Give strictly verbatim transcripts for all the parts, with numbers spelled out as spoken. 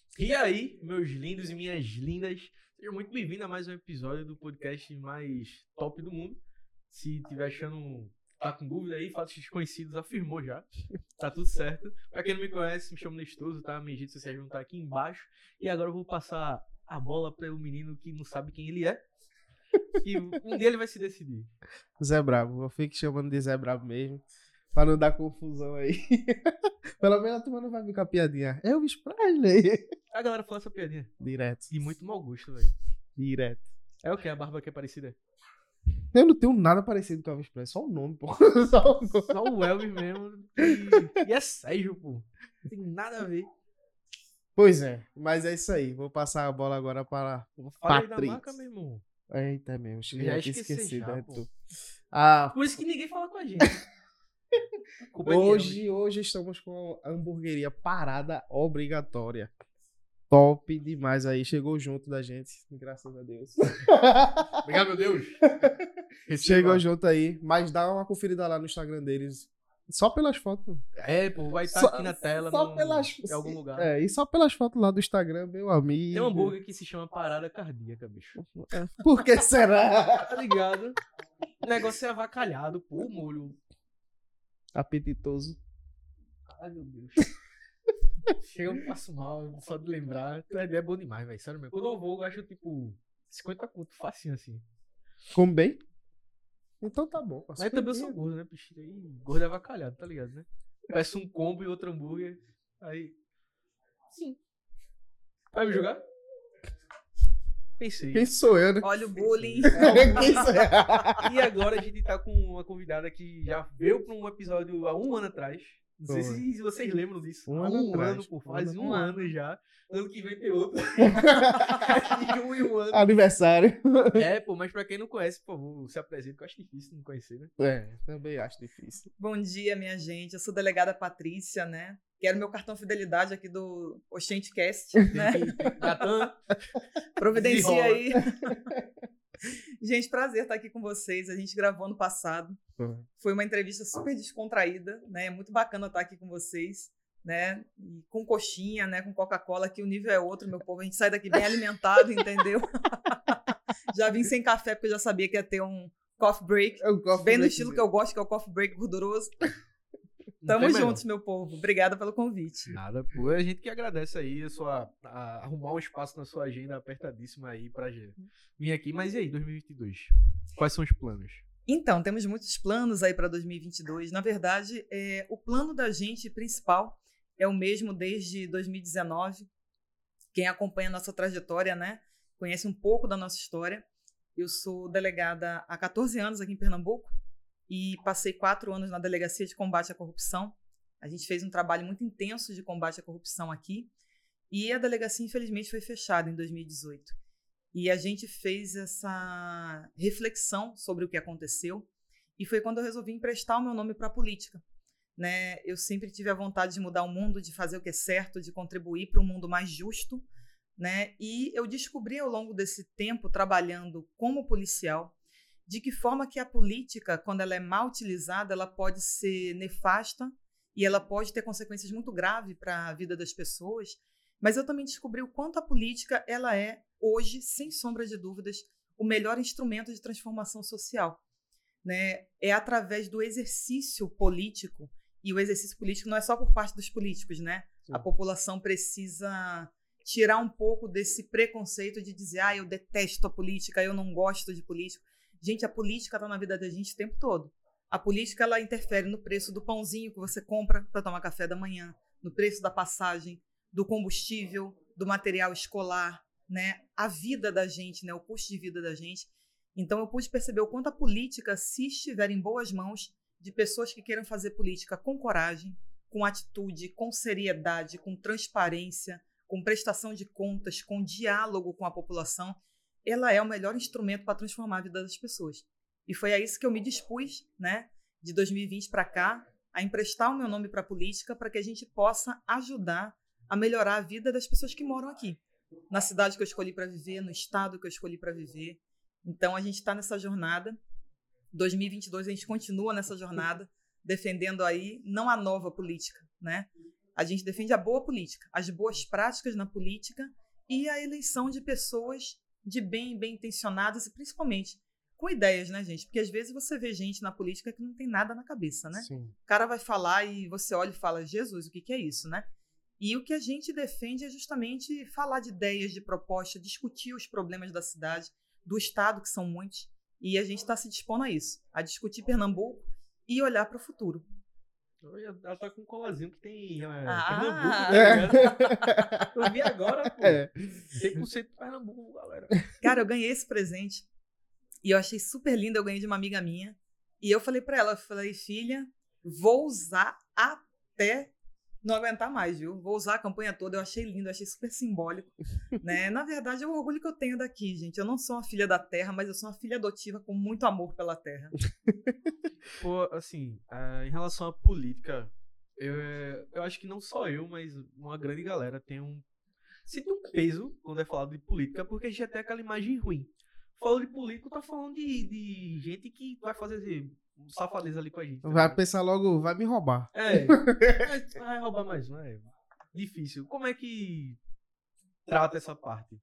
E aí, meus lindos e minhas lindas, sejam muito bem-vindos a mais um episódio do podcast mais top do mundo. Se tiver achando, tá com dúvida aí, fatos desconhecidos, afirmou já. Tá tudo certo. Pra quem não me conhece, me chamo Nestoso, tá? Minhas redes sociais vão estar aqui embaixo. E agora eu vou passar a bola para o menino que não sabe quem ele é. E um dia ele vai se decidir. Zé Brabo, eu fico chamando de Zé Brabo mesmo, pra não dar confusão aí. Pelo menos a turma não vai ficar piadinha. Elvis Presley. A galera fala essa piadinha. Direto. E muito mau gosto, velho. Direto. É o que? A barba que é parecida? Eu não tenho nada parecido com o Elvis Presley, só o nome, pô. Só o nome. Só o Elvis mesmo. E, e é Sérgio, pô. Não tem nada a ver. Pois é, mas é isso aí. Vou passar a bola agora para o Fala aí da Patrick. marca, meu irmão. Eita mesmo, Já já esqueci tinha esquecido. já, né, pô. tu? Ah, Por isso que ninguém fala com a gente. Culpa de hoje, hoje estamos com a hamburgueria Parada Obrigatória. Top demais aí, chegou junto da gente, graças a Deus. Obrigado, meu Deus. Chegou junto aí, mas dá uma conferida lá no Instagram deles. Só pelas fotos. É, pô, vai estar Só- aqui na tela, só no, pelas, em algum lugar. É, e só pelas fotos lá do Instagram, meu amigo. Tem um hambúrguer que se chama Parada Cardíaca, bicho. Por que será? Tá ligado? O negócio é avacalhado, pô, o molho. Apetitoso. Ai, meu Deus. Chega, eu me passo mal, só de lembrar. Tu é bom demais, velho. Sério mesmo. Quando eu vou, eu gasto tipo cinquenta conto, facinho assim. Come bem? Então tá bom. Mas também eu sou gordo, né, bicho? Aí, gordo é avacalhado, tá ligado, né? Peço um combo e outro hambúrguer. Aí. Sim. Vai me julgar? Pensei. Quem sou eu, né? Olha o bullying. Quem sou eu? E agora a gente tá com uma convidada que já veio pra um episódio há um ano atrás. Não sei Foi. se vocês lembram disso. Um há ano um atrás. ano, pô. Faz Um um, ano. ano já. Ano que vem tem outro. De um em um ano. Aniversário. É, pô, mas pra quem não conhece, por favor, se apresente, que eu acho difícil não conhecer, né? É, também acho difícil. Bom dia, minha gente. Eu sou delegada Patrícia, né? Quero meu cartão fidelidade aqui do Oxentecast, né? Natan, Providencia desenrola. aí. Gente, prazer estar aqui com vocês. A gente gravou ano passado. Foi uma entrevista super descontraída, né? É muito bacana estar aqui com vocês, né? E com coxinha, né? Com Coca-Cola, que o nível é outro, meu povo. A gente sai daqui bem alimentado, entendeu? Já vim sem café, porque eu já sabia que ia ter um coffee break. Eu gosto Bem no desse- estilo que eu gosto, que é o coffee break gorduroso. Não Tamo tem melhor. juntos, meu povo. Obrigada pelo convite. Nada, pô. A gente que agradece aí a sua, a- arrumar um espaço na sua agenda apertadíssima aí pra gente vir aqui. Mas e aí, dois mil e vinte e dois? Quais são os planos? Então, temos muitos planos aí para dois mil e vinte e dois. Na verdade, é, o plano da gente principal é o mesmo desde dois mil e dezenove. Quem acompanha a nossa trajetória, né, conhece um pouco da nossa história. Eu sou delegada há quatorze anos aqui em Pernambuco e passei quatro anos na Delegacia de Combate à Corrupção. A gente fez um trabalho muito intenso de combate à corrupção aqui e a delegacia, infelizmente, foi fechada em dois mil e dezoito. E a gente fez essa reflexão sobre o que aconteceu e foi quando eu resolvi emprestar o meu nome para a política, né? Eu sempre tive a vontade de mudar o mundo, de fazer o que é certo, de contribuir para um mundo mais justo, né? E eu descobri ao longo desse tempo, trabalhando como policial, de que forma que a política, quando ela é mal utilizada, ela pode ser nefasta e ela pode ter consequências muito graves para a vida das pessoas. Mas eu também descobri o quanto a política ela é, hoje, sem sombra de dúvidas, o melhor instrumento de transformação social, né? É através do exercício político, e o exercício político não é só por parte dos políticos, né? Sim. A população precisa tirar um pouco desse preconceito de dizer, ah, eu detesto a política, eu não gosto de político. Gente, a política está na vida da gente o tempo todo. A política, ela interfere no preço do pãozinho que você compra para tomar café da manhã, no preço da passagem, do combustível, do material escolar, né? A vida da gente, né? O custo de vida da gente. Então, eu pude perceber o quanto a política, se estiver em boas mãos de pessoas que queiram fazer política com coragem, com atitude, com seriedade, com transparência, com prestação de contas, com diálogo com a população, ela é o melhor instrumento para transformar a vida das pessoas. E foi a isso que eu me dispus, né, de dois mil e vinte para cá, a emprestar o meu nome para a política para que a gente possa ajudar a melhorar a vida das pessoas que moram aqui, na cidade que eu escolhi para viver, no estado que eu escolhi para viver. Então, a gente está nessa jornada. dois mil e vinte e dois a gente continua nessa jornada, defendendo aí não a nova política, né? A gente defende a boa política, as boas práticas na política e a eleição de pessoas de bem, bem intencionadas e principalmente com ideias, né, gente? Porque às vezes você vê gente na política que não tem nada na cabeça, né? Sim. O cara vai falar e você olha e fala, Jesus, o que, que é isso, né? E o que a gente defende é justamente falar de ideias, de propostas, discutir os problemas da cidade, do estado, que são muitos, e a gente está se dispondo a isso, a discutir Pernambuco e olhar para o futuro. Ela tá com um colazinho que tem é, Ah, Pernambuco, é. tá ligado? Eu vi agora, pô. É. Tem conceito de Pernambuco, galera. Cara, eu ganhei esse presente e eu achei super lindo, eu ganhei de uma amiga minha. E eu falei pra ela, eu falei, filha, vou usar até não aguentar mais, viu? Vou usar a campanha toda, eu achei lindo, eu achei super simbólico, né? Na verdade, é o orgulho que eu tenho daqui, gente. Eu não sou uma filha da terra, mas eu sou uma filha adotiva com muito amor pela terra. Pô, assim, ah, em relação à política, eu, eu acho que não só eu, mas uma grande galera tem um... Sente um peso quando é falado de política, porque a gente tem aquela imagem ruim. Falando de político, tá falando de, de gente que vai fazer um safadeza ali com a gente. Tá Vai ligado? pensar logo, vai me roubar. É, vai, vai roubar mais, não é? Difícil. Como é que trata essa parte?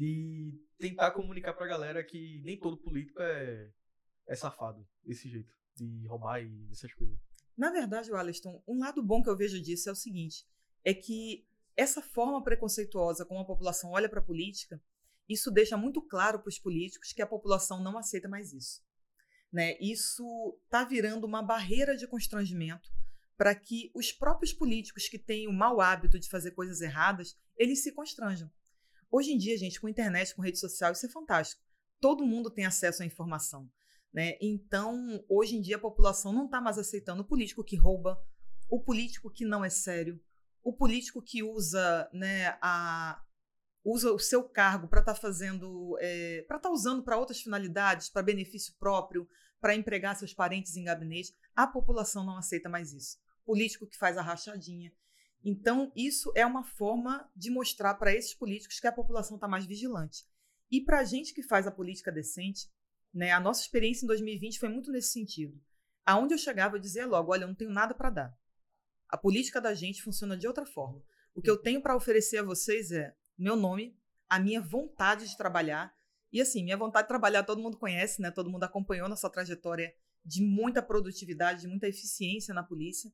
De tentar comunicar pra galera que nem todo político é, é safado, desse jeito. De roubar e essas coisas. Na verdade, Wallington, um lado bom que eu vejo disso é o seguinte, é que essa forma preconceituosa como a população olha para a política, isso deixa muito claro para os políticos que a população não aceita mais isso. Né? Isso está virando uma barreira de constrangimento para que os próprios políticos que têm o mau hábito de fazer coisas erradas, eles se constranjam. Hoje em dia, gente, com internet, com rede social, isso é fantástico. Todo mundo tem acesso à informação. Né? Então, hoje em dia, a população não está mais aceitando o político que rouba, o político que não é sério, o político que usa, né, a, usa o seu cargo para estar tá fazendo, é, para estar tá usando para outras finalidades, para benefício próprio, para empregar seus parentes em gabinete. A população não aceita mais isso. Político que faz a rachadinha. Então, isso é uma forma de mostrar para esses políticos que a população está mais vigilante. E para a gente que faz a política decente, né, a nossa experiência em dois mil e vinte foi muito nesse sentido. Aonde eu chegava, eu dizia logo, olha, eu não tenho nada para dar. A política da gente funciona de outra forma. O que eu tenho para oferecer a vocês é meu nome, a minha vontade de trabalhar. E assim, minha vontade de trabalhar todo mundo conhece, né? Todo mundo acompanhou nossa trajetória de muita produtividade, de muita eficiência na polícia.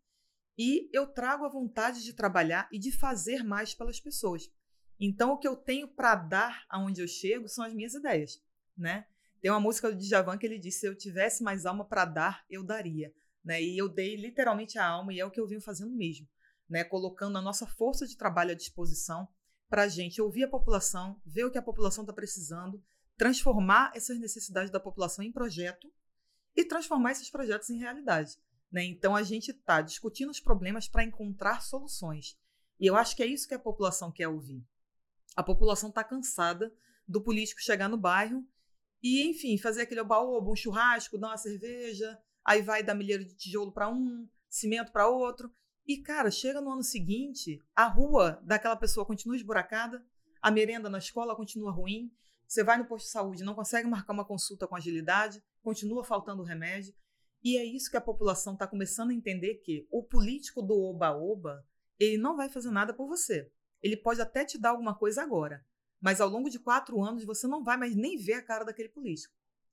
E eu trago a vontade de trabalhar e de fazer mais pelas pessoas. Então, o que eu tenho para dar aonde eu chego são as minhas ideias, né? Tem uma música do Djavan que ele disse, se eu tivesse mais alma para dar, eu daria. Né? E eu dei literalmente a alma e é o que eu venho fazendo mesmo. Né? Colocando a nossa força de trabalho à disposição para a gente ouvir a população, ver o que a população está precisando, transformar essas necessidades da população em projeto e transformar esses projetos em realidade. Né? Então, a gente está discutindo os problemas para encontrar soluções. E eu acho que é isso que a população quer ouvir. A população está cansada do político chegar no bairro e, enfim, fazer aquele oba-oba, um churrasco, dar uma cerveja, aí vai dar milheiro de tijolo para um, cimento para outro. E, cara, chega no ano seguinte, a rua daquela pessoa continua esburacada, a merenda na escola continua ruim, você vai no posto de saúde, não consegue marcar uma consulta com agilidade, continua faltando remédio. E é isso que a população está começando a entender, que o político do oba-oba, ele não vai fazer nada por você. Ele pode até te dar alguma coisa agora, mas ao longo de quatro anos você não vai mais nem ver a cara daquele político.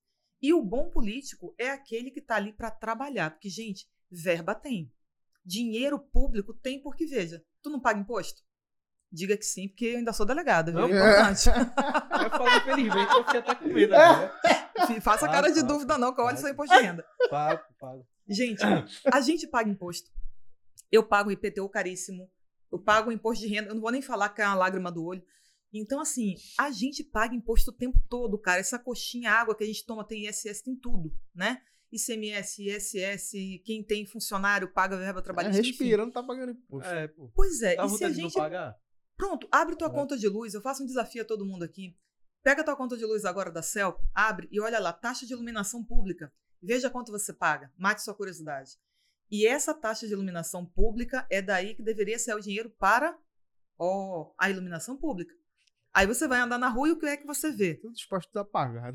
E o bom político é aquele que está ali para trabalhar, porque, gente, verba tem. Dinheiro público tem, porque, veja, tu não paga imposto? Diga que sim, porque eu ainda sou delegada, viu? É importante. Eu falei, infelizmente, eu fiquei até com medo agora. Faça Pago, cara de pago, dúvida não, que eu olho pago. seu imposto de renda. Pago, pago. Gente, a gente paga imposto. Eu pago I P T U caríssimo. Eu pago o imposto de renda. Eu não vou nem falar que é uma lágrima do olho. Então, assim, a gente paga imposto o tempo todo, cara. Essa coxinha, água que a gente toma tem I S S, tem tudo, né? I C M S, I S S, quem tem funcionário paga verba É, trabalhista. respira, não tá pagando imposto. É, pô. Pois é, Dá e se a vontade de não gente... pagar? Pronto, abre tua É. conta de luz. Eu faço um desafio a todo mundo aqui. Pega tua conta de luz agora da Celco, abre e olha lá, taxa de iluminação pública. Veja quanto você paga, mate sua curiosidade. E essa taxa de iluminação pública é daí que deveria ser o dinheiro para oh, a iluminação pública. Aí você vai andar na rua e o que é que você vê? Tudo disposto a pagar.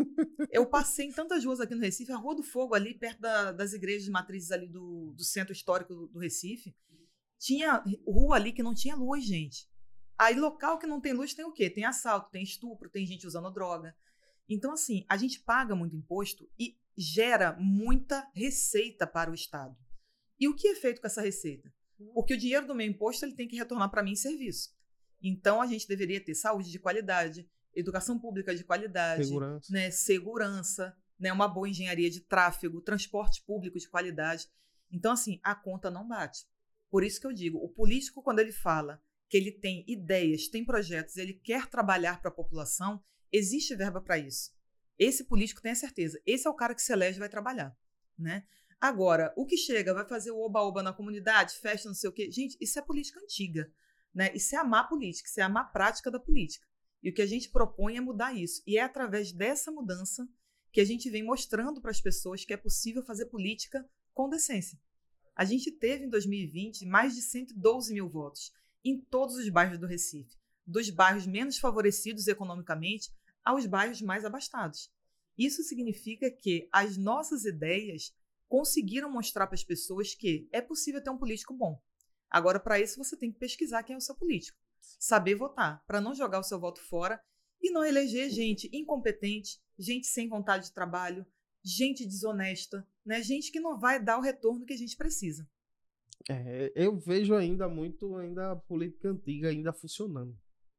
Eu passei em tantas ruas aqui no Recife, a Rua do Fogo ali, perto da, das igrejas de matrizes ali do, do centro histórico do, do Recife. Tinha rua ali que não tinha luz, gente. Aí local que não tem luz tem o quê? Tem assalto, tem estupro, tem gente usando droga. Então, assim, a gente paga muito imposto e gera muita receita para o Estado. E o que é feito com essa receita? Porque o dinheiro do meu imposto ele tem que retornar para mim em serviço. Então, a gente deveria ter saúde de qualidade, educação pública de qualidade, Segurança. né, segurança, né, uma boa engenharia de tráfego, transporte público de qualidade. Então, assim, a conta não bate. Por isso que eu digo, o político, quando ele fala que ele tem ideias, tem projetos, ele quer trabalhar para a população, existe verba para isso. Esse político tem a certeza. Esse é o cara que se elege e vai trabalhar, né? Agora, o que chega, vai fazer o oba-oba na comunidade, festa, não sei o quê. Gente, isso é política antiga, né? Isso é a má política, isso é a má prática da política. E o que a gente propõe é mudar isso. E é através dessa mudança que a gente vem mostrando para as pessoas que é possível fazer política com decência. A gente teve, em dois mil e vinte, mais de cento e doze mil votos em todos os bairros do Recife, dos bairros menos favorecidos economicamente aos bairros mais abastados. Isso significa que as nossas ideias conseguiram mostrar para as pessoas que é possível ter um político bom. Agora, para isso, você tem que pesquisar quem é o seu político, saber votar, para não jogar o seu voto fora e não eleger gente incompetente, gente sem vontade de trabalho, gente desonesta, né? Gente que não vai dar o retorno que a gente precisa. É, eu vejo ainda muito ainda a política antiga ainda funcionando.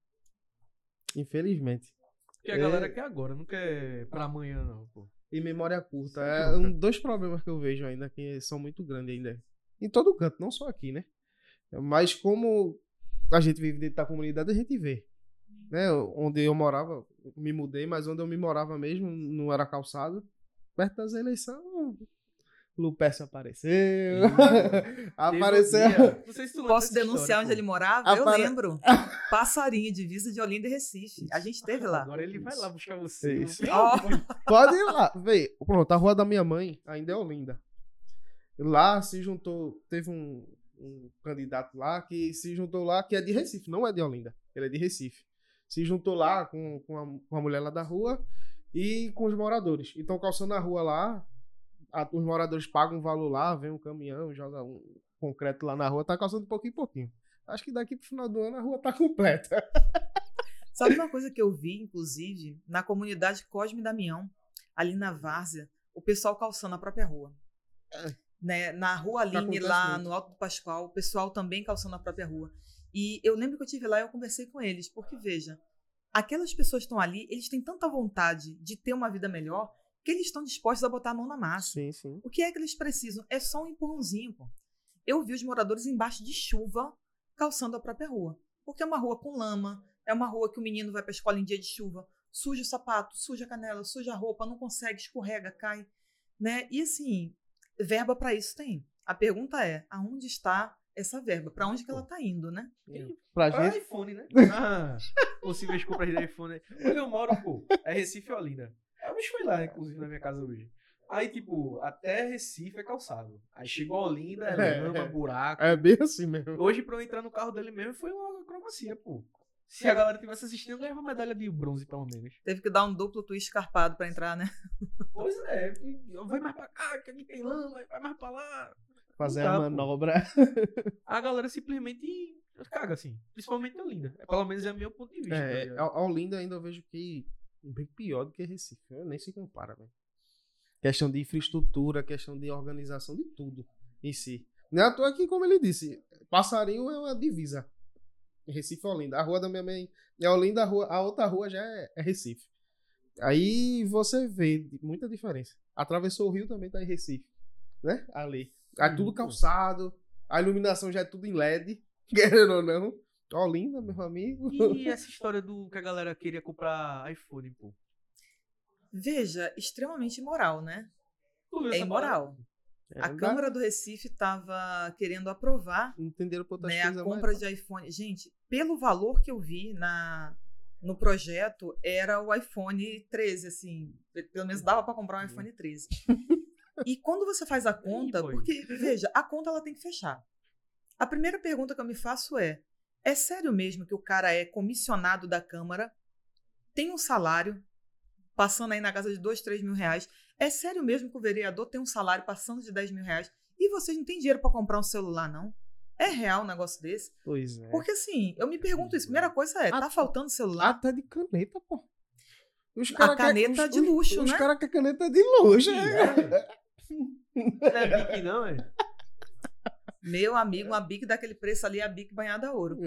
Infelizmente. Porque a É. galera quer agora, não quer pra amanhã, não, pô. E memória curta. É um, dois problemas que eu vejo ainda que são muito grandes ainda. Em todo canto, não só aqui, né? Mas como a gente vive dentro da comunidade, a gente vê. Né? Onde eu morava, me mudei, mas onde eu me morava mesmo, não era calçado. Perto das eleições, Lupécio apareceu. Apareceu. Não sei se tu lembra Posso dessa denunciar história, onde pô. ele morava? Apare- Eu lembro. Passarinho, divisa de Olinda e Recife. A gente esteve lá. Agora ele vai lá buscar você. Isso. Não tem Ó. como. Pode ir lá. Vê, pronto, a rua da minha mãe ainda é Olinda. Lá se juntou, teve um, um candidato lá que se juntou lá, que é de Recife, não é de Olinda, ele é de Recife. Se juntou lá com, com, a, com a mulher lá da rua e com os moradores. Então, calçando a rua lá, a, os moradores pagam um valor lá, vem um caminhão, joga um concreto lá na rua, tá calçando de pouquinho em pouquinho. Acho que daqui pro final do ano a rua tá completa. Sabe uma coisa que eu vi, inclusive, na comunidade Cosme e Damião, ali na Várzea, o pessoal calçando a própria rua. É. Né? Na Rua Aline, acontece lá muito. no Alto do Pascoal, o pessoal também calçando a própria rua. E eu lembro que eu estive lá e eu conversei com eles, porque, veja, aquelas pessoas que estão ali, eles têm tanta vontade de ter uma vida melhor, que eles estão dispostos a botar a mão na massa. Sim, sim. O que é que eles precisam? É só um empurrãozinho, pô. Eu vi os moradores embaixo de chuva calçando a própria rua. Porque é uma rua com lama, é uma rua que o menino vai para a escola em dia de chuva, suja o sapato, suja a canela, suja a roupa, não consegue, escorrega, cai. Né? E assim, verba para isso tem. A pergunta é, aonde está essa verba? Para onde que ela está indo, né? Pra Ah, gente, iPhone, né? Ah, possíveis compras de iPhone. Onde eu moro, pô, é Recife e Olinda. Eu bicho fui lá, inclusive, na minha casa hoje. Aí, tipo, até Recife é calçado. Aí chegou a Olinda, é lama, buraco. é bem assim mesmo. Hoje, pra eu entrar no carro dele mesmo, foi uma acrobacia, pô. Se a galera tivesse assistindo, eu ganhava uma medalha de bronze, pelo menos. Teve que dar um duplo twist escarpado para entrar, né? Pois é, vai mais pra cá, que aqui tem lama, vai mais pra lá. Fazer Não a dá, pô. manobra. A galera simplesmente caga, assim. Principalmente a Olinda. É, pelo menos é o meu ponto de vista. tá É, ligado? a a Olinda ainda eu vejo que bem pior do que Recife. Eu nem se compara, velho. Questão de infraestrutura, questão de organização, de tudo em si. Não é à toa que, como ele disse, Passarinho é uma divisa. Recife e Olinda. A rua da minha mãe é Olinda, a, rua, a outra rua já é, é Recife. Aí você vê muita diferença. Atravessou o rio também tá em Recife, né? Ali. Aí Hum, tudo pô. calçado, a iluminação já é tudo em L E D, querendo ou não. Olinda, meu amigo. E essa história do que a galera queria comprar iPhone, pô? Veja, extremamente imoral, né? Tu viu É essa imoral. A É, Câmara do Recife estava querendo aprovar, entenderam por outras né, a coisas compra mais- de iPhone. Gente, pelo valor que eu vi na, no projeto, era o iPhone treze, assim. pe- Pelo menos dava para comprar um iPhone treze. E quando você faz a conta, boy. porque, veja, a conta ela tem que fechar. A primeira pergunta que eu me faço é, é sério mesmo que o cara é comissionado da Câmara, tem um salário, passando aí na casa de dois, três mil reais, é sério mesmo que o vereador tem um salário passando de dez mil reais e vocês não têm dinheiro para comprar um celular, não? É real um negócio desse? Pois é. Porque assim, eu me pergunto isso. Primeira coisa é, tá Ah, faltando celular? Até de caneta, pô. Os A cara quer- caneta os- de os- luxo, os né? caras querem caneta de luxo. Ih, é. Não é Bic, não, é? Meu amigo, uma Bic daquele preço ali é a Bic banhada a ouro.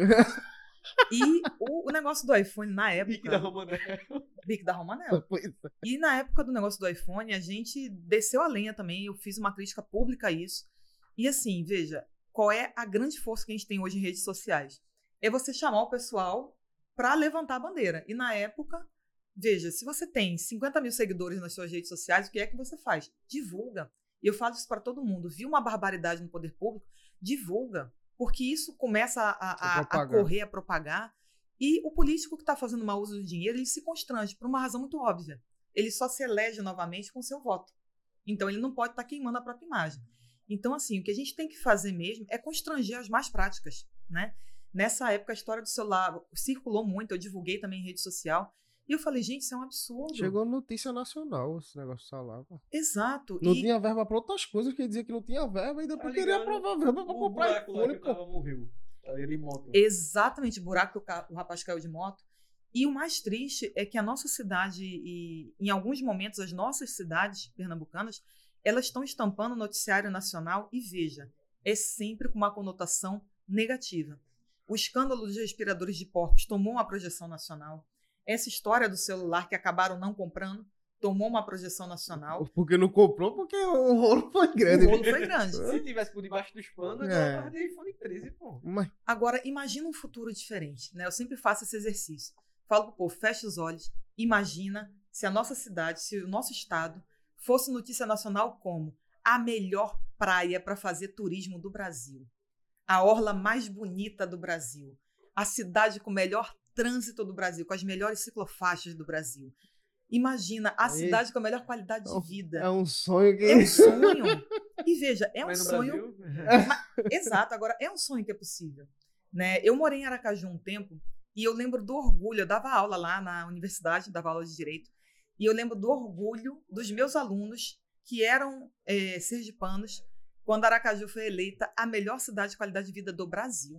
E o, o negócio do iPhone na época... Bic da Romanel. Bic da Romanel. Pois é. E na época do negócio do iPhone, a gente desceu a lenha também. Eu fiz uma crítica pública a isso. E assim, veja, qual é a grande força que a gente tem hoje em redes sociais? É você chamar o pessoal para levantar a bandeira. E na época, veja, se você tem cinquenta mil seguidores nas suas redes sociais, o que é que você faz? Divulga. E eu falo isso para todo mundo. Viu uma barbaridade no poder público? Divulga. Porque isso começa a, a, a, a correr, a propagar. E o político que está fazendo mau uso do dinheiro, ele se constrange por uma razão muito óbvia. Ele só se elege novamente com seu voto. Então, ele não pode estar tá queimando a própria imagem. Então, assim, o que a gente tem que fazer mesmo é constranger as más práticas, né? Nessa época, a história do celular circulou muito, eu divulguei também em rede social. E eu falei, gente, isso é um absurdo. Chegou notícia nacional esse negócio do salário. Pô. Exato. Não e... tinha verba pra outras coisas, que dizia que não tinha verba e depois Tá queria ligado? aprovar verba pra O comprar buraco lá que iPhone, o pô. cara morreu. Ali de moto. Exatamente, buraco que o, ca... o rapaz caiu de moto. E o mais triste é que a nossa cidade, e em alguns momentos as nossas cidades pernambucanas, elas estão estampando o noticiário nacional e, veja, é sempre com uma conotação negativa. O escândalo dos respiradores de porcos tomou uma projeção nacional. Essa história do celular que acabaram não comprando tomou uma projeção nacional. Porque não comprou, porque o rolo foi grande. O rolo foi grande. Se tivesse por debaixo dos panos, É. eu tava de iPhone treze, pô. Mas, Agora, imagina um futuro diferente, né? Eu sempre faço esse exercício. Falo pro povo, fecha os olhos, imagina se a nossa cidade, se o nosso estado fosse notícia nacional como a melhor praia para fazer turismo do Brasil, a orla mais bonita do Brasil, a cidade com o melhor trânsito do Brasil, com as melhores ciclofaixas do Brasil. Imagina a Aí, cidade com a melhor qualidade é um- de vida. é um sonho que... É um sonho. E veja, é um Mas no sonho... Brasil, Exato, agora é um sonho que é possível. Né? Eu morei em Aracaju um tempo e eu lembro do orgulho, eu dava aula lá na universidade, dava aula de Direito, e eu lembro do orgulho dos meus alunos que eram é, sergipanos quando Aracaju foi eleita a melhor cidade de qualidade de vida do Brasil.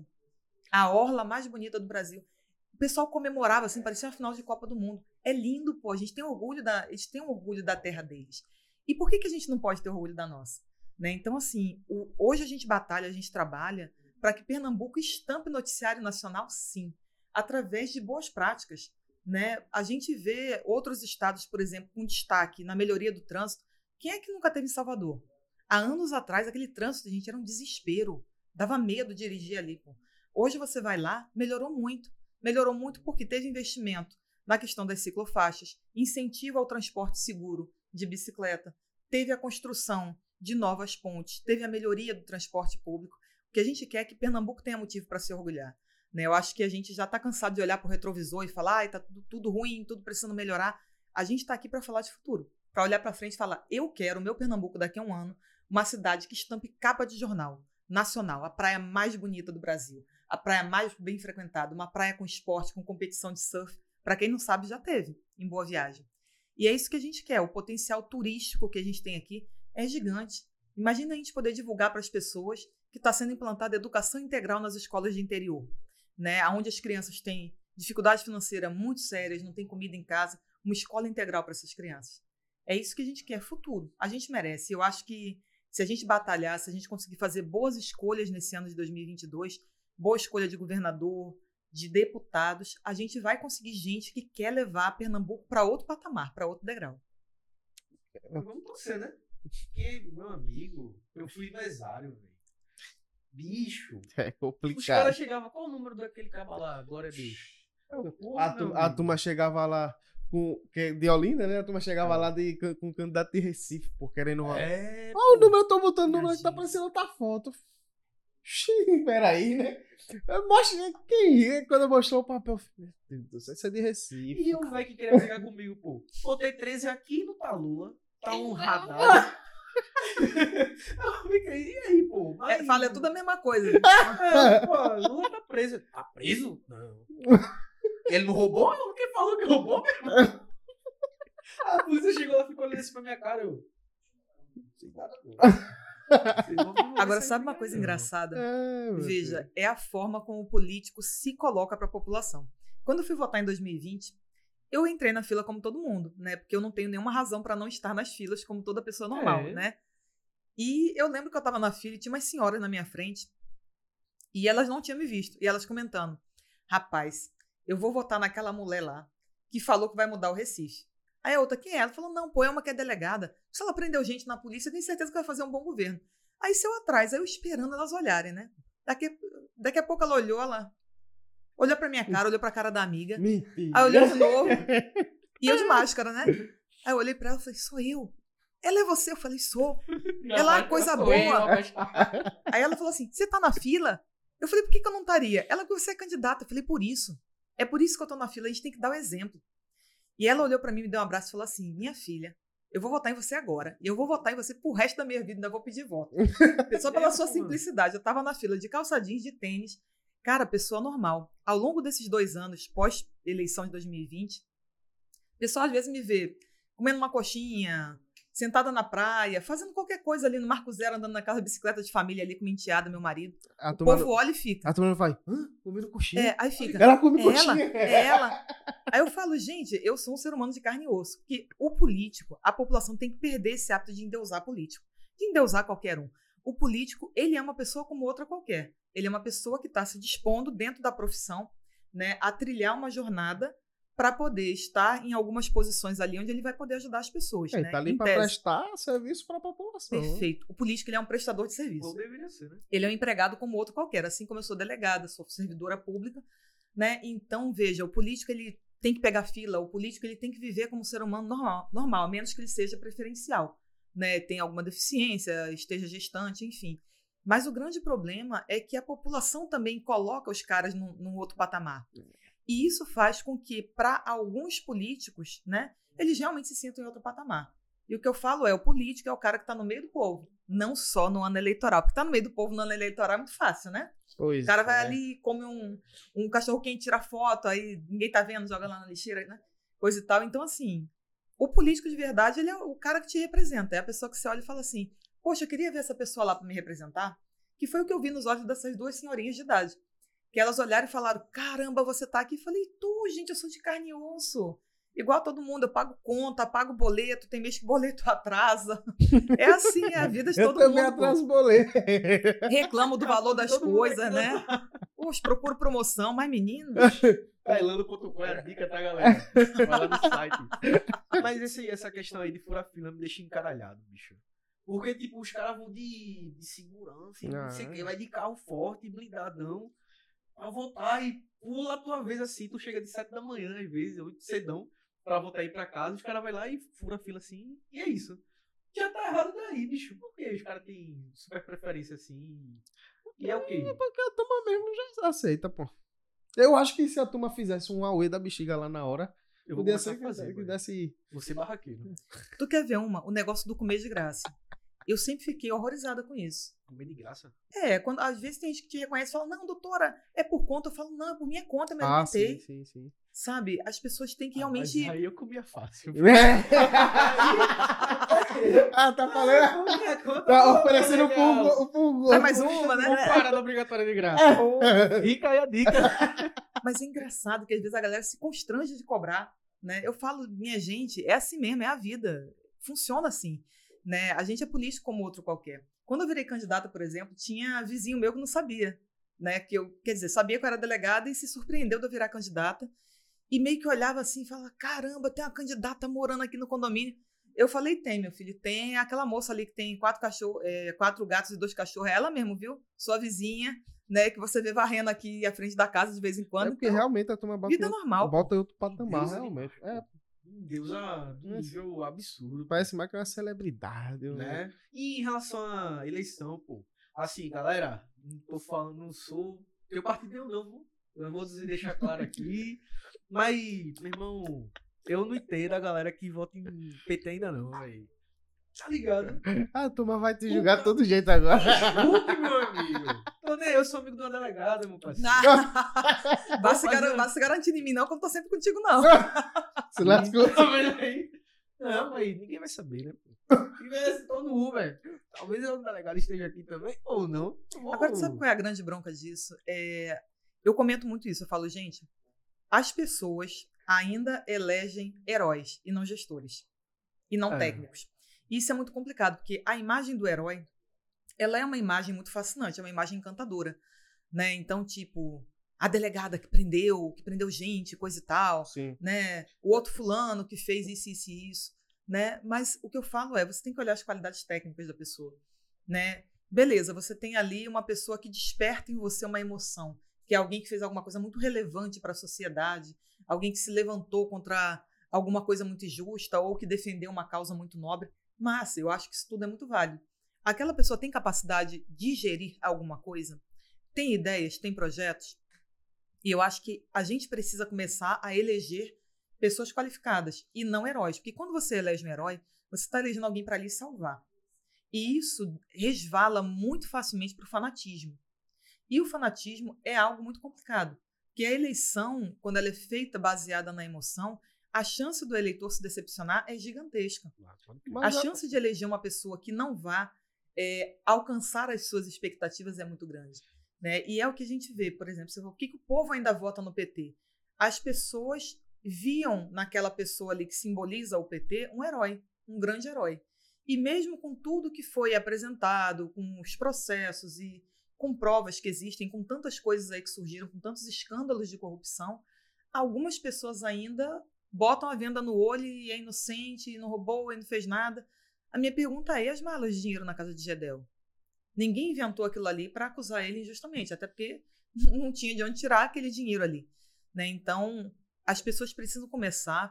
A orla mais bonita do Brasil. O pessoal comemorava, assim, parecia uma final de Copa do Mundo. É lindo, pô, a gente tem orgulho da, eles têm orgulho da terra deles. E por que, que a gente não pode ter orgulho da nossa? Né? Então, assim, o, hoje a gente batalha, a gente trabalha para que Pernambuco estampe noticiário nacional, sim, através de boas práticas. Né? A gente vê outros estados, por exemplo, com destaque na melhoria do trânsito. Quem é que nunca teve em Salvador? Há anos atrás, aquele trânsito, gente, era um desespero. Dava medo de dirigir ali. Pô. Hoje você vai lá, melhorou muito. Melhorou muito porque teve investimento na questão das ciclofaixas, incentivo ao transporte seguro de bicicleta, teve a construção de novas pontes, teve a melhoria do transporte público. O que a gente quer é que Pernambuco tenha motivo para se orgulhar. Né? Eu acho que a gente já está cansado de olhar para o retrovisor e falar, está tudo, tudo ruim, tudo precisando melhorar. A gente está aqui para falar de futuro, para olhar para frente e falar, eu quero o meu Pernambuco daqui a um ano, uma cidade que estampe capa de jornal nacional, a praia mais bonita do Brasil, a praia mais bem frequentada, uma praia com esporte, com competição de surf. Para quem não sabe, já teve em Boa Viagem. E é isso que a gente quer. O potencial turístico que a gente tem aqui é gigante. Imagina a gente poder divulgar para as pessoas que está sendo implantada educação integral nas escolas de interior, né? Onde as crianças têm dificuldade financeira muito sérias, não tem comida em casa, uma escola integral para essas crianças. É isso que a gente quer, futuro. A gente merece. Eu acho que se a gente batalhar, se a gente conseguir fazer boas escolhas nesse ano de dois mil e vinte e dois, boa escolha de governador, de deputados, a gente vai conseguir gente que quer levar Pernambuco para outro patamar, para outro degrau. Mas vamos torcer, né? Porque, meu amigo, eu fui mesário, velho. Bicho. É Os complicado. caras chegavam, qual o número daquele cara lá? Glória a Deus. Eu, porra, A, tu- meu a amigo. turma chegava lá com, que, de Olinda, né? A turma chegava lá de, com, com candidato de Recife, por querendo rolar. É, Olha o número, eu tô botando o número que tá Imagina. aparecendo outra foto. Xiii, peraí, né? Eu mostrei quem é. Quando eu mostrou o papel, meu Deus do céu, isso é de Recife. E o velho que queria brigar comigo, pô. Botei treze aqui no Talula. Tá um radar. Eu fiquei, e aí, pô? É, fala, é tudo a mesma coisa. É, pô, Lula tá preso. Tá preso? Não. Ele não roubou? Quem falou que roubou? A polícia chegou lá e ficou olhando assim pra minha cara. Eu. Sem nada, pô. Agora, sabe uma coisa engraçada? É, meu Veja, Deus. é a forma como o político se coloca para a população. Quando eu fui votar em dois mil e vinte, eu entrei na fila como todo mundo, né? Porque eu não tenho nenhuma razão para não estar nas filas como toda pessoa normal, É. né? E eu lembro que eu tava na fila e tinha umas senhoras na minha frente e elas não tinham me visto. E elas comentando, rapaz, eu vou votar naquela mulher lá que falou que vai mudar o Recife. Aí a outra, quem é? Ela falou, não, pô, é uma que é delegada. Se ela prendeu gente na polícia, eu tenho certeza que vai fazer um bom governo. Aí saiu atrás, aí eu esperando elas olharem, né? Daqui, daqui a pouco ela olhou, ela olhou pra minha cara, olhou pra cara da amiga. Mentira. Aí olhou de novo. E eu de máscara, né? Aí eu olhei pra ela e falei, sou eu. Ela é você? Eu falei, sou. Ela é coisa boa. Aí ela falou assim, você tá na fila? Eu falei, por que, que eu não estaria? Ela, você é candidata. Eu falei, por isso. É por isso que eu tô na fila, a gente tem que dar o exemplo. E ela olhou pra mim, me deu um abraço e falou assim, minha filha, eu vou votar em você agora. E eu vou votar em você pro resto da minha vida, ainda vou pedir voto. Só pela sua simplicidade. Eu tava na fila de calça jeans, de tênis. Cara, pessoa normal. Ao longo desses dois anos, pós-eleição de dois mil e vinte, o pessoal às vezes me vê comendo uma coxinha, sentada na praia, fazendo qualquer coisa ali no Marco Zero, andando naquela bicicleta de família ali com minha enteada, meu marido. A O turma povo não- olha e fica. a turma não vai, hã? Comendo coxinha? É, aí fica. Ela come É coxinha. ela, é ela. Aí eu falo, gente, eu sou um ser humano de carne e osso. Que o político, a população tem que perder esse hábito de endeusar político. De endeusar qualquer um. O político, ele é uma pessoa como outra qualquer. Ele é uma pessoa que está se dispondo dentro da profissão, né, a trilhar uma jornada para poder estar em algumas posições ali onde ele vai poder ajudar as pessoas. É, né? tá ali Em pra tese. prestar serviço pra população. Perfeito. O político, ele é um prestador de serviço. Ou deveria ser, né? Ele é um empregado como outro qualquer, assim como eu sou delegada, sou servidora pública, né? Então, veja, o político, ele tem que pegar fila, o político, ele tem que viver como um ser humano normal, normal, a menos que ele seja preferencial, né? Tem alguma deficiência, esteja gestante, enfim. Mas o grande problema é que a população também coloca os caras num, num outro patamar. E isso faz com que, para alguns políticos, né, eles realmente se sintam em outro patamar. E o que eu falo é, o político é o cara que está no meio do povo, não só no ano eleitoral. Porque estar no meio do povo no ano eleitoral é muito fácil, né? Pois O cara vai é. ali, come um, um cachorro quente, tira foto, aí ninguém tá vendo, joga lá na lixeira, né? Coisa e tal. Então, assim, o político de verdade, ele é o cara que te representa. É a pessoa que você olha e fala assim, poxa, eu queria ver essa pessoa lá para me representar. Que foi o que eu vi nos olhos dessas duas senhorinhas de idade. Que elas olharam e falaram, caramba, você tá aqui. Eu falei, tu, gente, eu sou de carne e osso. Igual todo mundo, eu pago conta, pago boleto, tem mês que boleto atrasa. É assim, é a vida de Eu todo também mundo. pô. atraso boleto. Reclamo do valor das Todo mundo coisas, né? reclama. Poxa, procuro promoção, mas menino... Tailando ponto com é a dica, tá, galera? Vai lá no site. Mas esse, essa questão aí de furar fila me deixa encaralhado, bicho. Porque, tipo, os caras vão de, de segurança, e Ah. não sei o que, vai de carro forte, blindadão, pra voltar e pula a tua vez assim, tu chega de sete da manhã, às vezes, oito cedão, pra voltar aí pra casa, os caras vão lá e fura a fila assim, e é isso. Já tá errado daí, bicho. Por que os caras têm super preferência assim? E é o quê? Porque a turma mesmo já aceita, pô. Eu acho que se a turma fizesse um auê da bexiga lá na hora, Eu vou podia começar ser a que, fazer, que mano. desse... Você barraqueiro. Tu quer ver uma? O negócio do comer de graça. Eu sempre fiquei horrorizada com isso. Comer de graça. É, quando, às vezes tem gente que te reconhece e fala, não, doutora, é por conta. Eu falo, não, é por minha conta, me Ah, sim, alimentei. sim, sim. Sabe? As pessoas têm que Ah, realmente... mas aí eu comia fácil. Ah, tá falando? Tá oferecendo o pulgo. O pulgo. Vai mais uma, né? Parada obrigatória de graça. Fica aí a dica. Mas é engraçado que às vezes a galera se constrange de cobrar, né? Eu falo, minha gente, é assim mesmo, é a vida. Funciona assim, né? A gente é político como outro qualquer. Quando eu virei candidata, por exemplo, tinha vizinho meu que não sabia, né? Que eu, quer dizer, sabia que eu era delegada e se surpreendeu de eu virar candidata. E meio que olhava assim e falava, caramba, tem uma candidata morando aqui no condomínio. Eu falei, tem, meu filho, tem aquela moça ali que tem quatro cachorros, é, quatro gatos e dois cachorros, é ela mesmo, viu? Sua vizinha, né? Que você vê varrendo aqui à frente da casa de vez em É quando. porque Então, realmente a turma bota, vida em outro, normal. bota em outro patamar, Deus realmente. animado. É, Deus a de um nível absurdo. parece mais que uma celebridade. Né? E em relação à eleição, pô. Assim, galera, não tô falando, não sou. Teu partido eu não, viu? Eu vou dizer- deixar claro aqui. Mas, meu irmão, eu não entendo a galera que vota em P T ainda não, velho. Tá ligado? A turma vai te julgar de todo jeito agora. Desculpe, meu amigo. Tô nem- Eu sou amigo de uma delegada, meu parceiro. Ah, vai, se fazer- gar- vai se garantir em mim, não, que eu não tô sempre contigo, não. Se lascou. Tá vendo aí? Não, mas ninguém vai saber, né? pô? E esse tô no Uber. Talvez o delegado esteja aqui também, ou não. Agora, tu sabe qual é a grande bronca disso? É, eu comento muito isso. Eu falo, gente, as pessoas ainda elegem heróis e não gestores. E não É. técnicos. E isso é muito complicado, porque a imagem do herói, ela é uma imagem muito fascinante, é uma imagem encantadora. Né? Então, tipo, a delegada que prendeu, que prendeu gente, coisa e tal. Sim. Né? O outro fulano que fez isso, isso e isso. Né? Mas o que eu falo é, você tem que olhar as qualidades técnicas da pessoa, né? Beleza, você tem ali uma pessoa que desperta em você uma emoção, que é alguém que fez alguma coisa muito relevante para a sociedade, alguém que se levantou contra alguma coisa muito injusta ou que defendeu uma causa muito nobre. Mas eu acho que isso tudo é muito válido. Aquela pessoa tem capacidade de gerir alguma coisa? Tem ideias, tem projetos? E eu acho que a gente precisa começar a eleger pessoas qualificadas e não heróis. Porque quando você elege um herói, você está elegendo alguém para lhe salvar. E isso resvala muito facilmente para o fanatismo. E o fanatismo é algo muito complicado. Porque a eleição, quando ela é feita baseada na emoção, a chance do eleitor se decepcionar é gigantesca. Mas a a- chance de eleger uma pessoa que não vá é, alcançar as suas expectativas é muito grande. Né? E é o que a gente vê, por exemplo, você fala, por que, que o povo ainda vota no P T? As pessoas viam naquela pessoa ali que simboliza o P T um herói, um grande herói. E mesmo com tudo que foi apresentado, com os processos e com provas que existem, com tantas coisas aí que surgiram, com tantos escândalos de corrupção, algumas pessoas ainda botam a venda no olho e é inocente, e não roubou, e não fez nada. A minha pergunta é, e as malas de dinheiro na casa de Gedel? Ninguém inventou aquilo ali para acusar ele injustamente, até porque não tinha de onde tirar aquele dinheiro ali. Né? Então, as pessoas precisam começar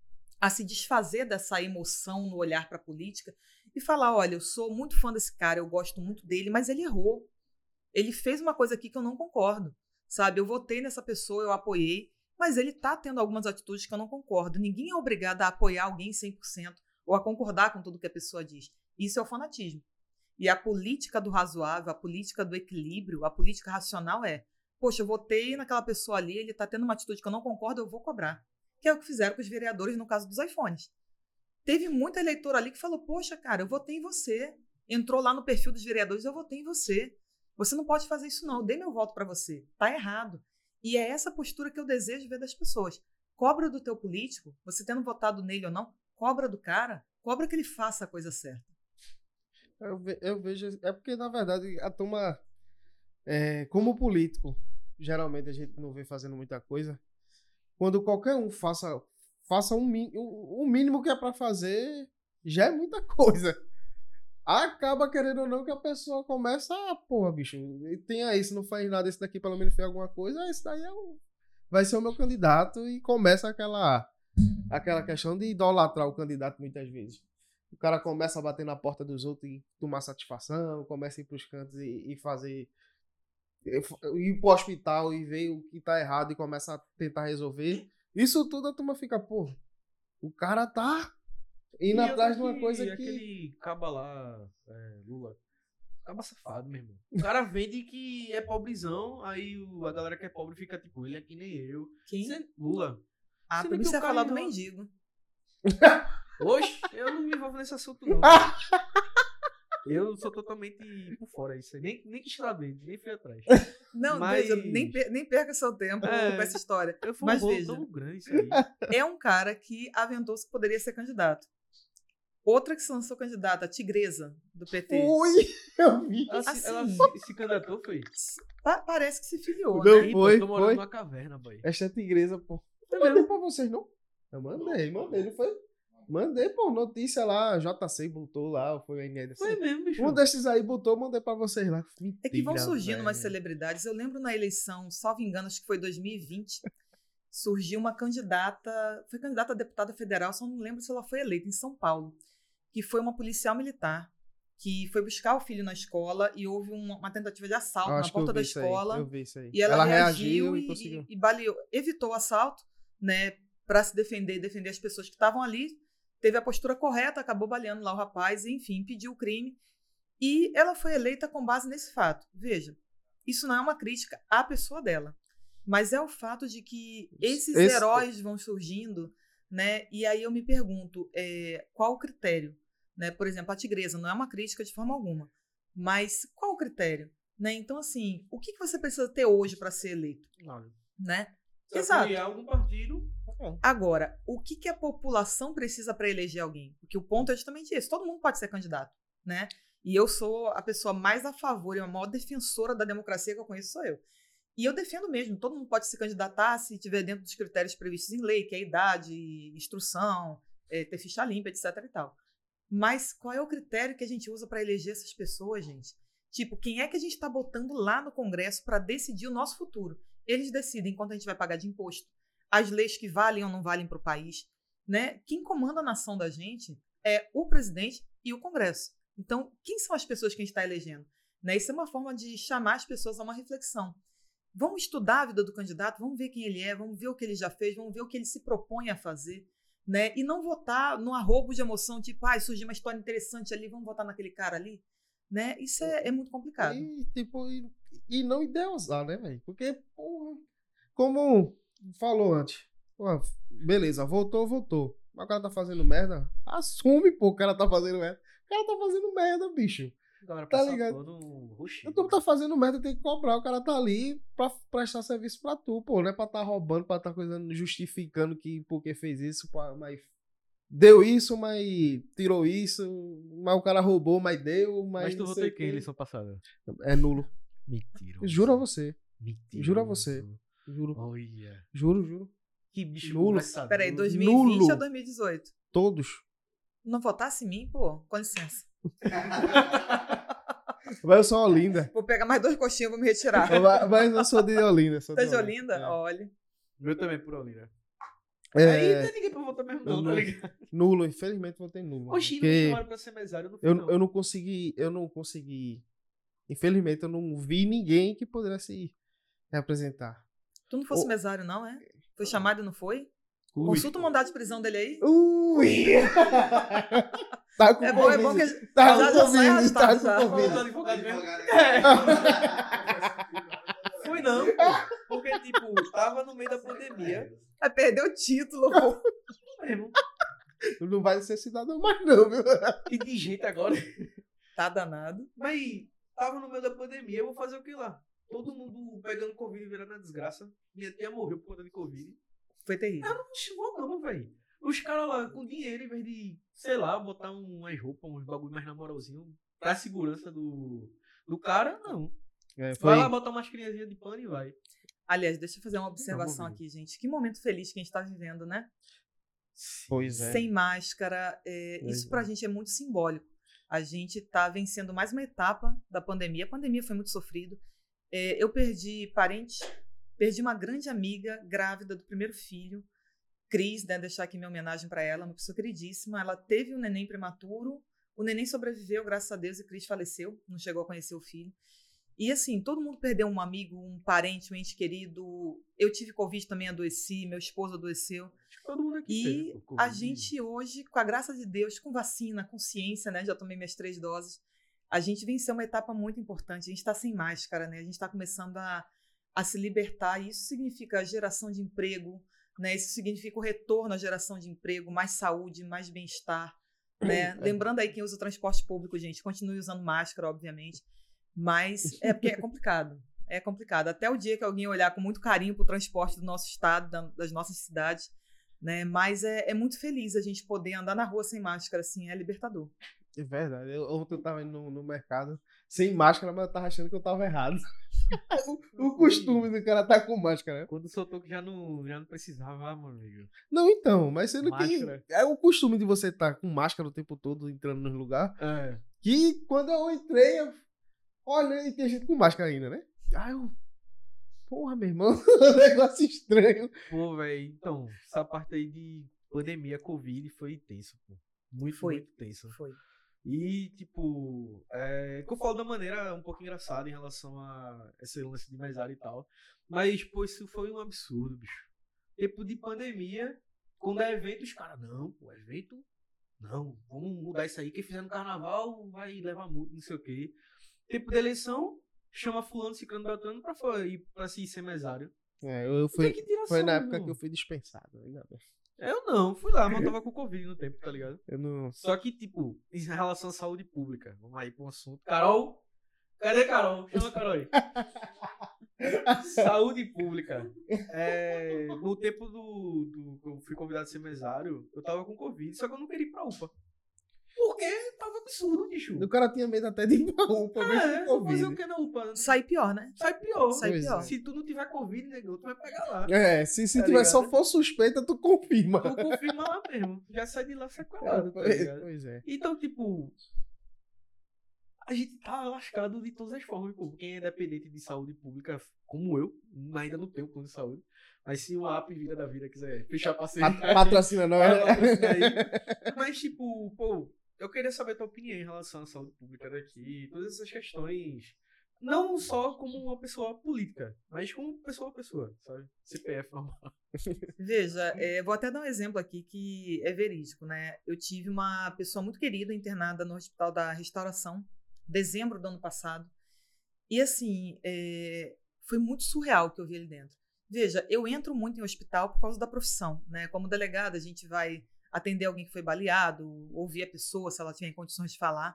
a se desfazer dessa emoção no olhar para a política e falar, olha, eu sou muito fã desse cara, eu gosto muito dele, mas ele errou. Ele fez uma coisa aqui que eu não concordo, sabe? Eu votei nessa pessoa, eu apoiei, mas ele está tendo algumas atitudes que eu não concordo. Ninguém é obrigado a apoiar alguém cem por cento ou a concordar com tudo que a pessoa diz. Isso é o fanatismo. E a política do razoável, a política do equilíbrio, a política racional é, poxa, eu votei naquela pessoa ali, ele está tendo uma atitude que eu não concordo, eu vou cobrar. Que é o que fizeram com os vereadores no caso dos iPhones. Teve muito eleitor ali que falou, poxa, cara, eu votei em você. Entrou lá no perfil dos vereadores, eu votei em você. Você não pode fazer isso não, eu dei meu voto para você. Tá errado. E é essa postura que eu desejo ver das pessoas. Cobra do teu político, você tendo votado nele ou não, cobra do cara, cobra que ele faça a coisa certa. Eu, ve- eu vejo. É porque, na verdade, a turma. É, como político, geralmente a gente não vê fazendo muita coisa. Quando qualquer um faça, faça um, mi- o o mínimo que é pra fazer, já é muita coisa. Acaba, querendo ou não, que a pessoa começa. Ah, porra, bicho, e tem aí, se não faz nada, esse daqui pelo menos fez alguma coisa, ah, esse daí é o, vai ser o meu candidato. E começa aquela, aquela questão de idolatrar o candidato muitas vezes. O cara começa a bater na porta dos outros e tomar satisfação, começa a ir pros cantos e, e fazer. Ir pro hospital e ver o que tá errado e começa a tentar resolver. Isso tudo a turma fica, pô, o cara tá indo E atrás de uma aquele- coisa que. Aquele caba lá, é, Lula, caba safado, meu irmão. O cara vende que é pobrezão, aí o- a galera que é pobre fica tipo, ele é que nem eu. Quem? Cê- Lula. Ah, Sendo pra mim que você o ia cara falar do enrola- mendigo. Oxe, eu não me envolvo nesse assunto, não. Eu sou totalmente por fora disso aí. Nem, nem quis saber, nem fui atrás. Não, Mas- veja, nem, per- nem perca seu tempo É. com essa história. Eu fui Mas um rolo veja. tão grande isso aí. É um cara que aventou-se que poderia ser candidato. Outra que se lançou candidata, a Tigresa, do P T. Ui, eu vi. Ela, se, Assim. ela se, se candidatou, foi? Pa- parece que se filiou, Não. né? Ih, Foi, pô, tô morando foi. numa caverna, boy. Esta é tigresa, pô. É Eu mandei mesmo? pra vocês, não? Eu mandei, mandei, não foi? Mandei, pô, notícia lá, J C botou lá, foi a N E Foi mesmo, bicho. Um desses aí botou, mandei pra vocês lá. É que vão Mentira, surgindo velho. umas celebridades. Eu lembro na eleição, salvo engano, acho que foi dois mil e vinte, surgiu uma candidata, foi candidata a deputada federal, só não lembro se ela foi eleita, em São Paulo, que foi uma policial militar, que foi buscar o filho na escola e houve uma, uma tentativa de assalto Eu na acho que eu porta da vi isso aí, escola. eu vi isso aí. E ela, reagiu, e e, conseguiu. e, e baleou, evitou o assalto, né, para se defender e defender as pessoas que estavam ali. Teve a postura correta, acabou baleando lá o rapaz, e, enfim, impediu o crime. E ela foi eleita com base nesse fato. Veja, isso não é uma crítica à pessoa dela, mas é o fato de que esses Esse- heróis vão surgindo, né? E aí eu me pergunto, é, qual o critério? né? Por exemplo, a Tigresa não é uma crítica de forma alguma. Mas qual o critério? Né? Então, assim, o que, que você precisa ter hoje para ser eleito? Nada. Né? Se Exato. apoiar algum partido... Agora, o que, que a população precisa para eleger alguém? Porque o ponto é justamente esse. Todo mundo pode ser candidato, né? E eu sou a pessoa mais a favor e a maior defensora da democracia que eu conheço sou eu. E eu defendo mesmo. Todo mundo pode se candidatar se estiver dentro dos critérios previstos em lei, que é a idade, instrução, é, ter ficha limpa, etc e tal. Mas qual é o critério que a gente usa para eleger essas pessoas, gente? Tipo, quem é que a gente está botando lá no Congresso para decidir o nosso futuro? Eles decidem quanto a gente vai pagar de imposto, as leis que valem ou não valem para o país, né? Quem comanda a nação da gente é o presidente e o Congresso. Então, quem são as pessoas que a gente está elegendo? Né? Isso é uma forma de chamar as pessoas a uma reflexão. Vamos estudar a vida do candidato, vamos ver quem ele é, vamos ver o que ele já fez, vamos ver o que ele se propõe a fazer, né? E não votar no arrobo de emoção, tipo, ah, surgiu uma história interessante ali, vamos votar naquele cara ali, né? Isso é, é muito complicado. E, tipo, e, e não idealizar, né, velho? Porque, porra, como falou antes, porra, beleza, voltou, voltou. Mas o cara tá fazendo merda, assume, pô, o cara tá fazendo merda. O cara tá fazendo merda, bicho. Agora, Tá passar ligado? todo um roxinho. Tu tá fazendo merda, tem que cobrar. O cara tá ali pra prestar serviço pra tu, pô. Não é pra tá roubando, pra tá coisando, justificando que porque fez isso, pá, mas deu isso, mas tirou isso, mas o cara roubou, mas deu, mas. Mas tu não votou sei em quem o quê. eleição passada? É nulo. Mentira. Juro a você. Mentira. Juro a você. Juro. Olha. Juro, juro. Que bicho Nulo. conversador. Peraí, dois mil e vinte Nulo. ou dois mil e dezoito? Todos. Não votasse em mim, pô? Com licença. Mas eu sou Olinda. Vou pegar mais dois coxinhos, vou me retirar. Mas- Mas eu sou de Olinda. Sou Tá de de Olinda? É. Olha. Meu também por Olinda. É, Aí não tem ninguém pra votar mesmo, não, eu tá não- ligado? nulo, infelizmente votei nulo. Oxi, não Porque me chamaram pra ser mesário, eu não fui, eu, não. eu não consegui, eu não consegui. Infelizmente, eu não vi ninguém que pudesse representar. Tu não fosse Ô. mesário, não, é? Foi chamado e não foi? Ui. Consulta o mandado de prisão dele aí. Ui! Tá com É bom, é bom que a Covid. gente Tá já- com já sai Covid, tá arrastado com já. Covid. Falando advogado mesmo. É. Fui não, pô. Porque, tipo, tava no meio da pandemia. Vai perder o título, pô. Mesmo. Não vai ser cidadão mais não, viu? E de jeito agora. Tá danado. Mas tava no meio da pandemia, eu vou fazer o que lá? Todo mundo pegando Covid e virando a desgraça. Minha tia morreu por conta de Covid. Foi terrível. Eu não vou não, velho. Os caras lá com dinheiro, em vez de, sei lá, botar umas roupas, uns bagulho mais na moralzinho, pra segurança do, do cara, não. É, Vai lá botar umas criancinhas de pano e vai. Aliás, deixa eu fazer uma observação Vamos ver. aqui, gente. Que momento feliz que a gente tá vivendo, né? Pois é. Sem máscara. é, Pois isso é. pra gente é muito simbólico. A gente tá vencendo mais uma etapa da pandemia. A pandemia foi muito sofrido. É, eu perdi parentes, perdi uma grande amiga grávida do primeiro filho, Cris, né, deixar aqui minha homenagem para ela, uma pessoa queridíssima. Ela teve um neném prematuro, o neném sobreviveu, graças a Deus, e Cris faleceu, não chegou a conhecer o filho. E assim, todo mundo perdeu um amigo, um parente, um ente querido. Eu tive Covid também, adoeci, meu esposo adoeceu. Todo mundo aqui E teve, pô, Covid. a gente hoje, com a graça de Deus, com vacina, com ciência, né? Já tomei minhas três doses. A gente venceu uma etapa muito importante. A gente está sem máscara, né? A gente está começando a, a se libertar. E isso significa a geração de emprego, né? Isso significa o retorno à geração de emprego, mais saúde, mais bem-estar, né? Lembrando aí quem usa o transporte público, gente, continue usando máscara, obviamente. Mas é porque é complicado. É complicado. Até o dia que alguém olhar com muito carinho para o transporte do nosso estado, da- das nossas cidades, né? Mas é, é muito feliz a gente poder andar na rua sem máscara, assim, é libertador. É verdade. Eu, ontem eu tava indo no, no mercado sem máscara, mas eu tava achando que eu tava errado. o, o costume do cara tá com máscara. Quando soltou que já não, já não precisava, ah, meu amigo. Não, então, mas sendo Máscara. que é o costume de você estar com máscara o tempo todo entrando nos lugares. É. Que quando eu entrei, eu olha, e tem gente com máscara ainda, né? Aí eu. Porra, meu irmão, um negócio estranho. Pô, velho, então, essa parte aí de pandemia, Covid, foi tenso, pô. Muito, Foi. muito tenso. Foi. E, tipo, é, que eu falo da maneira um pouco engraçada em relação a esse lance de mesário e tal. Mas, pô, isso foi um absurdo, bicho. Tempo de pandemia, quando é evento, os caras, não, pô, evento, não, vamos mudar isso aí. Quem fizer no carnaval vai levar multa, não sei o quê. Tempo de eleição, chama fulano, ciclano, beltrano pra, fa- ir, pra se ser mesário. É, eu Tem fui, que tirar foi na sarro, época irmão. que eu fui dispensado. Ainda bem. Eu não, fui lá, mas eu tava com Covid no tempo, tá ligado? Eu não... Só que, tipo, em relação à saúde pública, vamos aí pra um assunto. Carol, cadê Carol? Chama a Carol aí. Saúde pública. É, no tempo do, do. Eu fui convidado a ser mesário, eu tava com Covid, só que eu não queria ir pra U P A. Porque tava absurdo, bicho. O cara tinha medo até de ir pra U P A, mesmo É, com fazer o Covid. que na U P A? Sai pior, né? Sai pior. Sai Pois pior. é. Se tu não tiver Covid, negão, tu vai pegar lá. É, se, se Tá tiver ligado? só for suspeita, tu confirma. Tu confirma lá mesmo. Já sai de lá sequelado, tá Pois, ligado? pois é. Então, tipo, a gente tá lascado de todas as formas, pô. Quem é dependente de saúde pública, como eu, ainda não tenho plano de saúde. Mas se uma app Vida da Vida quiser fechar parceria, Pat- Patrocina nós. ela patrocina aí. Mas, tipo, pô, eu queria saber a tua opinião em relação à saúde pública daqui, todas essas questões. Não só como uma pessoa política, mas como pessoa a pessoa, sabe? C P F normal. Veja, é, vou até dar um exemplo aqui que é verídico, né? Eu tive uma pessoa muito querida internada no Hospital da Restauração, dezembro do ano passado. E, assim, é, foi muito surreal o que eu vi ali dentro. Veja, eu entro muito em hospital por causa da profissão, né? Como delegada, a gente vai atender alguém que foi baleado, ouvir a pessoa, se ela tiver em condições de falar.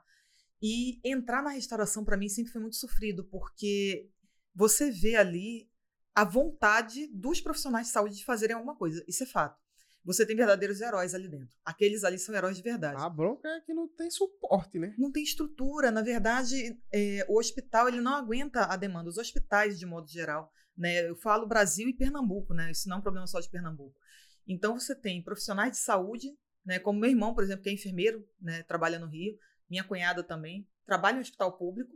E entrar na restauração, para mim, sempre foi muito sofrido, porque você vê ali a vontade dos profissionais de saúde de fazerem alguma coisa. Isso é fato. Você tem verdadeiros heróis ali dentro. Aqueles ali são heróis de verdade. A bronca é que não tem suporte, né? Não tem estrutura. Na verdade, é, o hospital ele não aguenta a demanda. Os hospitais, de modo geral, né? Eu falo Brasil e Pernambuco, né? Isso não é um problema só de Pernambuco. Então, você tem profissionais de saúde, né? Como meu irmão, por exemplo, que é enfermeiro, né? Trabalha no Rio. Minha cunhada também. Trabalha em hospital público.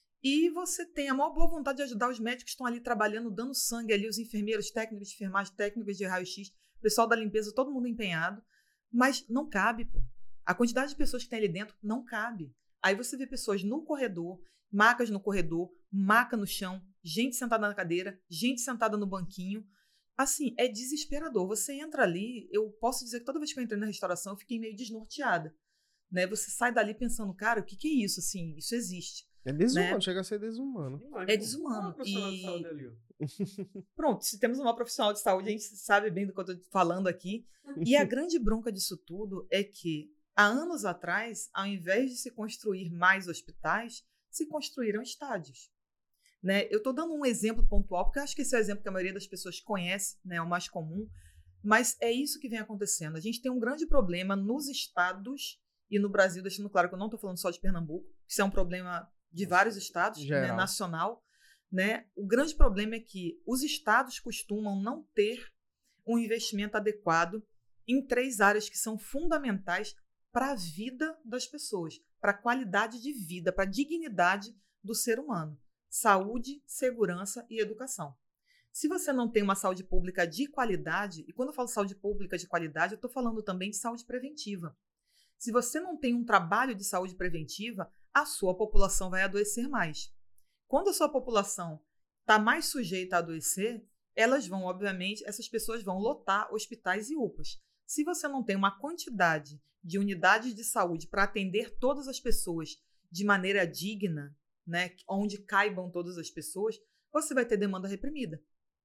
E você tem a maior boa vontade de ajudar os médicos que estão ali trabalhando, dando sangue ali, os enfermeiros, técnicos de enfermagem, técnicos de raio-x, pessoal da limpeza, todo mundo empenhado. Mas não cabe, pô. A quantidade de pessoas que tem ali dentro não cabe. Aí você vê pessoas no corredor, macas no corredor, maca no chão, gente sentada na cadeira, gente sentada no banquinho. Assim, é desesperador. Você entra ali, eu posso dizer que toda vez que eu entrei na restauração, eu fiquei meio desnorteada. Né? Você sai dali pensando, cara, o que, que é isso? Assim, isso existe. É desumano, Né? chega a ser desumano. Demais, É pô. desumano. Qual é o profissional de E- saúde ali, ó? Pronto, se temos uma profissional de saúde, a gente sabe bem do que eu estou falando aqui. E a grande bronca disso tudo é que, há anos atrás, ao invés de se construir mais hospitais, se construíram estádios. Né? Eu estou dando um exemplo pontual, porque eu acho que esse é o exemplo que a maioria das pessoas conhece, né? É o mais comum, mas é isso que vem acontecendo. A gente tem um grande problema nos estados e no Brasil, deixando claro que eu não estou falando só de Pernambuco, isso é um problema de vários estados, né? Geral. Nacional. Né? O grande problema é que os estados costumam não ter um investimento adequado em três áreas que são fundamentais para a vida das pessoas, para a qualidade de vida, para a dignidade do ser humano: saúde, segurança e educação. Se você não tem uma saúde pública de qualidade, e quando eu falo saúde pública de qualidade, eu estou falando também de saúde preventiva. Se você não tem um trabalho de saúde preventiva, a sua população vai adoecer mais. Quando a sua população está mais sujeita a adoecer, elas vão, obviamente, essas pessoas vão lotar hospitais e U P As. Se você não tem uma quantidade de unidades de saúde para atender todas as pessoas de maneira digna, né, onde caibam todas as pessoas, você vai ter demanda reprimida.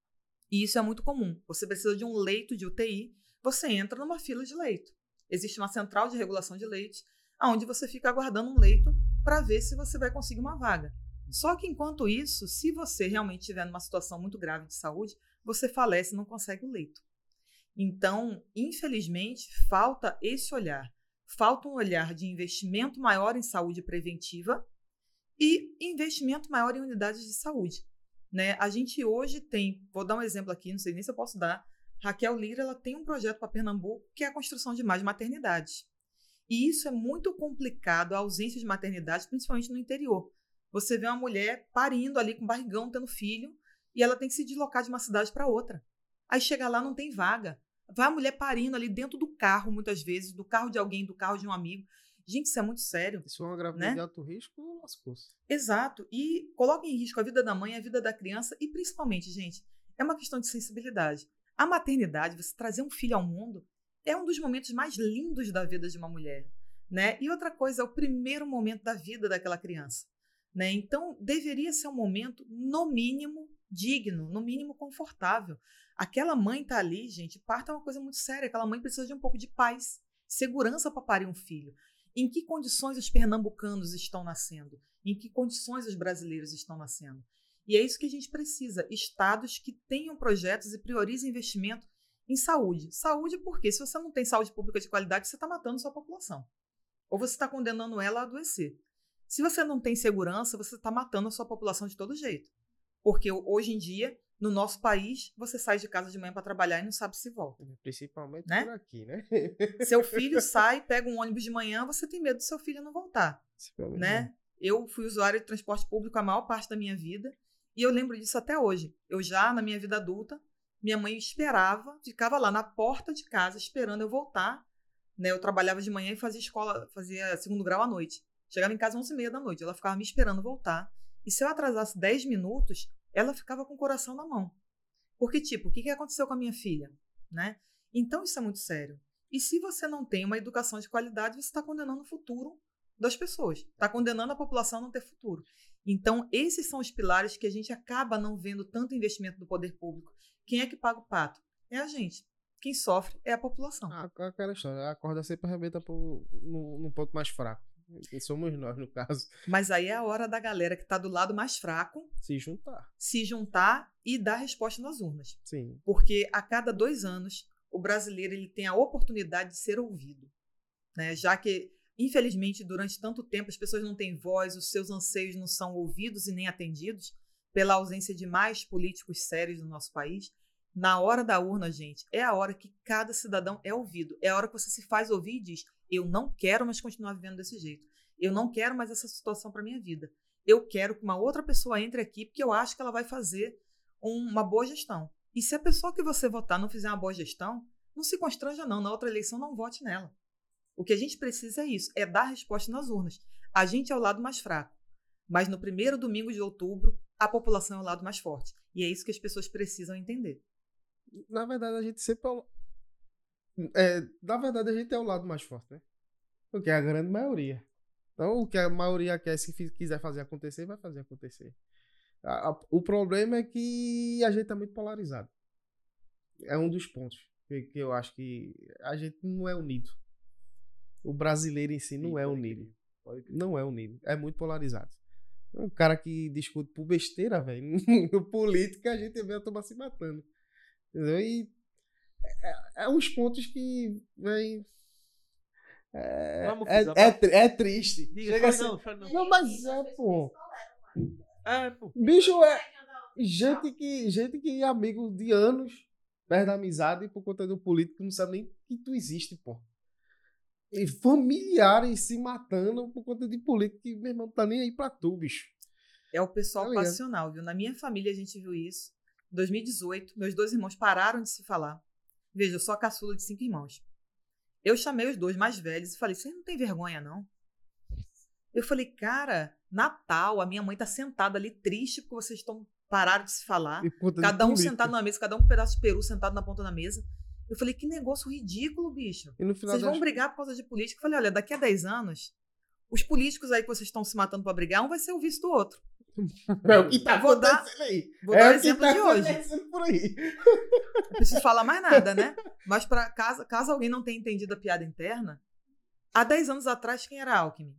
E isso é muito comum. Você precisa de um leito de U T I, você entra numa fila de leito. Existe uma central de regulação de leitos, onde você fica aguardando um leito para ver se você vai conseguir uma vaga. Só que, enquanto isso, se você realmente estiver numa situação muito grave de saúde, você falece e não consegue o leito. Então, infelizmente, falta esse olhar. Falta um olhar de investimento maior em saúde preventiva e investimento maior em unidades de saúde. Né? A gente hoje tem, vou dar um exemplo aqui, não sei nem se eu posso dar, Raquel Lira ela tem um projeto para Pernambuco que é a construção de mais maternidades. E isso é muito complicado, a ausência de maternidade, principalmente no interior. Você vê uma mulher parindo ali com barrigão, tendo filho, e ela tem que se deslocar de uma cidade para outra. Aí chega lá, não tem vaga. Vai a mulher parindo ali dentro do carro, muitas vezes, do carro de alguém, do carro de um amigo. Gente, isso é muito sério. Isso é uma gravidez Né? de alto risco, lascou-se. Exato. E coloca em risco a vida da mãe, a vida da criança e, principalmente, gente, é uma questão de sensibilidade. A maternidade, você trazer um filho ao mundo, é um dos momentos mais lindos da vida de uma mulher. Né? E outra coisa, é o primeiro momento da vida daquela criança. Né? Então, deveria ser um momento, no mínimo, digno, no mínimo confortável. Aquela mãe tá ali, gente, parto é uma coisa muito séria. Aquela mãe precisa de um pouco de paz, segurança para parir um filho. Em que condições os pernambucanos estão nascendo? Em que condições os brasileiros estão nascendo? E é isso que a gente precisa. Estados que tenham projetos e priorizem investimento em saúde. Saúde porque se você não tem saúde pública de qualidade, você está matando sua população. Ou você está condenando ela a adoecer. Se você não tem segurança, você está matando a sua população de todo jeito. Porque hoje em dia, no nosso país, você sai de casa de manhã para trabalhar e não sabe se volta. Principalmente né? por aqui, né? Seu filho sai, pega um ônibus de manhã, você tem medo do seu filho não voltar. Né? Eu fui usuária de transporte público a maior parte da minha vida e eu lembro disso até hoje. Eu já, na minha vida adulta, minha mãe esperava, ficava lá na porta de casa esperando eu voltar. Né? Eu trabalhava de manhã e fazia escola, fazia segundo grau à noite. Chegava em casa às onze e meia da noite, ela ficava me esperando voltar. E se eu atrasasse dez minutos, ela ficava com o coração na mão. Porque, tipo, o que aconteceu com a minha filha? Né? Então, isso é muito sério. E se você não tem uma educação de qualidade, você está condenando o futuro das pessoas. Está condenando a população a não ter futuro. Então, esses são os pilares que a gente acaba não vendo tanto investimento do poder público. Quem é que paga o pato? É a gente. Quem sofre é a população. Ah, aquela história, a corda sempre arrebenta pro, no, no ponto mais fraco. E somos nós, no caso. Mas aí é a hora da galera que está do lado mais fraco se juntar. Se juntar e dar resposta nas urnas. Sim. Porque a cada dois anos, o brasileiro ele tem a oportunidade de ser ouvido. Né? Já que, infelizmente, durante tanto tempo, as pessoas não têm voz, os seus anseios não são ouvidos e nem atendidos pela ausência de mais políticos sérios no nosso país. Na hora da urna, gente, é a hora que cada cidadão é ouvido. É a hora que você se faz ouvir e diz: eu não quero mais continuar vivendo desse jeito. Eu não quero mais essa situação para minha vida. Eu quero que uma outra pessoa entre aqui porque eu acho que ela vai fazer um, uma boa gestão. E se a pessoa que você votar não fizer uma boa gestão, não se constranja não. Na outra eleição, não vote nela. O que a gente precisa é isso, é dar resposta nas urnas. A gente é o lado mais fraco. Mas no primeiro domingo de outubro, a população é o lado mais forte. E é isso que as pessoas precisam entender. Na verdade, a gente sempre é, o... é, na verdade, a gente é o lado mais forte, né? Porque é a grande maioria. Então, o que a maioria quer, se quiser fazer acontecer, vai fazer acontecer. A, a, o problema é que a gente é muito polarizado. É um dos pontos que, que eu acho que a gente não é unido. O brasileiro em si não é unido. Não é unido. É muito polarizado. Um cara que discute por besteira, velho. No política, a gente vê a turma se matando. Entendeu? E é, é uns pontos que, véio, é, é, é, é triste. Diga, Chega não, ser... não. não, mas é, pô. É, pô. Bicho, é gente que, gente que é amigo de anos, perde a amizade por conta do político que não sabe nem que tu existe, pô. E familiares se matando por conta de político que, meu irmão, não tá nem aí pra tu, bicho. É o pessoal tá passional, viu? Na minha família a gente viu isso. Em dois mil e dezoito, meus dois irmãos pararam de se falar. Veja, eu sou a caçula de cinco irmãos. Eu chamei os dois mais velhos e falei: vocês não tem vergonha, não? Eu falei: cara, Natal, a minha mãe tá sentada ali triste porque vocês estão pararam de se falar. Cada um sentado na mesa, cada um com um pedaço de peru sentado na ponta da mesa. Eu falei: que negócio ridículo, bicho. Vocês vão das... brigar por causa de política? Eu falei: olha, daqui a dez anos, os políticos aí que vocês estão se matando pra brigar, um vai ser o vice do outro. É o que tá vou dar, aí. Vou é dar o exemplo tá de hoje. Por aí. Não preciso falar mais nada, né? Mas pra, caso, caso alguém não tenha entendido a piada interna, há dez anos atrás, quem era Alckmin?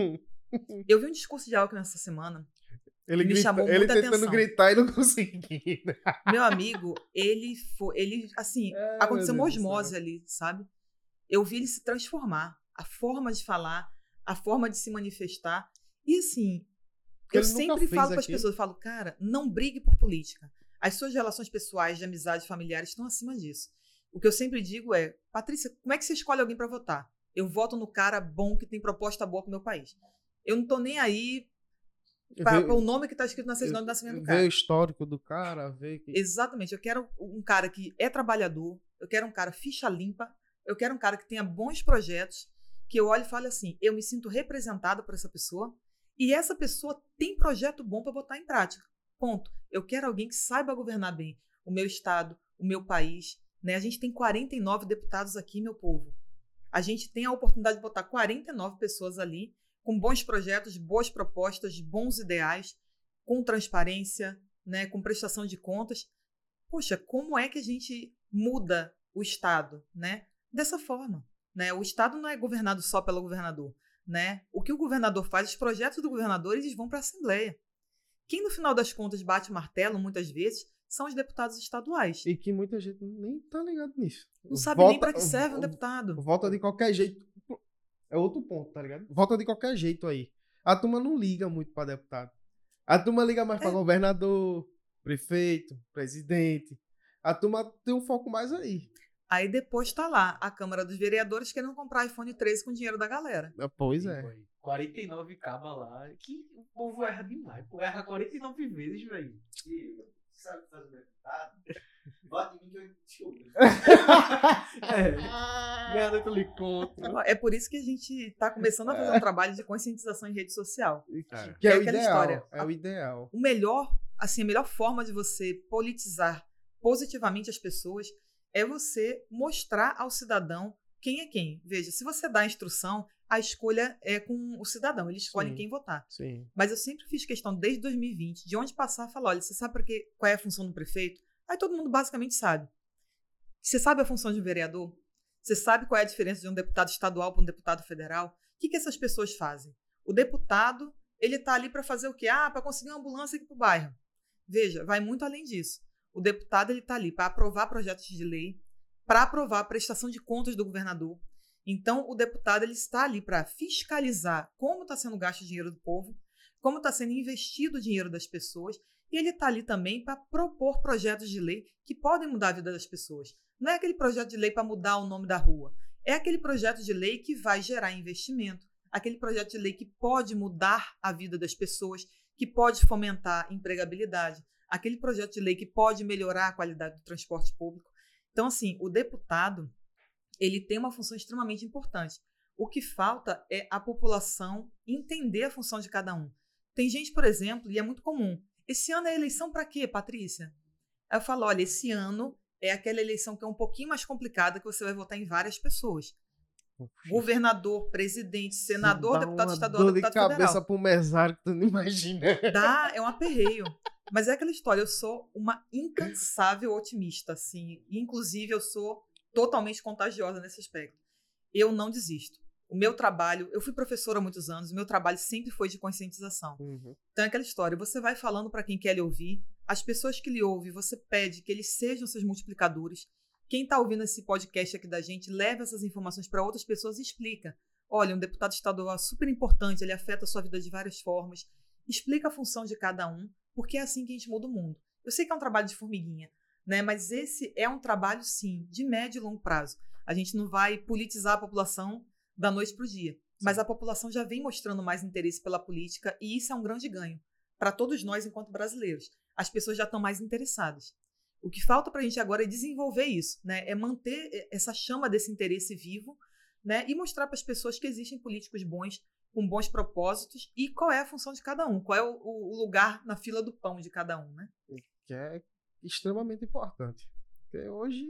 Eu vi um discurso de Alckmin essa semana. Ele, me grita, chamou ele muita tentando atenção. gritar e não conseguindo. Meu amigo, ele foi. Ele, assim, é, aconteceu uma osmose ali, sabe? Eu vi ele se transformar. A forma de falar, a forma de se manifestar. E assim, eu ele sempre falo para as pessoas, eu falo, cara, não brigue por política. As suas relações pessoais, de amizade, familiares estão acima disso. O que eu sempre digo é: Patrícia, como é que você escolhe alguém para votar? Eu voto no cara bom que tem proposta boa para o meu país. Eu não tô nem aí para o nome que está escrito na certidão de nascimento do cara. Ver o histórico do cara, ver que... Exatamente. Eu quero um cara que é trabalhador, eu quero um cara ficha limpa, eu quero um cara que tenha bons projetos, que eu olhe e fale assim: eu me sinto representada por essa pessoa e essa pessoa tem projeto bom para botar em prática. Ponto. Eu quero alguém que saiba governar bem o meu estado, o meu país. Né? A gente tem quarenta e nove deputados aqui, meu povo. A gente tem a oportunidade de botar quarenta e nove pessoas ali com bons projetos, boas propostas, bons ideais, com transparência, né, com prestação de contas. Poxa, como é que a gente muda o Estado, né? Dessa forma, né? O Estado não é governado só pelo governador, né? O que o governador faz, os projetos do governador, eles vão para a Assembleia. Quem, no final das contas, bate o martelo, muitas vezes, são os deputados estaduais. E que muita gente nem tá ligado nisso. Não sabe Vota- nem para que serve um deputado. Vota de qualquer jeito. É outro ponto, tá ligado? Vota de qualquer jeito aí. A turma não liga muito pra deputado. A turma liga mais pra É. governador, prefeito, presidente. A turma tem um foco mais aí. Aí depois tá lá a Câmara dos Vereadores querendo comprar iPhone treze com o dinheiro da galera. Pois Sim, é. foi. quarenta e nove caba lá. Que o povo erra demais. Pô, erra quarenta e nove vezes, velho. Sabe fazer deputado? Vote em mim que eu descubro. É. Meia-noite eu lhe conto. É por isso que a gente tá começando a fazer um trabalho de conscientização em rede social. É. Que é, É o aquela ideal. história. É o ideal. O melhor, assim, a melhor forma de você politizar positivamente as pessoas é você mostrar ao cidadão quem é quem. Veja, se você dá a instrução, a escolha é com o cidadão, ele escolhe Sim. quem votar. Sim. Mas eu sempre fiz questão, desde dois mil e vinte, de onde passar, falar, olha, você sabe pra quê, qual é a função do prefeito? Aí todo mundo basicamente sabe. Você sabe a função de um vereador? Você sabe qual é a diferença de um deputado estadual para um deputado federal? O que, que essas pessoas fazem? O deputado, ele tá ali para fazer o quê? Ah, para conseguir uma ambulância aqui pro bairro. Veja, vai muito além disso. O deputado, ele tá ali para aprovar projetos de lei, para aprovar a prestação de contas do governador. Então, o deputado, ele está ali para fiscalizar como está sendo gasto o dinheiro do povo, como está sendo investido o dinheiro das pessoas, e ele está ali também para propor projetos de lei que podem mudar a vida das pessoas. Não é aquele projeto de lei para mudar o nome da rua. É aquele projeto de lei que vai gerar investimento, aquele projeto de lei que pode mudar a vida das pessoas, que pode fomentar a empregabilidade, aquele projeto de lei que pode melhorar a qualidade do transporte público. Então, assim, o deputado, ele tem uma função extremamente importante. O que falta é a população entender a função de cada um. Tem gente, por exemplo, e é muito comum, esse ano é eleição para quê, Patrícia? Aí eu falo, olha, esse ano é aquela eleição que é um pouquinho mais complicada, que você vai votar em várias pessoas. Governador, presidente, senador, Dá deputado uma estadual, dor de deputado cabeça federal. pro mesário que tu não imagina. Dá, é um aperreio. Mas é aquela história, eu sou uma incansável otimista, assim. E, inclusive, eu sou totalmente contagiosa nesse aspecto. Eu não desisto. O meu trabalho, eu fui professora há muitos anos, o meu trabalho sempre foi de conscientização. Uhum. Então é aquela história, você vai falando para quem quer lhe ouvir, as pessoas que lhe ouvem, você pede que eles sejam seus multiplicadores. Quem está ouvindo esse podcast aqui da gente, leva essas informações para outras pessoas e explica. Olha, um deputado estadual é super importante, ele afeta a sua vida de várias formas. Explica a função de cada um, porque é assim que a gente muda o mundo. Eu sei que é um trabalho de formiguinha, né? Mas esse é um trabalho, sim, de médio e longo prazo. A gente não vai politizar a população da noite para o dia. Mas a população já vem mostrando mais interesse pela política e isso é um grande ganho para todos nós enquanto brasileiros. As pessoas já estão mais interessadas. O que falta para a gente agora é desenvolver isso, né? É manter essa chama desse interesse vivo, né? E mostrar para as pessoas que existem políticos bons, com bons propósitos e qual é a função de cada um, qual é o, o lugar na fila do pão de cada um, né? Que é extremamente importante. Porque hoje...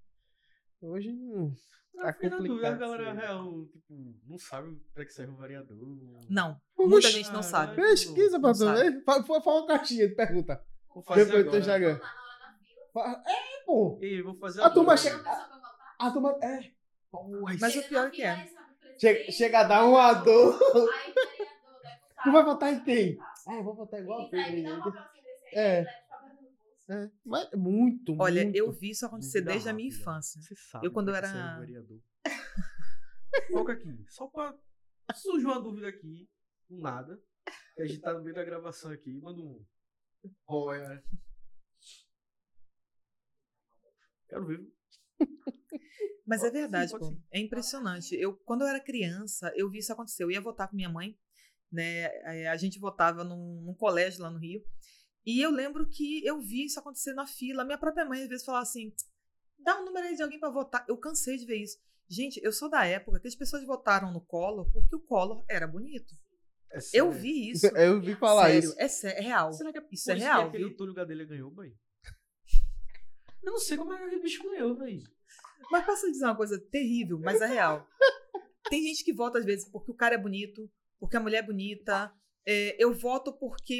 Hoje não... Tá Tá complicado. A galera sim. real, tipo, não sabe pra que serve o vereador. Não, Oxi, muita gente não sabe. Pesquisa pra Não tu sabe. ver. Fa- fa- Fala uma caixinha de pergunta. Vou fazer Depois do teu agora. Instagram. Fa- É, pô. Ei, vou fazer A turma agora. chega... A turma... É. Porra, Mas o pior é que é. Chega, chega a dar uma dor. Aí, vereador, deputado, Tu vai votar em quem? tá. Ah, eu vou votar igual a Ele pega e dá um Pedro. papelzinho desse aí, É. leva o papel no bolso. É, mas é muito, Olha, muito. eu vi isso acontecer Dúvida desde a minha rápida. infância. Você sabe Eu, quando pra eu que era- serve o vereador. Coloca aqui, só pra surgir uma dúvida aqui, do nada. Que a gente tá no meio da gravação aqui, manda um. Olha. Quero ver. Mas é Pode sim, verdade, pode pô. sim. É impressionante. Eu, quando eu era criança, eu vi isso acontecer. Eu ia votar com minha mãe, né? É, A gente votava num, num colégio lá no Rio. E eu lembro que eu vi isso acontecer na fila. Minha própria mãe, às vezes, falava assim: dá um número aí de alguém pra votar. Eu cansei de ver isso. Gente, eu sou da época que as pessoas votaram no Collor porque o Collor era bonito. É Eu sério. vi isso. Eu vi falar Sério, isso. é, sé- é real. Será que é Isso por é que real, aquele viu? Túlio Gadelha ganhou, boy? Eu não sei como é que aquele bicho ganhou, velho. Mas posso dizer uma coisa terrível, mas é real. Tem gente que vota às vezes porque o cara é bonito, porque a mulher é bonita. É, eu voto porque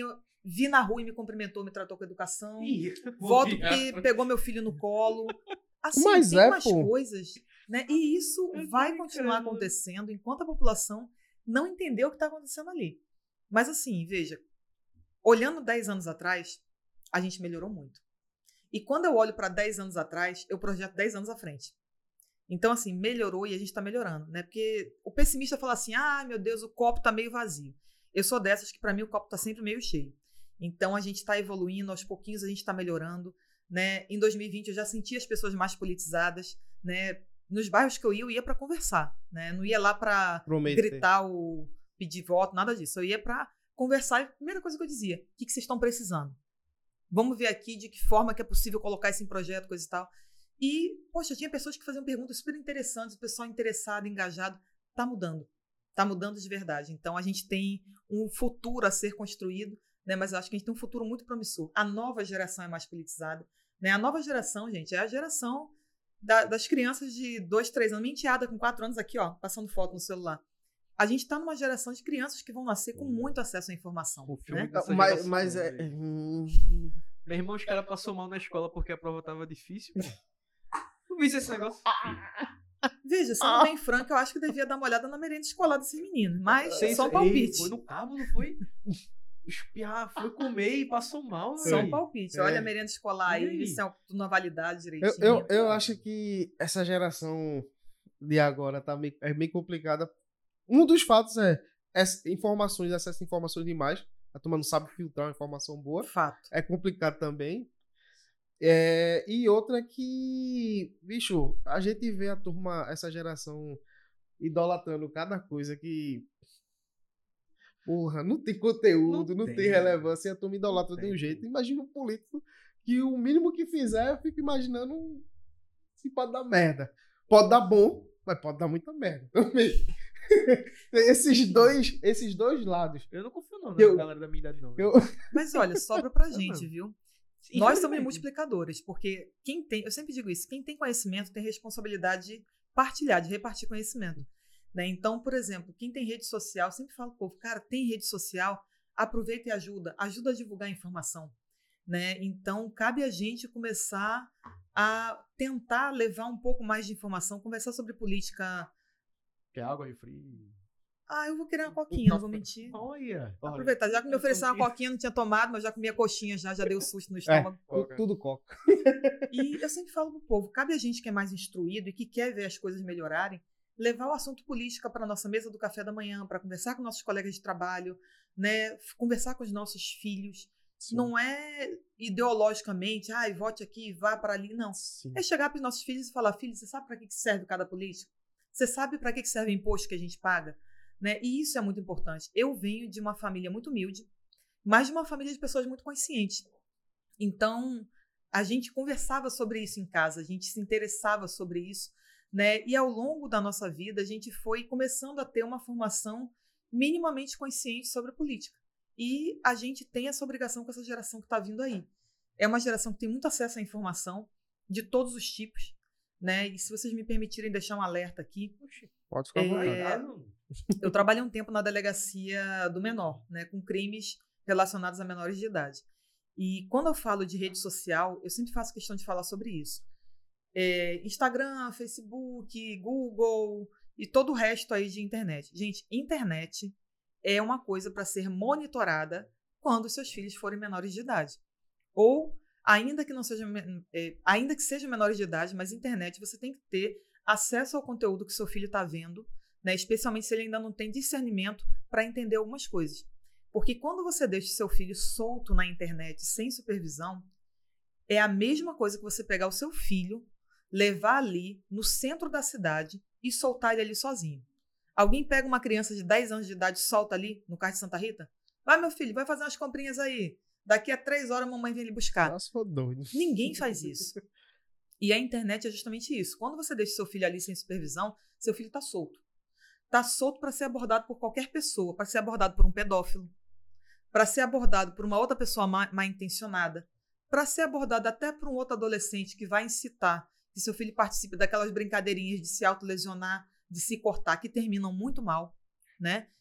vi na rua e me cumprimentou, me tratou com educação. Ih, Voto vou porque virar. pegou meu filho no colo. Assim, Mas tem é, umas pô. coisas, né? E isso Eu tô vai continuar brincando. acontecendo enquanto a população não entender o que está acontecendo ali. Mas assim, veja, olhando dez anos atrás, a gente melhorou muito. E quando eu olho para dez anos atrás, eu projeto dez anos à frente. Então, assim, melhorou e a gente está melhorando, né? Porque o pessimista fala assim, ah, meu Deus, o copo está meio vazio. Eu sou dessas que, para mim, o copo está sempre meio cheio. Então, a gente está evoluindo, aos pouquinhos a gente está melhorando, né? Em dois mil e vinte, eu já senti as pessoas mais politizadas, né? Nos bairros que eu ia, eu ia para conversar, né? Não ia lá para Prometer. gritar ou pedir voto, nada disso. Eu ia para conversar e a primeira coisa que eu dizia, o que, que vocês estão precisando? Vamos ver aqui de que forma que é possível colocar isso em projeto, coisa e tal. E, poxa, tinha pessoas que faziam perguntas super interessantes, o pessoal interessado, engajado. Tá mudando. Tá mudando de verdade. Então, a gente tem um futuro a ser construído, né? Mas eu acho que a gente tem um futuro muito promissor. A nova geração é mais politizada, né? A nova geração, gente, é a geração da, das crianças de dois, três anos. Minha enteada com quatro anos aqui, ó, passando foto no celular. A gente está numa geração de crianças que vão nascer com muito acesso à informação. O filme Né? dessa Mas, geração, mas é. velho. hum, Meu irmão, os caras passou mal na escola porque a prova tava difícil. Não vi esse negócio. Veja, sendo bem franco, eu acho que devia dar uma olhada na merenda escolar desses meninos. Mas Sei só um isso- palpite. Ei, foi no cabo, não foi? Espiar, foi comer e passou mal, Só um velho. palpite. É. Olha a merenda escolar E aí, aí? vê se é tudo na validade Eu, direitinho. eu, eu acho que essa geração de agora tá meio, é meio complicada. Um dos fatos é essa- informações, acesso a informações demais. A turma não sabe filtrar uma informação boa. Fato. É complicado também. É, e outra que, bicho, a gente vê a turma, essa geração idolatrando cada coisa que, porra, não tem conteúdo, não, Não tem, tem. relevância, e a turma idolatra Não de um tem, jeito. pô. Imagina um político que o mínimo que fizer, eu fico imaginando se pode dar merda. Pode dar bom, mas pode dar muita merda também. esses, dois, esses dois lados. Eu não confio não na Eu- galera da minha idade, não. Eu, Mas olha, sobra pra Eu gente, não. viu? Nós somos Infelizmente. multiplicadores, porque quem tem, eu sempre digo isso, quem tem conhecimento tem responsabilidade de partilhar, de repartir conhecimento. Né? Então, por exemplo, quem tem rede social, eu sempre falo pro povo, cara, tem rede social, aproveita e ajuda, ajuda a divulgar a informação. Né? Então, cabe a gente começar a tentar levar um pouco mais de informação, conversar sobre política. Quer água refri? Ah, eu vou querer uma coquinha, não vou mentir. Olha. Aproveitar, já que me ofereceram uma coquinha, não tinha tomado, mas já comi a coxinha, já, já dei o susto no é, estômago. tu- tudo coca. E eu sempre falo pro povo, cabe a gente que é mais instruído e que quer ver as coisas melhorarem, levar o assunto política para nossa mesa do café da manhã, para conversar com nossos colegas de trabalho, né, f- conversar com os nossos filhos. Não é ideologicamente, ai, vote aqui, vá para ali, não. Sim. É chegar para os nossos filhos e falar, filho, você sabe para que que serve cada político? Você sabe para que que serve o imposto que a gente paga? Né? E isso é muito importante. Eu venho de uma família muito humilde, mas de uma família de pessoas muito conscientes. Então, a gente conversava sobre isso em casa, a gente se interessava sobre isso, né? E ao longo da nossa vida, a gente foi começando a ter uma formação minimamente consciente sobre a política. E a gente tem essa obrigação com essa geração que está vindo aí. É uma geração que tem muito acesso à informação de todos os tipos, né? E se vocês me permitirem deixar um alerta aqui, Pode ficar à vontade. É, eu trabalhei um tempo na delegacia do menor, né, com crimes relacionados a menores de idade. E quando eu falo de rede social, eu sempre faço questão de falar sobre isso. É, Instagram, Facebook, Google e todo o resto aí de internet. Gente, internet é uma coisa para ser monitorada quando seus filhos forem menores de idade. Ou, ainda que não seja, é, ainda que sejam menores de idade, mas internet você tem que ter acesso ao conteúdo que seu filho está vendo, né? Especialmente se ele ainda não tem discernimento para entender algumas coisas. Porque quando você deixa o seu filho solto na internet sem supervisão, é a mesma coisa que você pegar o seu filho, levar ali no centro da cidade e soltar ele ali sozinho. Alguém pega uma criança de dez anos de idade e solta ali no Cais de Santa Rita? Vai, meu filho, vai fazer umas comprinhas aí. Daqui a três horas a mamãe vem lhe buscar. Nossa, foi doido. Ninguém faz isso. E a internet é justamente isso. Quando você deixa seu filho ali sem supervisão, seu filho está solto. Está solto para ser abordado por qualquer pessoa, para ser abordado por um pedófilo, para ser abordado por uma outra pessoa má, má intencionada, para ser abordado até por um outro adolescente que vai incitar que seu filho participe daquelas brincadeirinhas de se autolesionar, de se cortar, que terminam muito mal, né?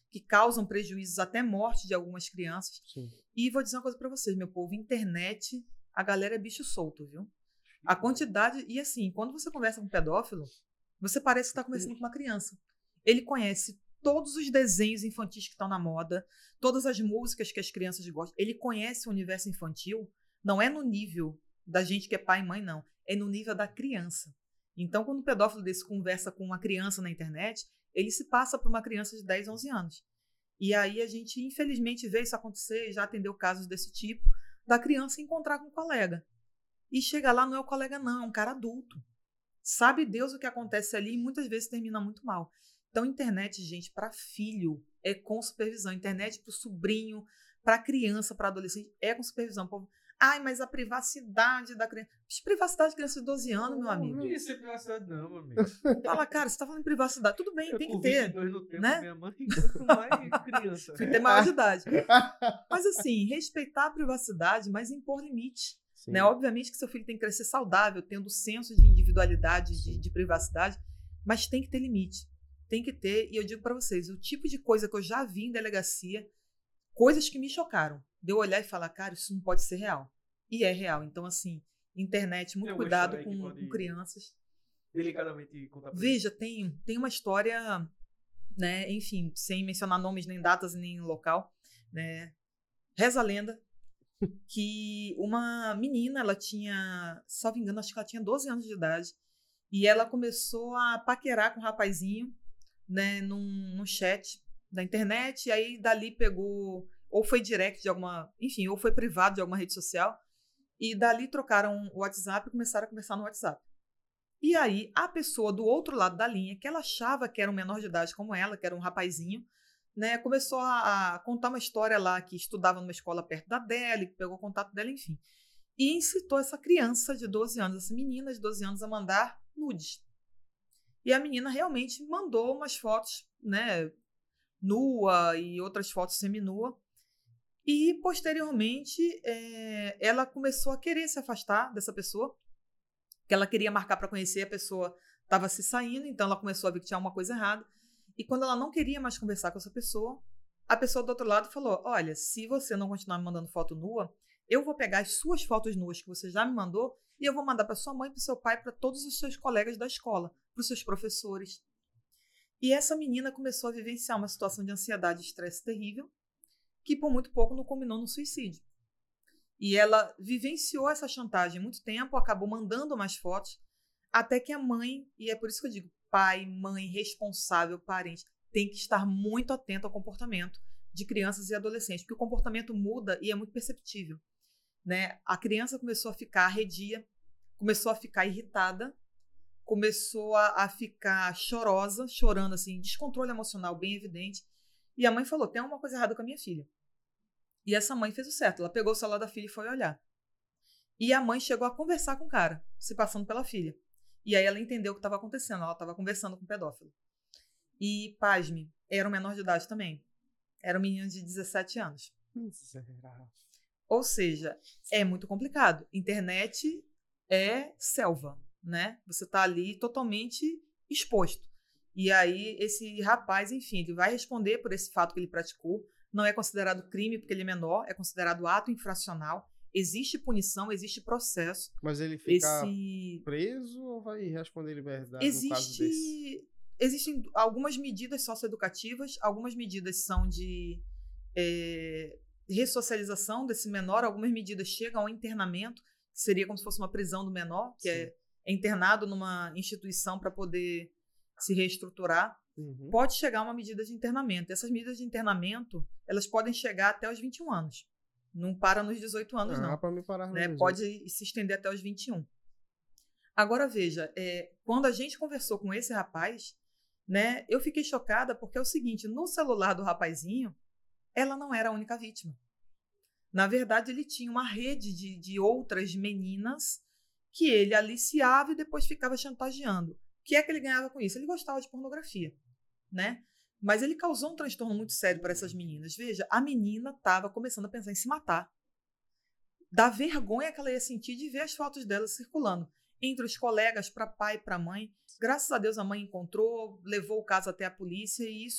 que causam prejuízos até morte de algumas crianças. Sim. E vou dizer uma coisa para vocês, meu povo, internet, a galera é bicho solto, viu? A quantidade, e assim, quando você conversa com um pedófilo, você parece que está conversando com uma criança. Ele conhece todos os desenhos infantis que estão na moda, todas as músicas que as crianças gostam. Ele conhece o universo infantil, não é no nível da gente que é pai e mãe, não. É no nível da criança. Então, quando um pedófilo desse conversa com uma criança na internet, ele se passa por uma criança de dez, onze anos. E aí a gente, infelizmente, vê isso acontecer, já atendeu casos desse tipo, da criança encontrar com um colega. E chega lá, não é o colega não, é um cara adulto. Sabe Deus o que acontece ali e muitas vezes termina muito mal. Então, internet, gente, para filho é com supervisão. Internet para o sobrinho, para criança, para adolescente, é com supervisão. Povo, ai, mas a privacidade da criança... Privacidade de criança de doze anos, meu amigo. Não ia ser privacidade não, meu amigo. Fala, cara, você tá falando em privacidade. Tudo bem, Eu tem com que ter. vinte e dois no tempo, né? minha mãe, quanto mais criança. Fui ter maior de idade. Mas assim, respeitar a privacidade, mas impor limite. Sim. Né? Obviamente que seu filho tem que crescer saudável, tendo senso de individualidade, de, de privacidade, mas tem que ter limite. Tem que ter, e eu digo para vocês, o tipo de coisa que eu já vi em delegacia, coisas que me chocaram, de eu olhar e falar, cara, isso não pode ser real. E é real. Então, assim, internet, muito Tem alguma cuidado história aí que com, pode- com crianças. Delicadamente contar pra Veja, tem, tem uma história, né, enfim, sem mencionar nomes, nem datas, nem local, né, reza a lenda que uma menina, ela tinha, salvo engano, acho que ela tinha doze anos de idade, e ela começou a paquerar com um rapazinho, né, num, num chat da internet, e aí dali pegou, ou foi direct de alguma, enfim, ou foi privado de alguma rede social, e dali trocaram o WhatsApp e começaram a conversar no WhatsApp. E aí, a pessoa do outro lado da linha, que ela achava que era um menor de idade como ela, que era um rapazinho, né, começou a, a contar uma história lá que estudava numa escola perto da dela, que pegou contato dela, enfim. E incitou essa criança de doze anos, essa menina de doze anos, a mandar nudes. E a menina realmente mandou umas fotos, né, nua e outras fotos seminua. E, posteriormente, é, ela começou a querer se afastar dessa pessoa, que ela queria marcar para conhecer, a pessoa estava se saindo, então ela começou a ver que tinha uma coisa errada. E quando ela não queria mais conversar com essa pessoa, a pessoa do outro lado falou, olha, se você não continuar me mandando foto nua, eu vou pegar as suas fotos nuas que você já me mandou e eu vou mandar para sua mãe, para o seu pai, para todos os seus colegas da escola, para os seus professores. E essa menina começou a vivenciar uma situação de ansiedade e estresse terrível, que por muito pouco não culminou no suicídio. E ela vivenciou essa chantagem muito tempo, acabou mandando mais fotos, até que a mãe, e é por isso que eu digo, pai, mãe, responsável, parente, tem que estar muito atento ao comportamento de crianças e adolescentes, porque o comportamento muda e é muito perceptível. Né? A criança começou a ficar arredia, começou a ficar irritada, começou a, a ficar chorosa, chorando assim, descontrole emocional bem evidente, e a mãe falou, tem alguma coisa errada com a minha filha. E essa mãe fez o certo. Ela pegou o celular da filha e foi olhar. E a mãe chegou a conversar com o cara, se passando pela filha. E aí ela entendeu o que estava acontecendo. Ela estava conversando com o pedófilo. E, pasme, era um menor de idade também. Era um menino de dezessete anos. Ou seja, é muito complicado. Internet é selva, né? Você está ali totalmente exposto. E aí esse rapaz, enfim, ele vai responder por esse fato que ele praticou. Não é considerado crime porque ele é menor, é considerado ato infracional. Existe punição, existe processo. Mas ele fica Esse... preso ou vai responder em liberdade existe... no caso desse? Existem algumas medidas socioeducativas, algumas medidas são de é, ressocialização desse menor, algumas medidas chegam ao internamento, que seria como se fosse uma prisão do menor, que é, é internado numa instituição para poder se reestruturar. Uhum. Pode chegar a uma medida de internamento. Essas medidas de internamento, elas podem chegar até os vinte e um anos. Não para nos dezoito anos, Ah, não. para me parar Né? nos Pode se estender até os vinte e um. Agora, veja, é, quando a gente conversou com esse rapaz, né, eu fiquei chocada porque é o seguinte, no celular do rapazinho, ela não era a única vítima. Na verdade, ele tinha uma rede de, de outras meninas que ele aliciava e depois ficava chantageando. O que é que ele ganhava com isso? Ele gostava de pornografia, né? Mas ele causou um transtorno muito sério para essas meninas. Veja, a menina estava começando a pensar em se matar. Da vergonha que ela ia sentir de ver as fotos dela circulando entre os colegas, para pai e para mãe. Graças a Deus a mãe encontrou, levou o caso até a polícia e isso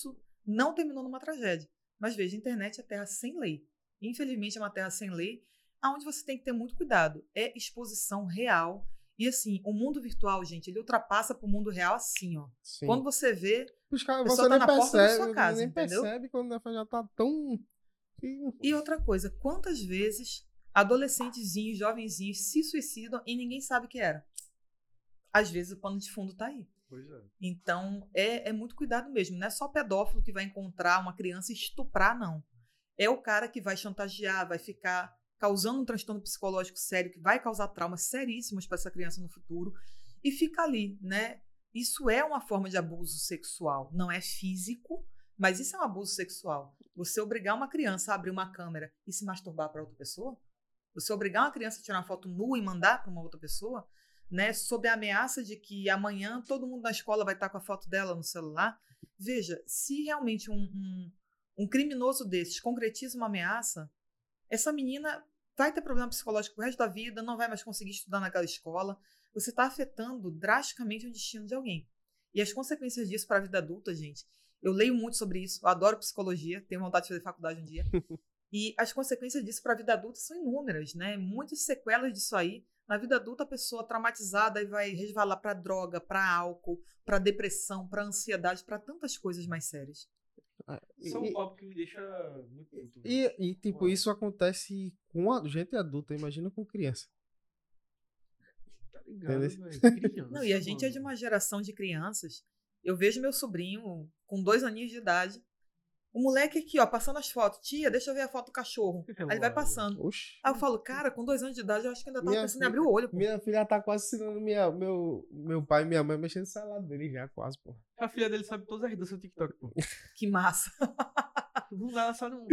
não terminou numa tragédia. Mas veja, a internet é terra sem lei. Infelizmente é uma terra sem lei, onde você tem que ter muito cuidado. É exposição real. E assim, o mundo virtual, gente, ele ultrapassa pro mundo real assim, ó. Sim. Quando você vê, Os caras, a pessoa você tá nem na porta da percebe, sua casa, nem entendeu? percebe quando já tá tão... E outra coisa, quantas vezes adolescentezinhos, jovenzinhos se suicidam e ninguém sabe o que era? Às vezes o pano de fundo tá aí. Pois é. Então, é, é muito cuidado mesmo. Não é só pedófilo que vai encontrar uma criança e estuprar, não. É o cara que vai chantagear, vai ficar causando um transtorno psicológico sério, que vai causar traumas seríssimos para essa criança no futuro, e fica ali, né? Isso é uma forma de abuso sexual. Não é físico, mas isso é um abuso sexual. Você obrigar uma criança a abrir uma câmera e se masturbar para outra pessoa? Você obrigar uma criança a tirar uma foto nua e mandar para uma outra pessoa? Né, sob a ameaça de que amanhã todo mundo na escola vai estar com a foto dela no celular. Veja, se realmente um, um, um criminoso desses concretiza uma ameaça, essa menina vai ter problema psicológico pro resto da vida, não vai mais conseguir estudar naquela escola. Você está afetando drasticamente o destino de alguém. E as consequências disso para a vida adulta, gente, eu leio muito sobre isso, eu adoro psicologia, tenho vontade de fazer faculdade um dia. E as consequências disso para a vida adulta são inúmeras, né? Muitas sequelas disso aí. Na vida adulta, a pessoa traumatizada vai resvalar para droga, para álcool, para depressão, para ansiedade, para tantas coisas mais sérias. Isso é um E, papo que me deixa muito puto. e, e, tipo, Uau. isso acontece com a gente adulta, imagina com criança. Tá ligado, Entendeu? velho? Criança, Não, e a gente é de mano. uma geração de crianças. Eu vejo meu sobrinho com dois aninhos de idade. O moleque aqui, ó, passando as fotos. Tia, deixa eu ver a foto do cachorro. Aí ele vai passando. Oxi. Aí eu falo, cara, com dois anos de idade, eu acho que ainda tava Minha pensando em filha- abrir o olho. Pô. Minha filha tá quase ensinando minha, meu, meu pai e minha mãe mexendo no celular dele já, quase, pô. A filha dele sabe todas as danças do TikTok, pô. Que massa. Não dá, ela só não.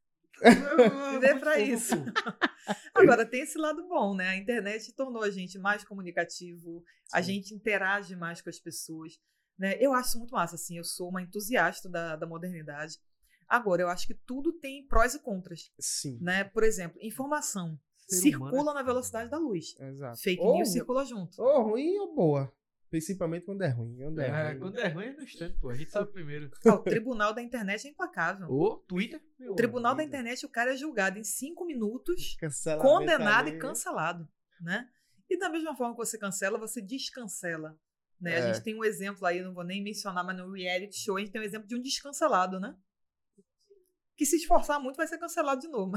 Viver pra isso. Agora, tem esse lado bom, né? A internet tornou a gente mais comunicativo, a Sim. gente interage mais com as pessoas, né? Eu acho isso muito massa, assim, eu sou uma entusiasta da, da modernidade. Agora, eu acho que tudo tem prós e contras, Sim, né? Por exemplo, informação Ser humano circula é na velocidade da luz. exato. Fake Ou- news circula junto. Ou ruim ou boa. Principalmente quando é ruim. Quando é, É, ruim. quando é ruim é no instante, pô. A gente sabe primeiro. Ah, o tribunal da internet é implacável. O Twitter. meu O tribunal da amigo. internet, o cara é julgado em cinco minutos, Cancelamento condenado ali. e cancelado, né? E da mesma forma que você cancela, você descancela, né? A É. gente tem um exemplo aí, não vou nem mencionar, mas no reality show a gente tem um exemplo de um descancelado, né? Que se esforçar muito vai ser cancelado de novo.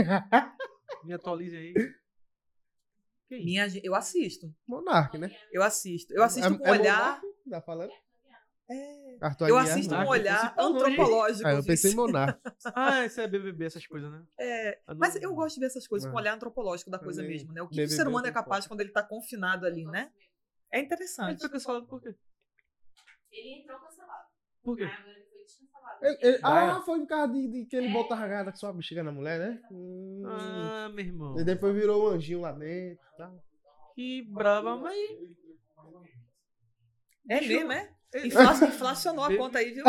Me atualize aí. Que isso? Minha, eu assisto, Monark, né? eu assisto. Eu assisto É- com é um olhar... Monark? Tá falando? É, Arthur eu Aguiar, assisto não. com um olhar Ah, eu pensei antropológico. Ah, eu pensei em viu? Monark. Ah, isso é B B B, essas coisas, né? É, Ah, não- mas eu gosto de ver essas coisas com Ah. um olhar antropológico da coisa Também. mesmo, né? O que, B que o B B ser humano eu é tô capaz fora. quando ele tá confinado ali, né? É Ele interessante. foi cancelado por quê? Ele entrou cancelado. Por quê? Aí agora ele foi descancelado. Ele- ele- Vai. ah, foi por causa de, de que ele botou a ragada com sua bexiga na mulher, né? Hum. Ah, meu irmão. E depois virou um anjinho lá dentro. Tá? Que brava, mas. É Bicho, mesmo, é? Ele- Infla- Inflacionou a Bebe- conta aí, viu?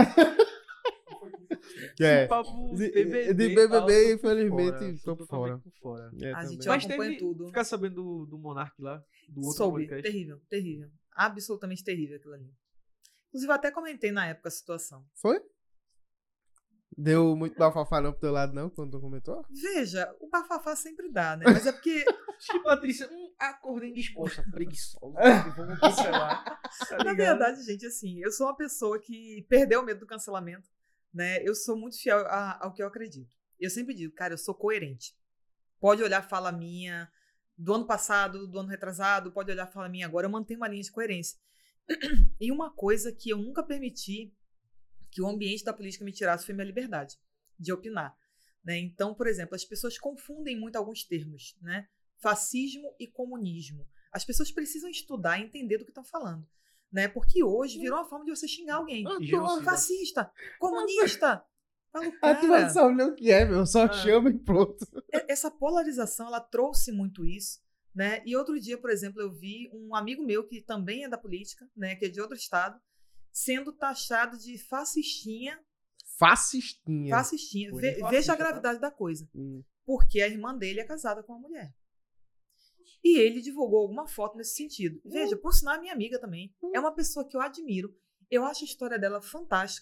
É. Esse papo De, B B B, de B B tal, B, tô por infelizmente, fora, tô por totalmente fora. por fora. É, A também. gente vai- Mas acompanho teve. tudo. Ficar sabendo do, do Monark lá, do outro Soube. podcast. Terrível, terrível. Absolutamente terrível aquilo ali. Inclusive, eu até comentei na época a situação. Foi? Deu muito bafafá não pro teu lado, não, quando tu comentou? Veja, o bafafá sempre dá, né? Mas é porque, Tipo, Patrícia, hum, acordei indisposta, preguiçosa. Vamos cancelar. Tá na ligado? verdade, gente, assim, eu sou uma pessoa que perdeu o medo do cancelamento, né? Eu sou muito fiel a- ao que eu acredito. Eu sempre digo, cara, eu sou coerente. Pode olhar a fala minha do ano passado, do ano retrasado, pode olhar a fala minha agora, eu mantenho uma linha de coerência. E uma coisa que eu nunca permiti que o ambiente da política me tirasse foi minha liberdade de opinar, né? Então, por exemplo, as pessoas confundem muito alguns termos, né? Fascismo e comunismo. As pessoas precisam estudar e entender do que estão falando, né? Porque hoje virou uma forma de você xingar alguém. Ah, E tu- genocida. Fascista, comunista. Falo, Ah, tu não cara, sabe nem o que é, meu. Só Ah. chama e pronto. e- essa polarização, ela trouxe muito isso, né? E outro dia, por exemplo, eu vi um amigo meu que também é da política, né? Que é de outro estado, sendo taxado de fascistinha. Fascistinha. Fascistinha. Foi Ve- nem veja fascista, a tá? gravidade da coisa. Hum. Porque a irmã dele é casada com uma mulher. E ele divulgou alguma foto nesse sentido. Veja, por sinal, é minha amiga também. É uma pessoa que eu admiro. Eu acho a história dela fantástica.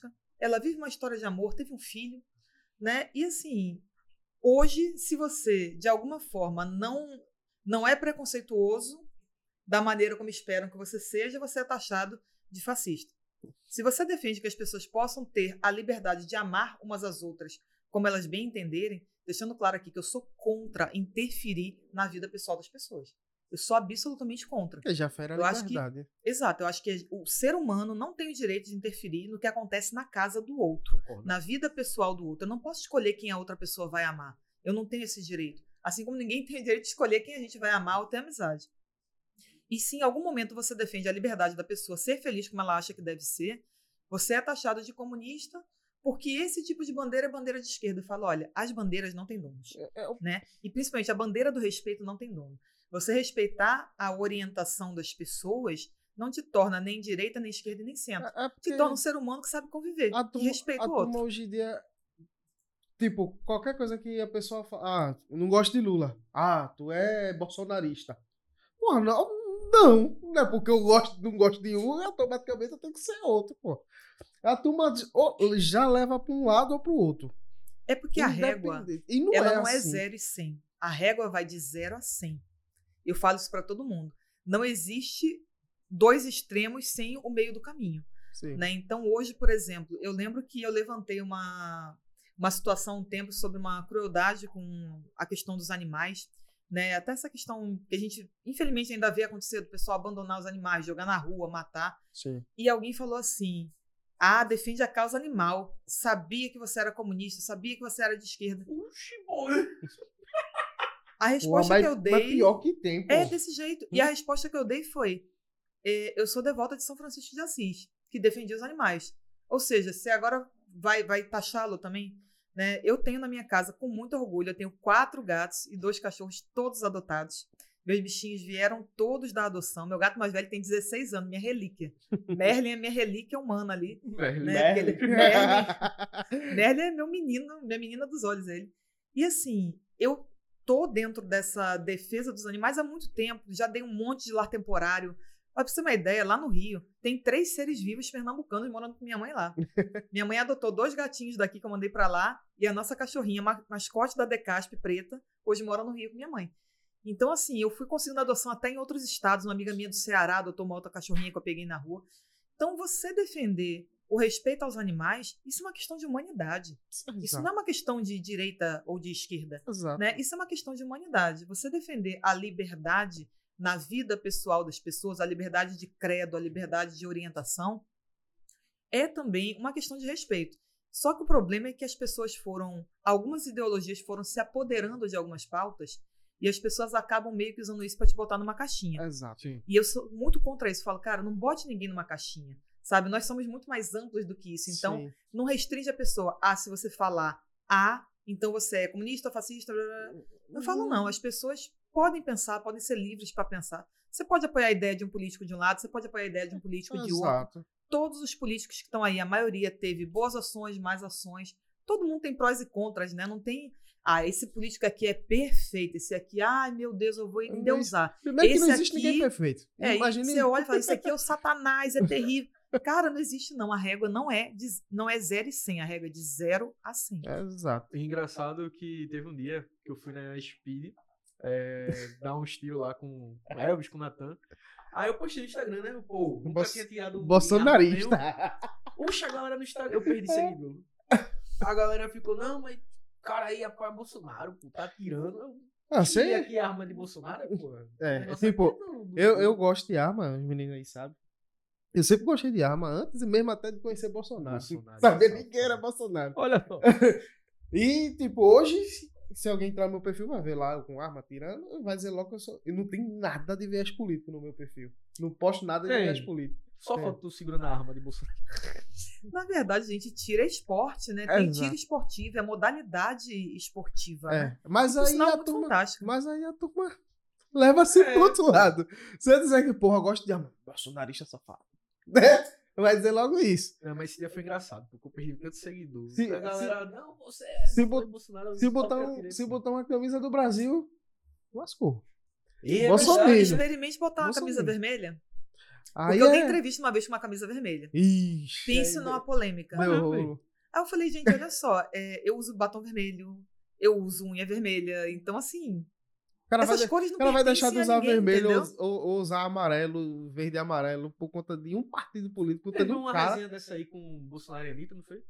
ela vive uma história de amor, teve um filho, né? E assim, hoje, se você, de alguma forma, não, não é preconceituoso da maneira como esperam que você seja, você é taxado de fascista. Se você defende que as pessoas possam ter a liberdade de amar umas às outras como elas bem entenderem, deixando claro aqui que eu sou contra interferir na vida pessoal das pessoas. Eu sou absolutamente contra. Que já fere a Eu acho que- liberdade. Exato, eu acho que o ser humano não tem o direito de interferir no que acontece na casa do outro, Concordo. na vida pessoal do outro. Eu não posso escolher quem a outra pessoa vai amar. Eu não tenho esse direito. Assim como ninguém tem o direito de escolher quem a gente vai amar ou ter amizade. E se em algum momento você defende a liberdade da pessoa ser feliz como ela acha que deve ser, você é taxado de comunista, porque esse tipo de bandeira é bandeira de esquerda. Eu falo, olha, as bandeiras não têm donos. É, é, Né? E principalmente a bandeira do respeito não tem dono. Você respeitar a orientação das pessoas não te torna nem direita, nem esquerda, nem centro. é Te porque torna um ser humano que sabe conviver, a que turma, respeita a o turma outro. hoje em dia, tipo, qualquer coisa que a pessoa fala, ah, eu não gosto de Lula. Ah, tu é bolsonarista. Porra, não, não, não é porque eu gosto, não gosto de um, automaticamente eu tenho que ser outro, pô. A turma ou já leva pra um lado ou pro outro. É porque a régua, Independente. E não ela é não é assim. zero e cem. A régua vai de zero a cem. Eu falo isso para todo mundo. Não existe dois extremos sem o meio do caminho. Sim. Né? Então, hoje, por exemplo, eu lembro que eu levantei uma, uma situação um tempo sobre uma crueldade com a questão dos animais. Né? Até essa questão que a gente, infelizmente, ainda vê acontecer do pessoal abandonar os animais, jogar na rua, matar. Sim. E alguém falou assim: ah, defende a causa animal. Sabia que você era comunista, sabia que você era de esquerda. Oxi, boy. A Porra, resposta mas, que eu mas dei pior que tem, pô. é desse jeito. E a resposta que eu dei foi: eh, eu sou devota de São Francisco de Assis, que defendia os animais. Ou seja, você agora vai, vai taxá-lo também? Né? Eu tenho na minha casa, com muito orgulho, eu tenho quatro gatos e dois cachorros, todos adotados. Meus bichinhos vieram todos da adoção. Meu gato mais velho tem dezesseis anos, minha relíquia. Merlin é minha relíquia humana ali. Velho. Né? Porque ele- Merlin, Merlin é meu menino, minha menina dos olhos, ele. E assim, eu tô dentro dessa defesa dos animais há muito tempo, já dei um monte de lar temporário. Pra você ter uma ideia, lá no Rio, tem três seres vivos pernambucanos morando com minha mãe lá. Minha mãe adotou dois gatinhos daqui que eu mandei pra lá, e a nossa cachorrinha, ma- mascote da Decasp preta, hoje mora no Rio com minha mãe. Então, assim, eu fui conseguindo adoção até em outros estados. Uma amiga minha do Ceará adotou uma outra cachorrinha que eu peguei na rua. Então, você defender o respeito aos animais, isso é uma questão de humanidade. Isso não é uma questão de direita ou de esquerda. Exato. Né? Isso é uma questão de humanidade. Você defender a liberdade na vida pessoal das pessoas, a liberdade de credo, a liberdade de orientação, é também uma questão de respeito. Só que o problema é que as pessoas foram, algumas ideologias foram se apoderando de algumas pautas e as pessoas acabam meio que usando isso para te botar numa caixinha. Exato. Sim. E eu sou muito contra isso. Falo, cara, não bote ninguém numa caixinha. Sabe? Nós somos muito mais amplos do que isso. Então, Sim. não restringe a pessoa. Ah, se você falar A, então você é comunista, fascista, blá, blá, blá. Não falo não. As pessoas podem pensar, podem ser livres para pensar. Você pode apoiar a ideia de um político de um lado, você pode apoiar a ideia de um político de outro. Exato. Todos os políticos que estão aí, a maioria teve boas ações, más ações. Todo mundo tem prós e contras, né? Não tem... Ah, esse político aqui é perfeito. Esse aqui, ai meu Deus, eu vou endeusar. Primeiro que Esse não existe aqui- ninguém perfeito. É, Imagine... e você olha e fala, isso aqui é o satanás, é terrível. Cara, não existe não. A régua não é, de, não é zero e cem. A régua é de zero a cem. Exato. E engraçado que teve um dia que eu fui na Speed é, dar uns tiros lá com com Elvis, com o Natan. Aí eu postei no Instagram, né? Pô, nunca Bos- tinha tirado um Bolsonarista. meu. Oxa, a galera no Instagram, eu perdi seguidor. A galera ficou, não, mas cara aí apoia Bolsonaro, pô, tá tirando. Eu Ah, tirei sei. aqui a arma de Bolsonaro, pô. É, O negócio tipo, aqui é do- do- Eu, eu gosto de arma, os meninos aí sabem. Eu sempre gostei de arma, antes e mesmo até de conhecer Bolsonaro. Bolsonaro, Saber Bolsonaro. ninguém era Bolsonaro. Olha só. E, tipo, hoje, se- se alguém entrar no meu perfil, vai ver lá eu com arma tirando, vai dizer logo que eu sou. Eu não tenho nada de viés político no meu perfil. Não posto nada de Tem. viés político. Só É. falta tu segurando a arma de Bolsonaro. Na verdade, gente, tiro é esporte, né? Tem Exato. tiro esportivo, é modalidade esportiva, né? É. Mas Por aí sinal, a muito turma. fantástico. Mas aí a turma leva-se É. pro outro lado. Se eu disser que, porra, eu gosto de arma, bolsonarista safado. Né? Vai dizer logo isso. Não, mas esse dia foi engraçado, porque eu perdi tanto seguidor. Se- a galera, não, você é. se foi bot- Bolsonaro, Se só botar, porque eu um, tirei se esse- botar uma camisa do Brasil, lascou. É Bolsonaro. verdade. Experimente botar uma Bolsonaro. camisa vermelha. Aí Porque eu dei é... entrevista uma vez com uma camisa vermelha. Ixi. Pense aí numa polêmica. deu Mas, rolo. Aí eu falei, gente, olha só, é, eu uso batom vermelho, eu uso unha vermelha, então assim, O cara vai essas de- cores o não cara vai deixar pertencem de a usar ninguém, vermelho ou, entendeu? ou- ou usar amarelo, verde e amarelo, por conta de um partido político, por conta Teve de um uma cara. resenha dessa aí com o Bolsonaro e a Anitta, não foi?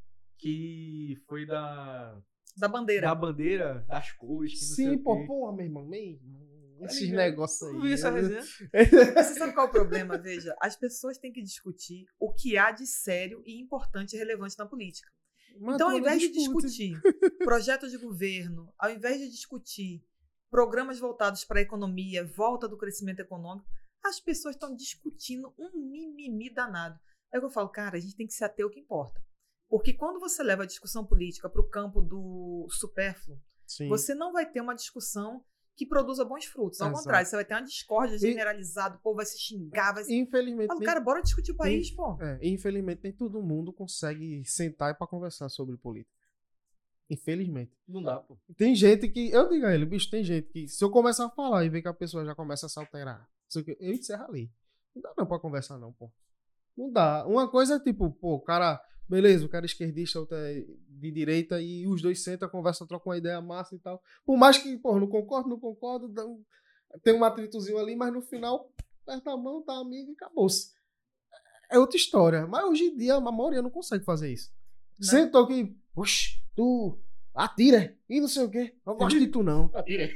Que foi da, Da bandeira. da bandeira, das cores, que não sei Sim, o pô, quê. porra, meu irmão, meio, esses ligado? negócios aí. Não vi essa né? resenha. Você sabe qual é o problema? Veja, as pessoas têm que discutir o que há de sério e importante e relevante na política. Mas Então, ao tu não invés de discute. discutir projetos de governo, ao invés de discutir programas voltados para a economia, volta do crescimento econômico, as pessoas estão discutindo um mimimi danado. É o que eu falo, cara, a gente tem que se ater ao que importa. Porque quando você leva a discussão política para o campo do supérfluo, Sim. você não vai ter uma discussão que produza bons frutos. Ao Exato. contrário, você vai ter uma discórdia E- generalizada, o povo vai se xingar, vai se... Infelizmente, Fala, nem, cara, bora discutir o país, pô. é, infelizmente, nem todo mundo consegue sentar para conversar sobre política. Infelizmente. Não dá, pô. Tem gente que. Eu digo a ele, bicho, tem gente que, se eu começar a falar e ver que a pessoa já começa a se alterar, não sei o quê, eu encerro ali. Não dá não pra conversar, não, pô. Não dá. Uma coisa é tipo, pô, o cara. Beleza, o cara é esquerdista, outro é de direita, e os dois sentam, conversam, trocam uma ideia massa e tal. Por mais que, pô, não concordo, não concordo, dá um- tem um atritozinho ali, mas no final, aperta a mão, tá amigo e acabou-se. É outra história. Mas hoje em dia, a maioria não consegue fazer isso. Não. Sentou aqui, oxe, tu atira e não sei o quê. Não gosto de tu, não.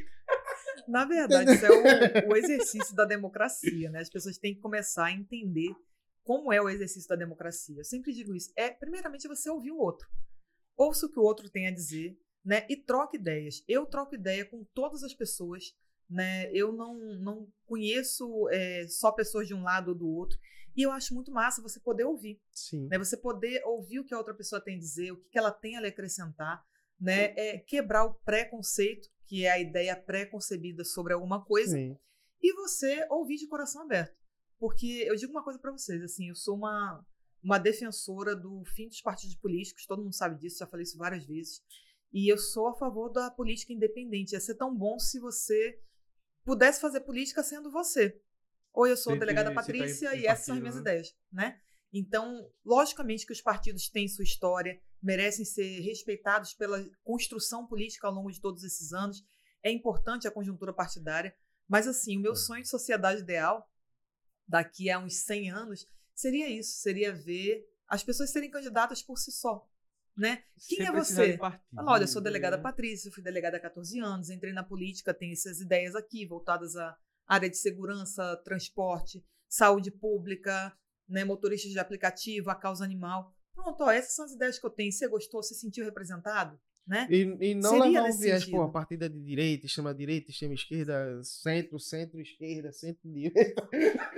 Na verdade, isso é o, o exercício da democracia, né? As pessoas têm que começar a entender como é o exercício da democracia. Eu sempre digo isso. É, primeiramente, você ouvir o outro. Ouça o que o outro tem a dizer, né? E troque ideias. Eu troco ideia com todas as pessoas, né? Eu não, não conheço é, só pessoas de um lado ou do outro. E eu acho muito massa você poder ouvir. Sim. Né? Você poder ouvir o que a outra pessoa tem a dizer, o que que ela tem a lhe acrescentar, né? É quebrar o preconceito, que é a ideia pré-concebida sobre alguma coisa, Sim. e você ouvir de coração aberto. Porque eu digo uma coisa para vocês, assim, eu sou uma, uma defensora do fim dos partidos políticos, todo mundo sabe disso, já falei isso várias vezes, e eu sou a favor da política independente. Ia ser tão bom se você pudesse fazer política sendo você. Ou eu sou a Sem delegada ter- sem tá em- Patrícia em e essas são as partido, minhas né? ideias, né? Então, logicamente que os partidos têm sua história, merecem ser respeitados pela construção política ao longo de todos esses anos. É importante a conjuntura partidária, mas assim, o meu sonho de sociedade ideal, daqui a uns cem anos, seria isso, seria ver as pessoas serem candidatas por si só, né? Quem Sem é precisar de você? partido, Fala, olha, eu sou delegada né? Patrícia, fui delegada há catorze anos, entrei na política, tenho essas ideias aqui, voltadas à área de segurança, transporte, saúde pública, né, motoristas de aplicativo, a causa animal. Pronto, ó, essas são as ideias que eu tenho. Você gostou? Você se sentiu representado? Né? E, e não Seria levar um nesse viés, sentido. pô, a partida de direita, extrema direita, extrema esquerda, centro, centro, esquerda, centro, direita.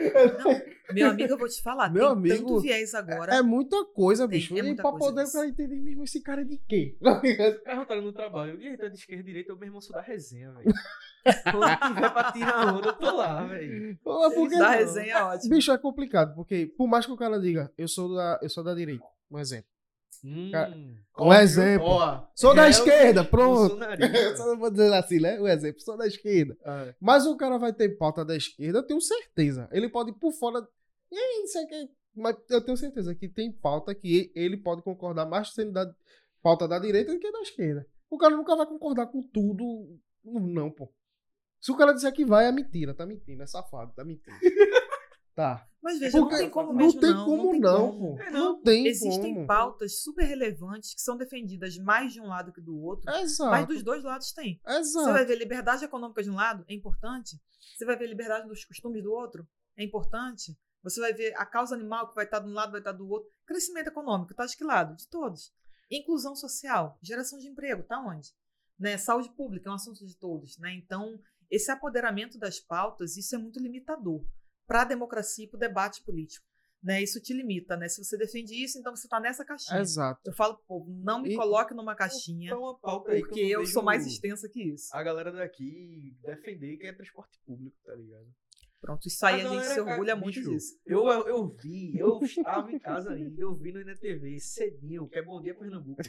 Não, meu amigo, eu vou te falar, Meu tem amigo, tanto viés agora. É muita coisa, Tem, bicho. é e muita pra coisa poder o disso. cara entender mesmo esse cara é de quê? Tá ligado? Perguntaram no trabalho, direita, de esquerda, direita, eu mesmo sou da resenha, velho. Quando tiver pra tirar onda, eu tô lá, velho. Pô, porque- Da resenha é ótimo. Bicho, é complicado, porque por mais que o cara diga, eu sou da, eu sou da direita, um exemplo. Hum, Cara, óbvio, um exemplo. ó, Sou da é o esquerda, pronto. bolsonarista. Só vou dizer assim, né? Um exemplo, sou da esquerda. Ah, Mas o cara vai ter pauta da esquerda, eu tenho certeza. Ele pode ir por fora. E aí, não sei o que. Mas eu tenho certeza que tem pauta que ele pode concordar mais sendo da pauta da direita do que da esquerda. O cara nunca vai concordar com tudo. Não, pô. Se o cara disser que vai, é mentira. Tá mentindo, é safado, tá mentindo. Tá. Mas veja, Porque não tem como não mesmo, tem não. como tem não, como. pô. É, Não, não. tem Existem como. pautas super relevantes que são defendidas mais de um lado que do outro, Exato. mas dos dois lados tem. Você Exato. vai ver liberdade econômica de um lado, é importante. Você vai ver liberdade dos costumes do outro, é importante. Você vai ver a causa animal que vai estar de um lado, vai estar do outro. Crescimento econômico, tá de que lado? De todos. Inclusão social, geração de emprego, tá onde? Né? Saúde pública é um assunto de todos. Né? Então, esse apoderamento das pautas, isso é muito limitador para a democracia e para o debate político. Né? Isso te limita. Né? Se você defende isso, então você está nessa caixinha. Exato. Eu falo, pô, não me E- coloque numa caixinha, é uma pauta aí que porque não eu vejo sou mais extensa que isso. a galera daqui defender que é transporte público, tá ligado? Pronto, isso aí a, gente galera, se orgulha cara, muito bicho, disso. Eu, eu, eu vi, eu estava em casa ainda, eu vi no N T V, cedinho, que é Bom Dia Pernambuco.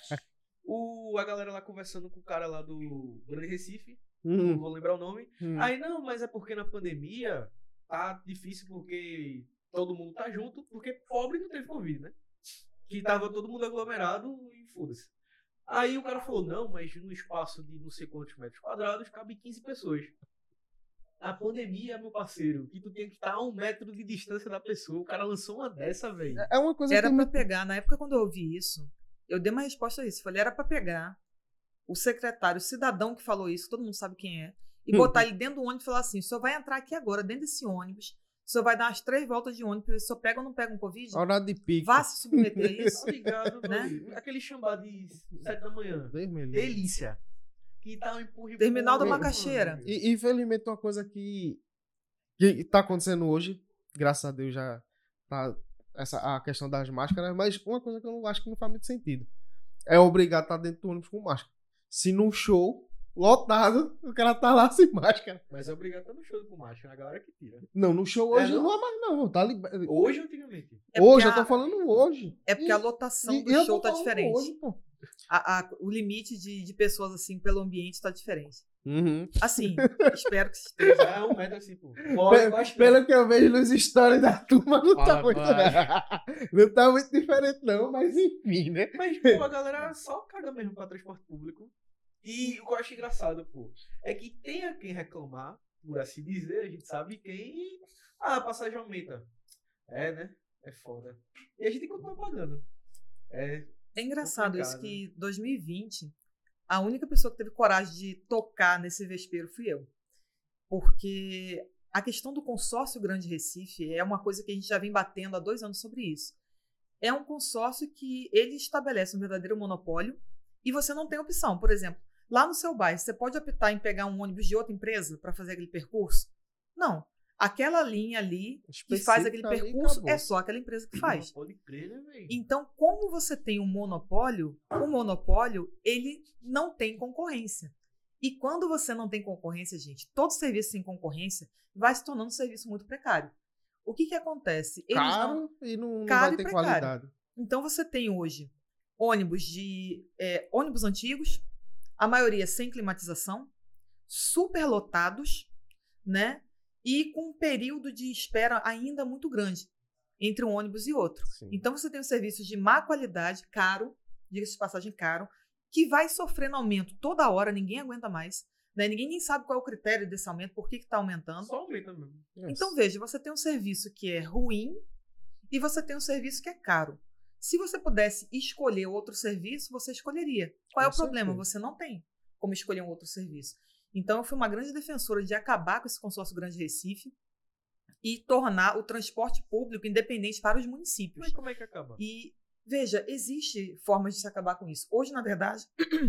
O, a galera lá conversando com o cara lá do Grande Recife, não Hum, vou lembrar o nome. hum. Aí, não, mas é porque na pandemia tá difícil porque todo mundo tá junto, porque pobre não teve Covid, né? Que tava todo mundo aglomerado e foda-se. Aí o cara falou, não, mas no espaço de não sei quantos metros quadrados cabe quinze pessoas. A pandemia, meu parceiro, que tu tem que estar a um metro de distância da pessoa. O cara lançou uma dessa, velho. É uma coisa Era que... pra me- pegar, na época quando eu ouvi isso, eu dei uma resposta a isso. Falei, era pra pegar o secretário, o cidadão que falou isso, todo mundo sabe quem é, e botar ele dentro do ônibus e falar assim, o senhor vai entrar aqui agora, dentro desse ônibus, o senhor vai dar umas três voltas de ônibus, pra ver se o senhor pega ou não pega um Covid, Horário de pico. vá se submeter a isso. Obrigado, Né? velho. Aquele chambá de sete da manhã. Deus me livre. Delícia. Que tá um empurra Terminal da Meu- Macaxeira. E, infelizmente, uma coisa que, que tá acontecendo hoje, graças a Deus já tá essa, a questão das máscaras, mas uma coisa que eu não acho que não faz muito sentido é obrigar a estar dentro do ônibus com máscara. Se num show lotado, o cara tá lá sem máscara. Mas é obrigado a estar no show com máscara, a galera que tira. Não, no show É, hoje não? não é mais não. Tá liber... Hoje ou antigamente? É Hoje, porque eu tô a- falando hoje. É porque E- a lotação e do eu show tô tá falando diferente. hoje, pô. A- a- o limite de, de pessoas, assim, pelo ambiente tá diferente. Uhum. Assim, espero que esteja. Já é um metro assim, pô. Pode, Pe- bastante. Pelo que eu vejo nos stories da turma, não tá Fala, muito. Não tá muito diferente, não, mas enfim, né? Mas, pô, a galera só caga mesmo pra transporte público. E o que eu acho engraçado, pô, é que tem a quem reclamar, por assim dizer, a gente sabe quem. Ah, a passagem aumenta. É, né? É foda. E a gente continua pagando. É. É engraçado isso Complicado, que dois mil e vinte, a única pessoa que teve coragem de tocar nesse vespeiro fui eu. Porque a questão do consórcio Grande Recife é uma coisa que a gente já vem batendo há dois anos sobre isso. É um consórcio que ele estabelece um verdadeiro monopólio e você não tem opção. Por exemplo, lá no seu bairro, você pode optar em pegar um ônibus de outra empresa para fazer aquele percurso? Não. Aquela linha ali que faz aquele Específica ali, percurso acabou. é só aquela empresa que faz. Pode crer, né, velho? Então, como você tem um monopólio, o monopólio, ele não tem concorrência. E quando você não tem concorrência, gente, todo serviço sem concorrência vai se tornando um serviço muito precário. O que que acontece? Eles Caro não... e não, não Caro vai e ter precário. qualidade. Então, você tem hoje ônibus de é, ônibus antigos, a maioria sem climatização, superlotados, né? E com um período de espera ainda muito grande entre um ônibus e outro. Sim. Então você tem um serviço de má qualidade, caro, diga-se de passagem caro, que vai sofrendo aumento toda hora, ninguém aguenta mais, né? Ninguém nem sabe qual é o critério desse aumento, por que está aumentando. Só aumenta mesmo. Então veja, você tem um serviço que é ruim e você tem um serviço que é caro. Se você pudesse escolher outro serviço, você escolheria. Qual é Com o problema? certeza. Você não tem como escolher um outro serviço. Então, eu fui uma grande defensora de acabar com esse consórcio Grande Recife e tornar o transporte público independente para os municípios. Mas como é que acaba? E, veja, existe formas de se acabar com isso. Hoje, na verdade,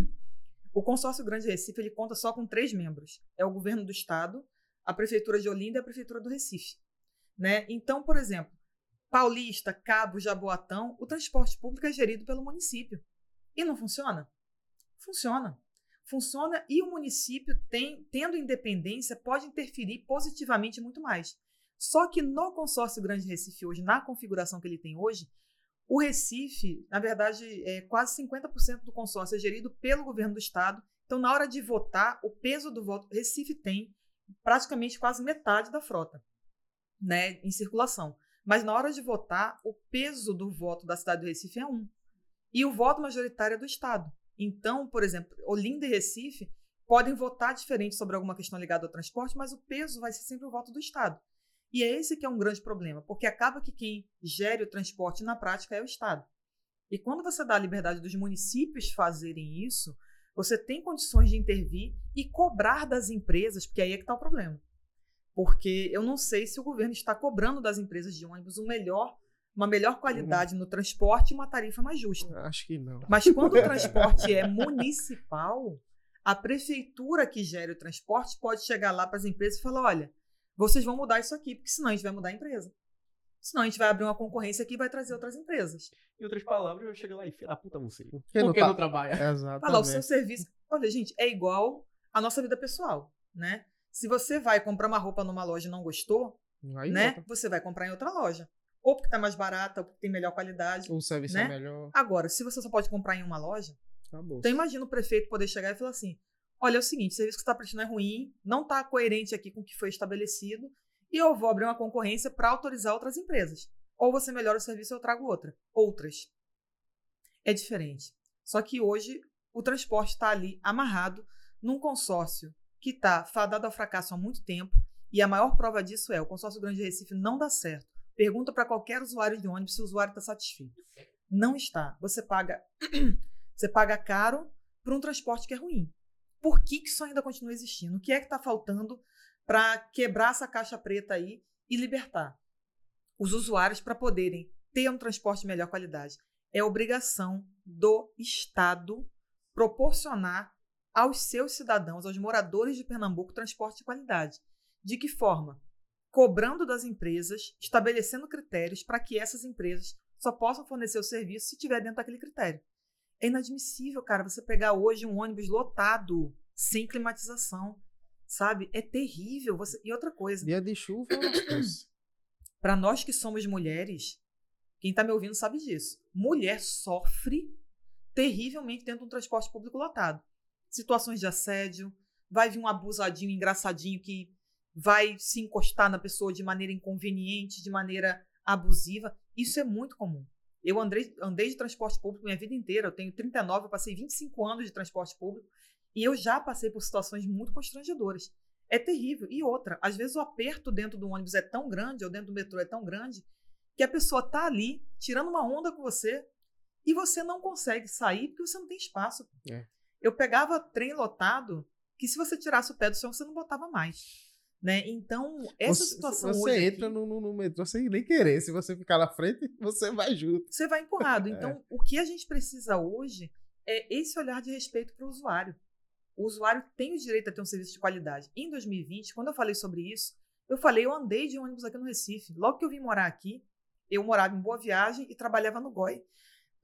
o consórcio Grande Recife ele conta só com três membros. É o governo do estado, a prefeitura de Olinda e a prefeitura do Recife. Né? Então, por exemplo, Paulista, Cabo, Jaboatão, o transporte público é gerido pelo município. E não funciona? Funciona. Funciona e o município, tem, tendo independência, pode interferir positivamente muito mais. Só que no consórcio Grande Recife hoje, na configuração que ele tem hoje, o Recife, na verdade, é quase cinquenta por cento do consórcio é gerido pelo governo do estado. Então, na hora de votar, o peso do voto, Recife tem praticamente quase metade da frota, né, em circulação. Mas na hora de votar, o peso do voto da cidade do Recife é um. E o voto majoritário é do estado. Então, por exemplo, Olinda e Recife podem votar diferente sobre alguma questão ligada ao transporte, mas o peso vai ser sempre o voto do estado. E é esse que é um grande problema, porque acaba que quem gere o transporte na prática é o estado. E quando você dá a liberdade dos municípios fazerem isso, você tem condições de intervir e cobrar das empresas, porque aí é que está o problema. Porque eu não sei se o governo está cobrando das empresas de ônibus um melhor, uma melhor qualidade no transporte e uma tarifa mais justa. Acho que não. Mas quando o transporte é municipal, a prefeitura que gera o transporte pode chegar lá para as empresas e falar, olha, vocês vão mudar isso aqui, porque senão a gente vai mudar a empresa. Senão a gente vai abrir uma concorrência aqui e vai trazer outras empresas. Em outras palavras, eu chego lá e filha da puta você. Por Quem não que tá- não trabalha? Falar, o seu Exatamente. serviço... Olha, gente, é igual à nossa vida pessoal, né? Se você vai comprar uma roupa numa loja e não gostou, Aí né? volta. Você vai comprar em outra loja. Ou porque tá mais barata, ou porque tem melhor qualidade. O serviço né? é melhor. Agora, se você só pode comprar em uma loja, Acabou. então imagina o prefeito poder chegar e falar assim, olha, é o seguinte, o serviço que você está prestando é ruim, não está coerente aqui com o que foi estabelecido, e eu vou abrir uma concorrência para autorizar outras empresas. Ou você melhora o serviço e eu trago outra. Outras. É diferente. Só que hoje o transporte está ali amarrado num consórcio que está fadado ao fracasso há muito tempo, e a maior prova disso é o consórcio Grande Recife não dá certo. Pergunta para qualquer usuário de ônibus se o usuário está satisfeito. Não está. Você paga, você paga caro por um transporte que é ruim. Por que, que isso ainda continua existindo? O que é que está faltando para quebrar essa caixa preta aí e libertar os usuários para poderem ter um transporte de melhor qualidade? É obrigação do Estado proporcionar aos seus cidadãos, aos moradores de Pernambuco, transporte de qualidade. De que forma? Cobrando das empresas, estabelecendo critérios para que essas empresas só possam fornecer o serviço se tiver dentro daquele critério. É inadmissível, cara, você pegar hoje um ônibus lotado, sem climatização, sabe? É terrível. Você... E outra coisa. Dia de chuva, para nós que somos mulheres, quem está me ouvindo sabe disso. Mulher sofre terrivelmente dentro de um transporte público lotado. Situações de assédio, vai vir um abusadinho, engraçadinho que vai se encostar na pessoa de maneira inconveniente, de maneira abusiva. Isso é muito comum. Eu andei, andei de transporte público minha vida inteira. Eu tenho trinta e nove, eu passei vinte e cinco anos de transporte público e eu já passei por situações muito constrangedoras. É terrível. E outra, às vezes o aperto dentro do ônibus é tão grande, ou dentro do metrô é tão grande, que a pessoa está ali tirando uma onda com você e você não consegue sair porque você não tem espaço. É. Eu pegava trem lotado que se você tirasse o pé do chão, você não botava mais. Né? Então, essa você, situação você hoje entra aqui, no, no, no metrô sem nem querer. Se você ficar na frente, você vai junto. você vai empurrado. Então, É. o que a gente precisa hoje é esse olhar de respeito para o usuário. O usuário tem o direito a ter um serviço de qualidade. Em dois mil e vinte, quando eu falei sobre isso, eu falei, eu andei de ônibus aqui no Recife. Logo que eu vim morar aqui, eu morava em Boa Viagem e trabalhava no G O I.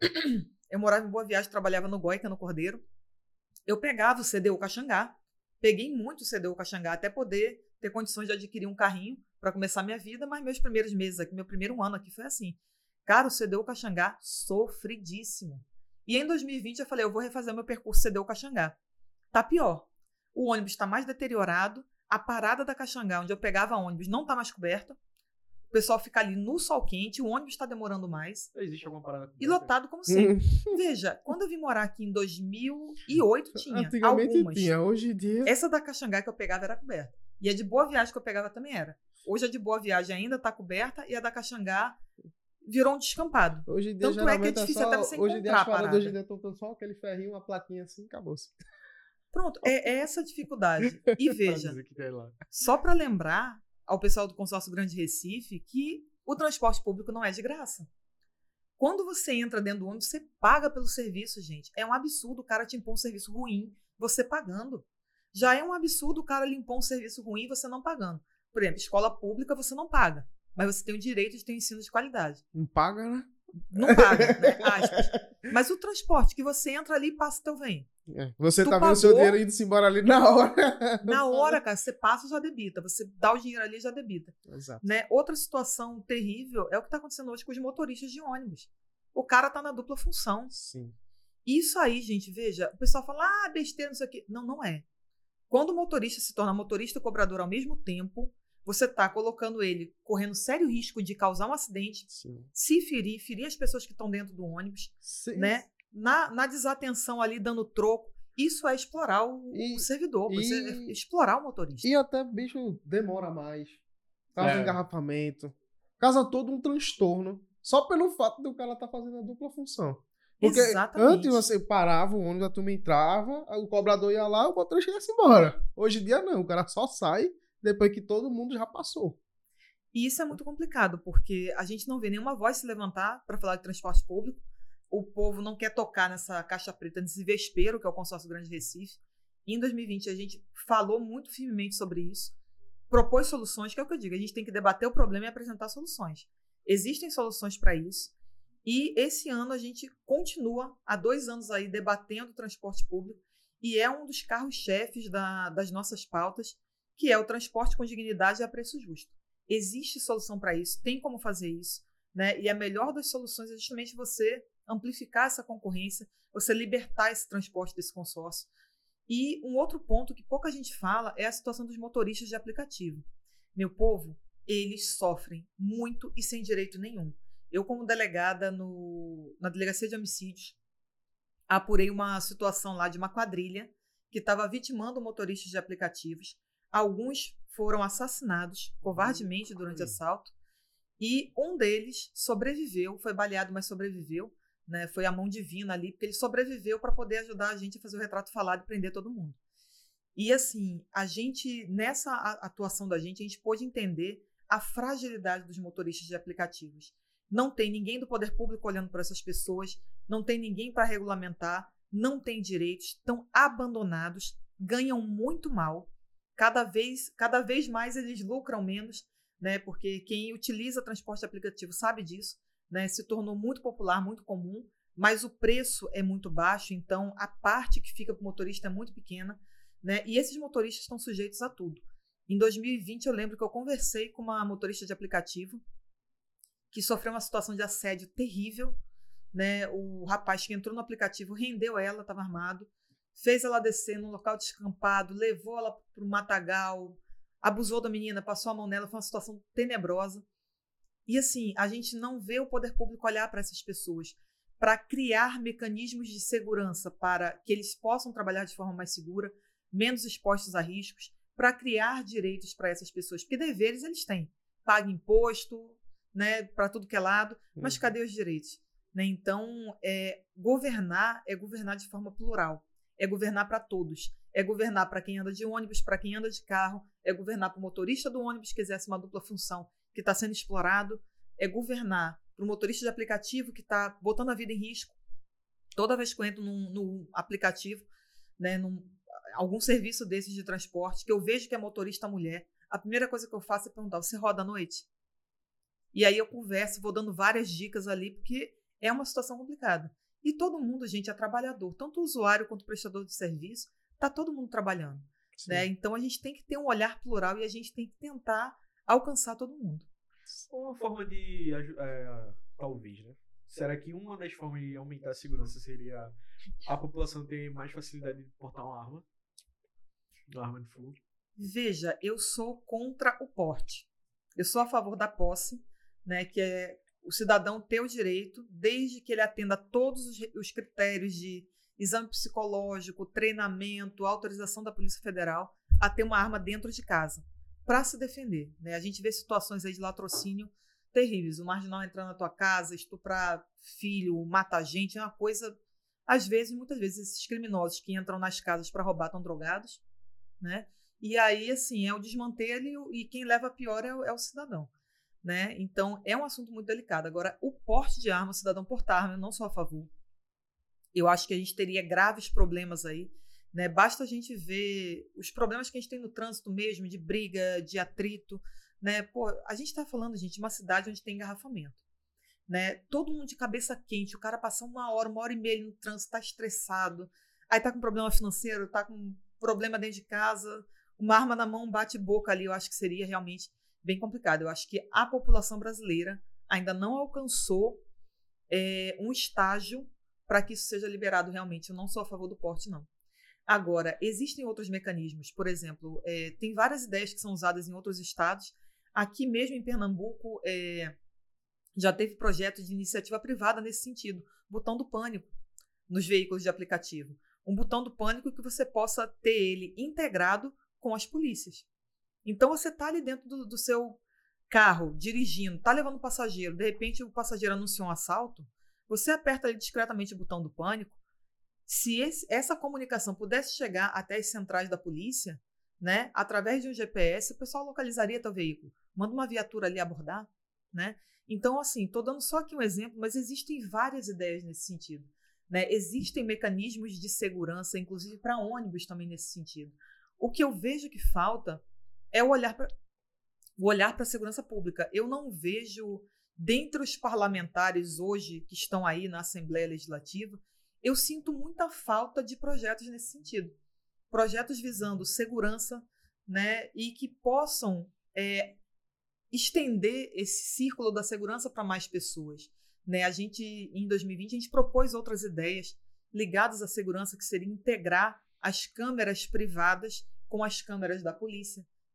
Eu morava em Boa Viagem e trabalhava no G O I, que é no Cordeiro. Eu pegava o C D U Caxangá, peguei muito o C D U Caxangá até poder ter condições de adquirir um carrinho para começar minha vida, mas meus primeiros meses aqui, meu primeiro ano aqui foi assim. Cara, o C D U Caxangá, sofridíssimo. E em dois mil e vinte eu falei, eu vou refazer meu percurso C D U Caxangá. Tá pior. O ônibus está mais deteriorado, a parada da Caxangá, onde eu pegava ônibus, não está mais coberta. O pessoal fica ali no sol quente, o ônibus está demorando mais. Existe alguma parada? E lotado como sempre. Veja, quando eu vim morar aqui em dois mil e oito, tinha Antigamente algumas. tinha, hoje em dia... Essa da Caxangá que eu pegava era coberta. E a de Boa Viagem que eu pegava também era. Hoje a de Boa Viagem ainda está coberta e a da Caxangá virou um descampado. Hoje em dia, Tanto é que é geralmente, é difícil só, até você hoje em dia encontrar as a paradas parada. hoje em dia estão só aquele ferrinho, uma plaquinha assim, acabou-se. Pronto, é, é essa a dificuldade. E veja, Dizer que tem lá. só para lembrar ao pessoal do Consórcio Grande Recife que o transporte público não é de graça. Quando você entra dentro do ônibus, você paga pelo serviço, gente. É um absurdo o cara te impor um serviço ruim, você pagando. Já é um absurdo o cara lhe impor um serviço ruim, você não pagando. Por exemplo, escola pública você não paga, mas você tem o direito de ter um ensino de qualidade. Não paga, né? Não paga, né? Aspas. Mas o transporte, que você entra ali e passa o teu vem. É, você Tu tá vendo seu pagou? dinheiro indo embora ali na hora. Na hora, cara, você passa e já debita. Você dá o dinheiro ali e já debita. Exato. Né? Outra situação terrível é o que está acontecendo hoje com os motoristas de ônibus. O cara tá na dupla função. Sim. Isso aí, gente, veja, o pessoal fala, ah, besteira, não sei o quê. Não, não é. Quando o motorista se torna motorista e cobrador ao mesmo tempo, você tá colocando ele correndo sério risco de causar um acidente, Sim. se ferir, ferir as pessoas que estão dentro do ônibus, Sim. né? Na, na desatenção ali, dando troco. Isso é explorar o, E- o servidor, você e- é explorar o motorista. E até, bicho, demora mais. Causa É. engarrafamento. Causa todo um transtorno. Só pelo fato do cara estar tá fazendo a dupla função. Porque Exatamente. antes você parava, o ônibus, a turma entrava, aí o cobrador ia lá, o motorista ia-se embora. Hoje em dia não, o cara só sai depois que todo mundo já passou. E isso é muito complicado, porque a gente não vê nenhuma voz se levantar para falar de transporte público. O povo não quer tocar nessa caixa preta, nesse vespeiro que é o Consórcio Grande Recife. E em dois mil e vinte a gente falou muito firmemente sobre isso, propôs soluções, que é o que eu digo, a gente tem que debater o problema e apresentar soluções. Existem soluções para isso. E esse ano a gente continua, há dois anos aí, debatendo o transporte público, e é um dos carros-chefes da, das nossas pautas, que é o transporte com dignidade e a preço justo. Existe solução para isso, tem como fazer isso, né? E a melhor das soluções é justamente você amplificar essa concorrência, você libertar esse transporte desse consórcio. E um outro ponto que pouca gente fala é a situação dos motoristas de aplicativo. Meu povo, eles sofrem muito e sem direito nenhum. Eu, como delegada no, na Delegacia de Homicídios, apurei uma situação lá de uma quadrilha que estava vitimando motoristas de aplicativos. Alguns foram assassinados covardemente durante o assalto e um deles sobreviveu, foi baleado, mas sobreviveu, né? Foi a mão divina ali, porque ele sobreviveu para poder ajudar a gente a fazer o retrato falado e prender todo mundo. E assim, a gente, nessa atuação da gente, a gente pôde entender a fragilidade dos motoristas de aplicativos. Não tem ninguém do poder público olhando para essas pessoas, não tem ninguém para regulamentar, não tem direitos, estão abandonados, ganham muito mal, cada vez, cada vez mais eles lucram menos, né? Porque quem utiliza transporte aplicativo sabe disso, né? Se tornou muito popular, muito comum, mas o preço é muito baixo, então a parte que fica para o motorista é muito pequena, né? E esses motoristas estão sujeitos a tudo. Em dois mil e vinte, eu lembro que eu conversei com uma motorista de aplicativo que sofreu uma situação de assédio terrível, né? O rapaz que entrou no aplicativo rendeu ela, estava armado, fez ela descer num local descampado, levou ela para o matagal, abusou da menina, passou a mão nela, foi uma situação tenebrosa. E assim, a gente não vê o poder público olhar para essas pessoas, para criar mecanismos de segurança para que eles possam trabalhar de forma mais segura, menos expostos a riscos, para criar direitos para essas pessoas, porque deveres eles têm. Paga imposto, né, para tudo que é lado, mas Uhum. cadê os direitos? Né? Então, é, governar é governar de forma plural, é governar para todos, é governar para quem anda de ônibus, para quem anda de carro, é governar para o motorista do ônibus que exerce uma dupla função, que está sendo explorado, é governar para o motorista de aplicativo que está botando a vida em risco. Toda vez que eu entro num, num aplicativo, né, num, algum serviço desses de transporte, que eu vejo que é motorista mulher, a primeira coisa que eu faço é perguntar: você roda à noite? E aí eu converso, vou dando várias dicas ali, porque é uma situação complicada. E todo mundo, gente, é trabalhador. Tanto o usuário quanto o prestador de serviço, está todo mundo trabalhando. Né? Então a gente tem que ter um olhar plural e a gente tem que tentar alcançar todo mundo. Uma forma de, é, talvez, né? Será que uma das formas de aumentar a segurança seria a população ter mais facilidade de portar uma arma? Uma arma de fogo? Veja, eu sou contra o porte. Eu sou a favor da posse, né, que é o cidadão ter o direito, desde que ele atenda a todos os, os critérios de exame psicológico, treinamento, autorização da Polícia Federal, a ter uma arma dentro de casa, para se defender. Né? A gente vê situações aí de latrocínio terríveis. O marginal entrar na tua casa, estuprar filho, matar gente, é uma coisa... Às vezes, muitas vezes, esses criminosos que entram nas casas para roubar estão drogados, né? E aí, assim, é o desmantelo e quem leva a pior é o, é o cidadão. Né? Então, é um assunto muito delicado. Agora, o porte de arma, o cidadão portar arma, eu não sou a favor. Eu acho que a gente teria graves problemas aí. Né? Basta a gente ver os problemas que a gente tem no trânsito mesmo, de briga, de atrito. Né? Pô, a gente está falando, gente, de uma cidade onde tem engarrafamento. Né? Todo mundo de cabeça quente, o cara passa uma hora, uma hora e meia no trânsito, está estressado, aí está com problema financeiro, está com problema dentro de casa, uma arma na mão, bate boca ali, eu acho que seria realmente bem complicado. Eu acho que a população brasileira ainda não alcançou é, um estágio para que isso seja liberado realmente. Eu não sou a favor do porte, não. Agora, existem outros mecanismos. Por exemplo, é, tem várias ideias que são usadas em outros estados. Aqui mesmo em Pernambuco, é, já teve projeto de iniciativa privada nesse sentido. Botão do pânico nos veículos de aplicativo. Um botão do pânico que você possa ter ele integrado com as polícias. Então, você está ali dentro do, do seu carro, dirigindo, está levando um passageiro, de repente o passageiro anunciou um assalto, você aperta ali discretamente o botão do pânico. Se esse, essa comunicação pudesse chegar até as centrais da polícia, né, através de um G P S, o pessoal localizaria teu veículo. Manda uma viatura ali abordar. Né? Então, assim, estou dando só aqui um exemplo, mas existem várias ideias nesse sentido. Né? Existem mecanismos de segurança, inclusive para ônibus também nesse sentido. O que eu vejo que falta é o olhar para o olhar para a segurança pública. Eu não vejo, dentre os parlamentares hoje que estão aí na Assembleia Legislativa, eu sinto muita falta de projetos nesse sentido. Projetos visando segurança, né, e que possam é, estender esse círculo da segurança para mais pessoas. Né? A gente, em dois mil e vinte, a gente propôs outras ideias ligadas à segurança, que seria integrar as câmeras privadas com as câmeras da polícia.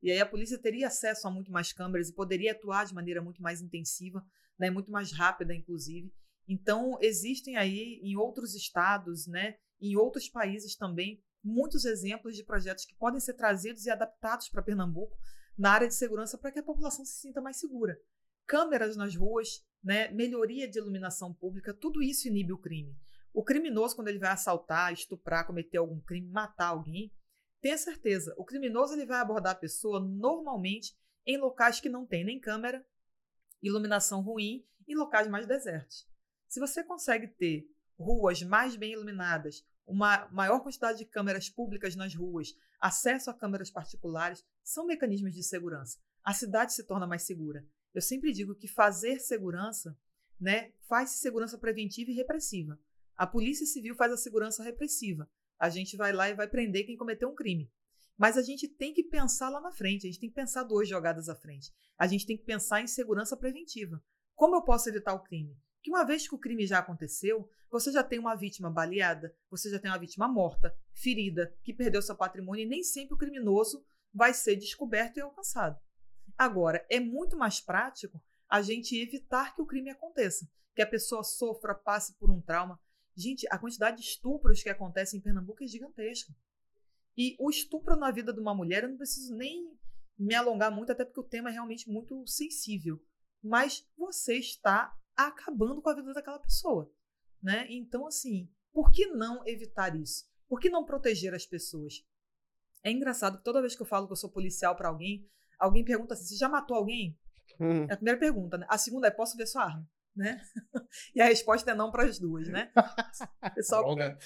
E aí a polícia teria acesso a muito mais câmeras e poderia atuar de maneira muito mais intensiva, né, muito mais rápida, inclusive. Então, existem aí em outros estados, né, em outros países também, muitos exemplos de projetos que podem ser trazidos e adaptados para Pernambuco na área de segurança para que a população se sinta mais segura. Câmeras nas ruas, né, melhoria de iluminação pública, tudo isso inibe o crime. O criminoso, quando ele vai assaltar, estuprar, cometer algum crime, matar alguém, tenha certeza, o criminoso ele vai abordar a pessoa normalmente em locais que não tem nem câmera, iluminação ruim e locais mais desertos. Se você consegue ter ruas mais bem iluminadas, uma maior quantidade de câmeras públicas nas ruas, acesso a câmeras particulares, são mecanismos de segurança. A cidade se torna mais segura. Eu sempre digo que fazer segurança, né, faz segurança preventiva e repressiva. A Polícia Civil faz a segurança repressiva. A gente vai lá e vai prender quem cometeu um crime. Mas a gente tem que pensar lá na frente, a gente tem que pensar duas jogadas à frente. A gente tem que pensar em segurança preventiva. Como eu posso evitar o crime? Que uma vez que o crime já aconteceu, você já tem uma vítima baleada, você já tem uma vítima morta, ferida, que perdeu seu patrimônio e nem sempre o criminoso vai ser descoberto e alcançado. Agora, é muito mais prático a gente evitar que o crime aconteça, que a pessoa sofra, passe por um trauma. Gente, a quantidade de estupros que acontece em Pernambuco é gigantesca. E o estupro na vida de uma mulher, eu não preciso nem me alongar muito, até porque o tema é realmente muito sensível. Mas você está acabando com a vida daquela pessoa, né? Então, assim, por que não evitar isso? Por que não proteger as pessoas? É engraçado que toda vez que eu falo que eu sou policial para alguém, alguém pergunta assim, você já matou alguém? Hum. É a primeira pergunta, né? A segunda é, posso ver sua arma? Né? E a resposta é não para as duas, né? Pessoal, é,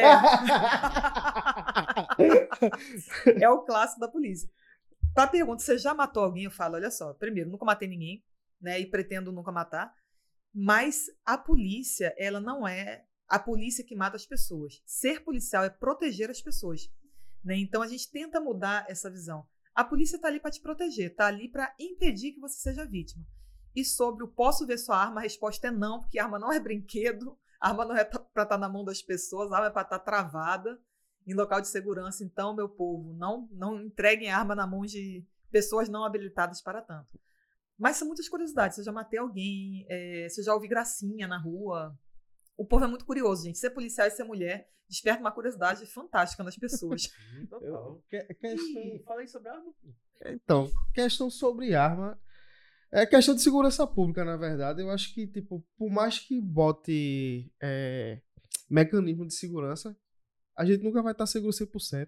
é o clássico da polícia. Para a pergunta, você já matou alguém? Eu falo, olha só, primeiro, nunca matei ninguém, né? E pretendo nunca matar. Mas a polícia, ela não é a polícia que mata as pessoas. Ser policial é proteger as pessoas, né? Então a gente tenta mudar essa visão. A polícia está ali para te proteger, está ali para impedir que você seja vítima. E sobre o posso ver sua arma, a resposta é não, porque a arma não é brinquedo, a arma não é para estar na mão das pessoas, a arma é para estar travada em local de segurança. Então, meu povo, não, não entreguem a arma na mão de pessoas não habilitadas para tanto. Mas são muitas curiosidades. Eu já matei alguém, é, se eu já ouvi gracinha na rua. O povo é muito curioso, gente. Ser policial e ser mulher desperta uma curiosidade fantástica nas pessoas. Total. Que- questão... E fala aí sobre a arma. Então, questão sobre arma é questão de segurança pública, na verdade. Eu acho que, tipo, por mais que bote é, mecanismo de segurança, a gente nunca vai estar seguro cem por cento.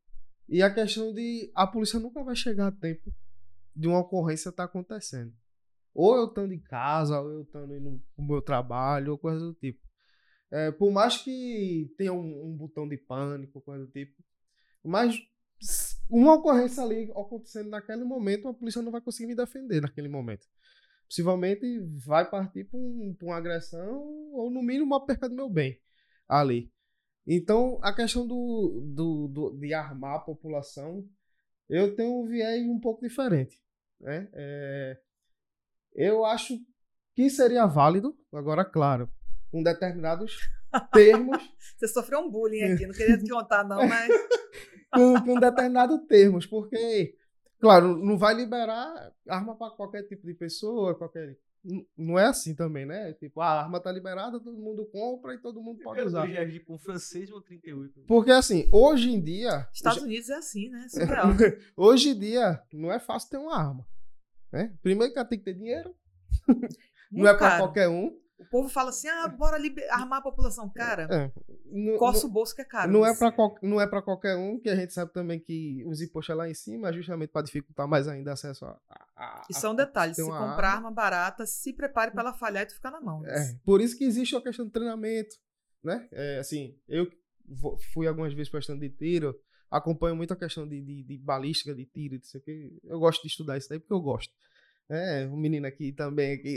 E a questão de a polícia nunca vai chegar a tempo de uma ocorrência estar acontecendo. Ou eu estando em casa, ou eu estando indo pro meu trabalho, ou coisa do tipo. É, por mais que tenha um, um botão de pânico, coisa do tipo, mas uma ocorrência ali acontecendo naquele momento, a polícia não vai conseguir me defender naquele momento. Possivelmente vai partir para um, uma agressão ou, no mínimo, uma perca do meu bem ali. Então, a questão do, do, do, de armar a população, eu tenho um viés um pouco diferente, né? É, eu acho que seria válido, agora, claro, com determinados termos. Você sofreu um bullying aqui, não queria te contar não, mas... com, com determinados termos, porque, claro, não vai liberar arma para qualquer tipo de pessoa, qualquer... Não é assim também, né? Tipo, a arma tá liberada, todo mundo compra e todo mundo pode usar. Eu reagir com francês ou trinta e oito. Porque, assim, hoje em dia... Estados já... Unidos é assim, né? Surreal. Hoje em dia, não é fácil ter uma arma, né? Primeiro que ela tem que ter dinheiro, não é para qualquer um. O povo fala assim, ah, bora liber... armar a população. Cara, É, não, coça não, o bolso que é caro. não, é pra qual, não é para qualquer um, que a gente sabe também que os impostos é lá em cima, justamente para dificultar mais ainda acesso a... a, a Isso é um detalhe, se uma comprar arma. arma barata, se prepare para ela falhar e tu ficar na mão. É, por isso que existe a questão do treinamento, né? É, assim, eu vou- fui algumas vezes prestando de tiro, acompanho muito a questão de, de, de balística, de tiro, não sei o quê. Eu gosto de estudar isso daí porque eu gosto. É, um menino aqui também aqui.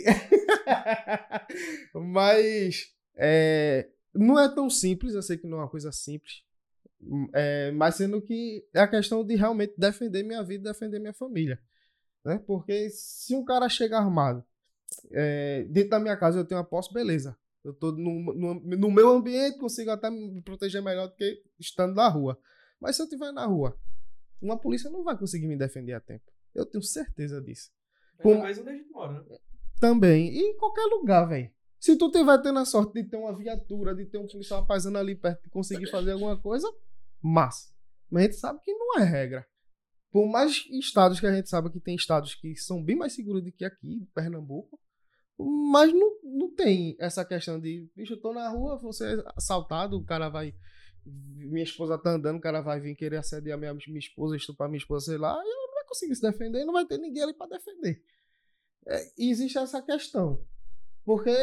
Mas é, não é tão simples, eu sei que não é uma coisa simples, é, mas sendo que é a questão de realmente defender minha vida, defender minha família, né? Porque se um cara chega armado, é, dentro da minha casa eu tenho uma posse, beleza. Eu tô no, no, no meu ambiente, consigo até me proteger melhor do que estando na rua. Mas se eu estiver na rua, uma polícia não vai conseguir me defender a tempo. Eu tenho certeza disso. Ainda mais onde a gente mora, né? Também. E em qualquer lugar, velho. Se tu tiver tendo a sorte de ter uma viatura, de ter um policial paisando ali perto e conseguir fazer alguma coisa, massa. Mas a gente sabe que não é regra. Por mais estados que a gente sabe que tem estados que são bem mais seguros do que aqui, Pernambuco, mas não, não tem essa questão de, bicho, eu tô na rua, vou ser assaltado, o cara vai, minha esposa tá andando, o cara vai vir querer assediar minha, minha esposa, estuprar minha esposa, sei lá, e ela não vai conseguir se defender, não vai ter ninguém ali pra defender. É, existe essa questão. Porque,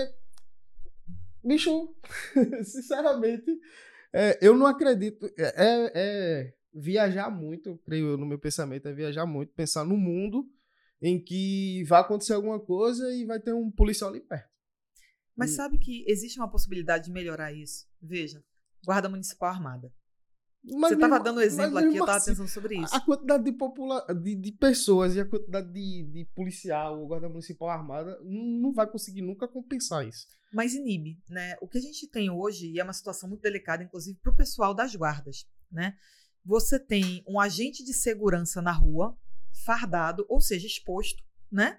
bicho, sinceramente, é, eu não acredito, é, é viajar muito, creio eu, no meu pensamento, é viajar muito, pensar no mundo em que vai acontecer alguma coisa e vai ter um policial ali perto. Mas sabe que existe uma possibilidade de melhorar isso? Veja, Guarda Municipal Armada. Mas Você estava mesmo- dando um exemplo mas aqui, mesmo eu estava assim, pensando sobre isso. A quantidade de, popula de, de pessoas e a quantidade de, de policial ou guarda municipal armada não vai conseguir nunca compensar isso. Mas inibe, né? O que a gente tem hoje, e é uma situação muito delicada, inclusive para o pessoal das guardas, né? Você tem um agente de segurança na rua, fardado, ou seja, exposto, né?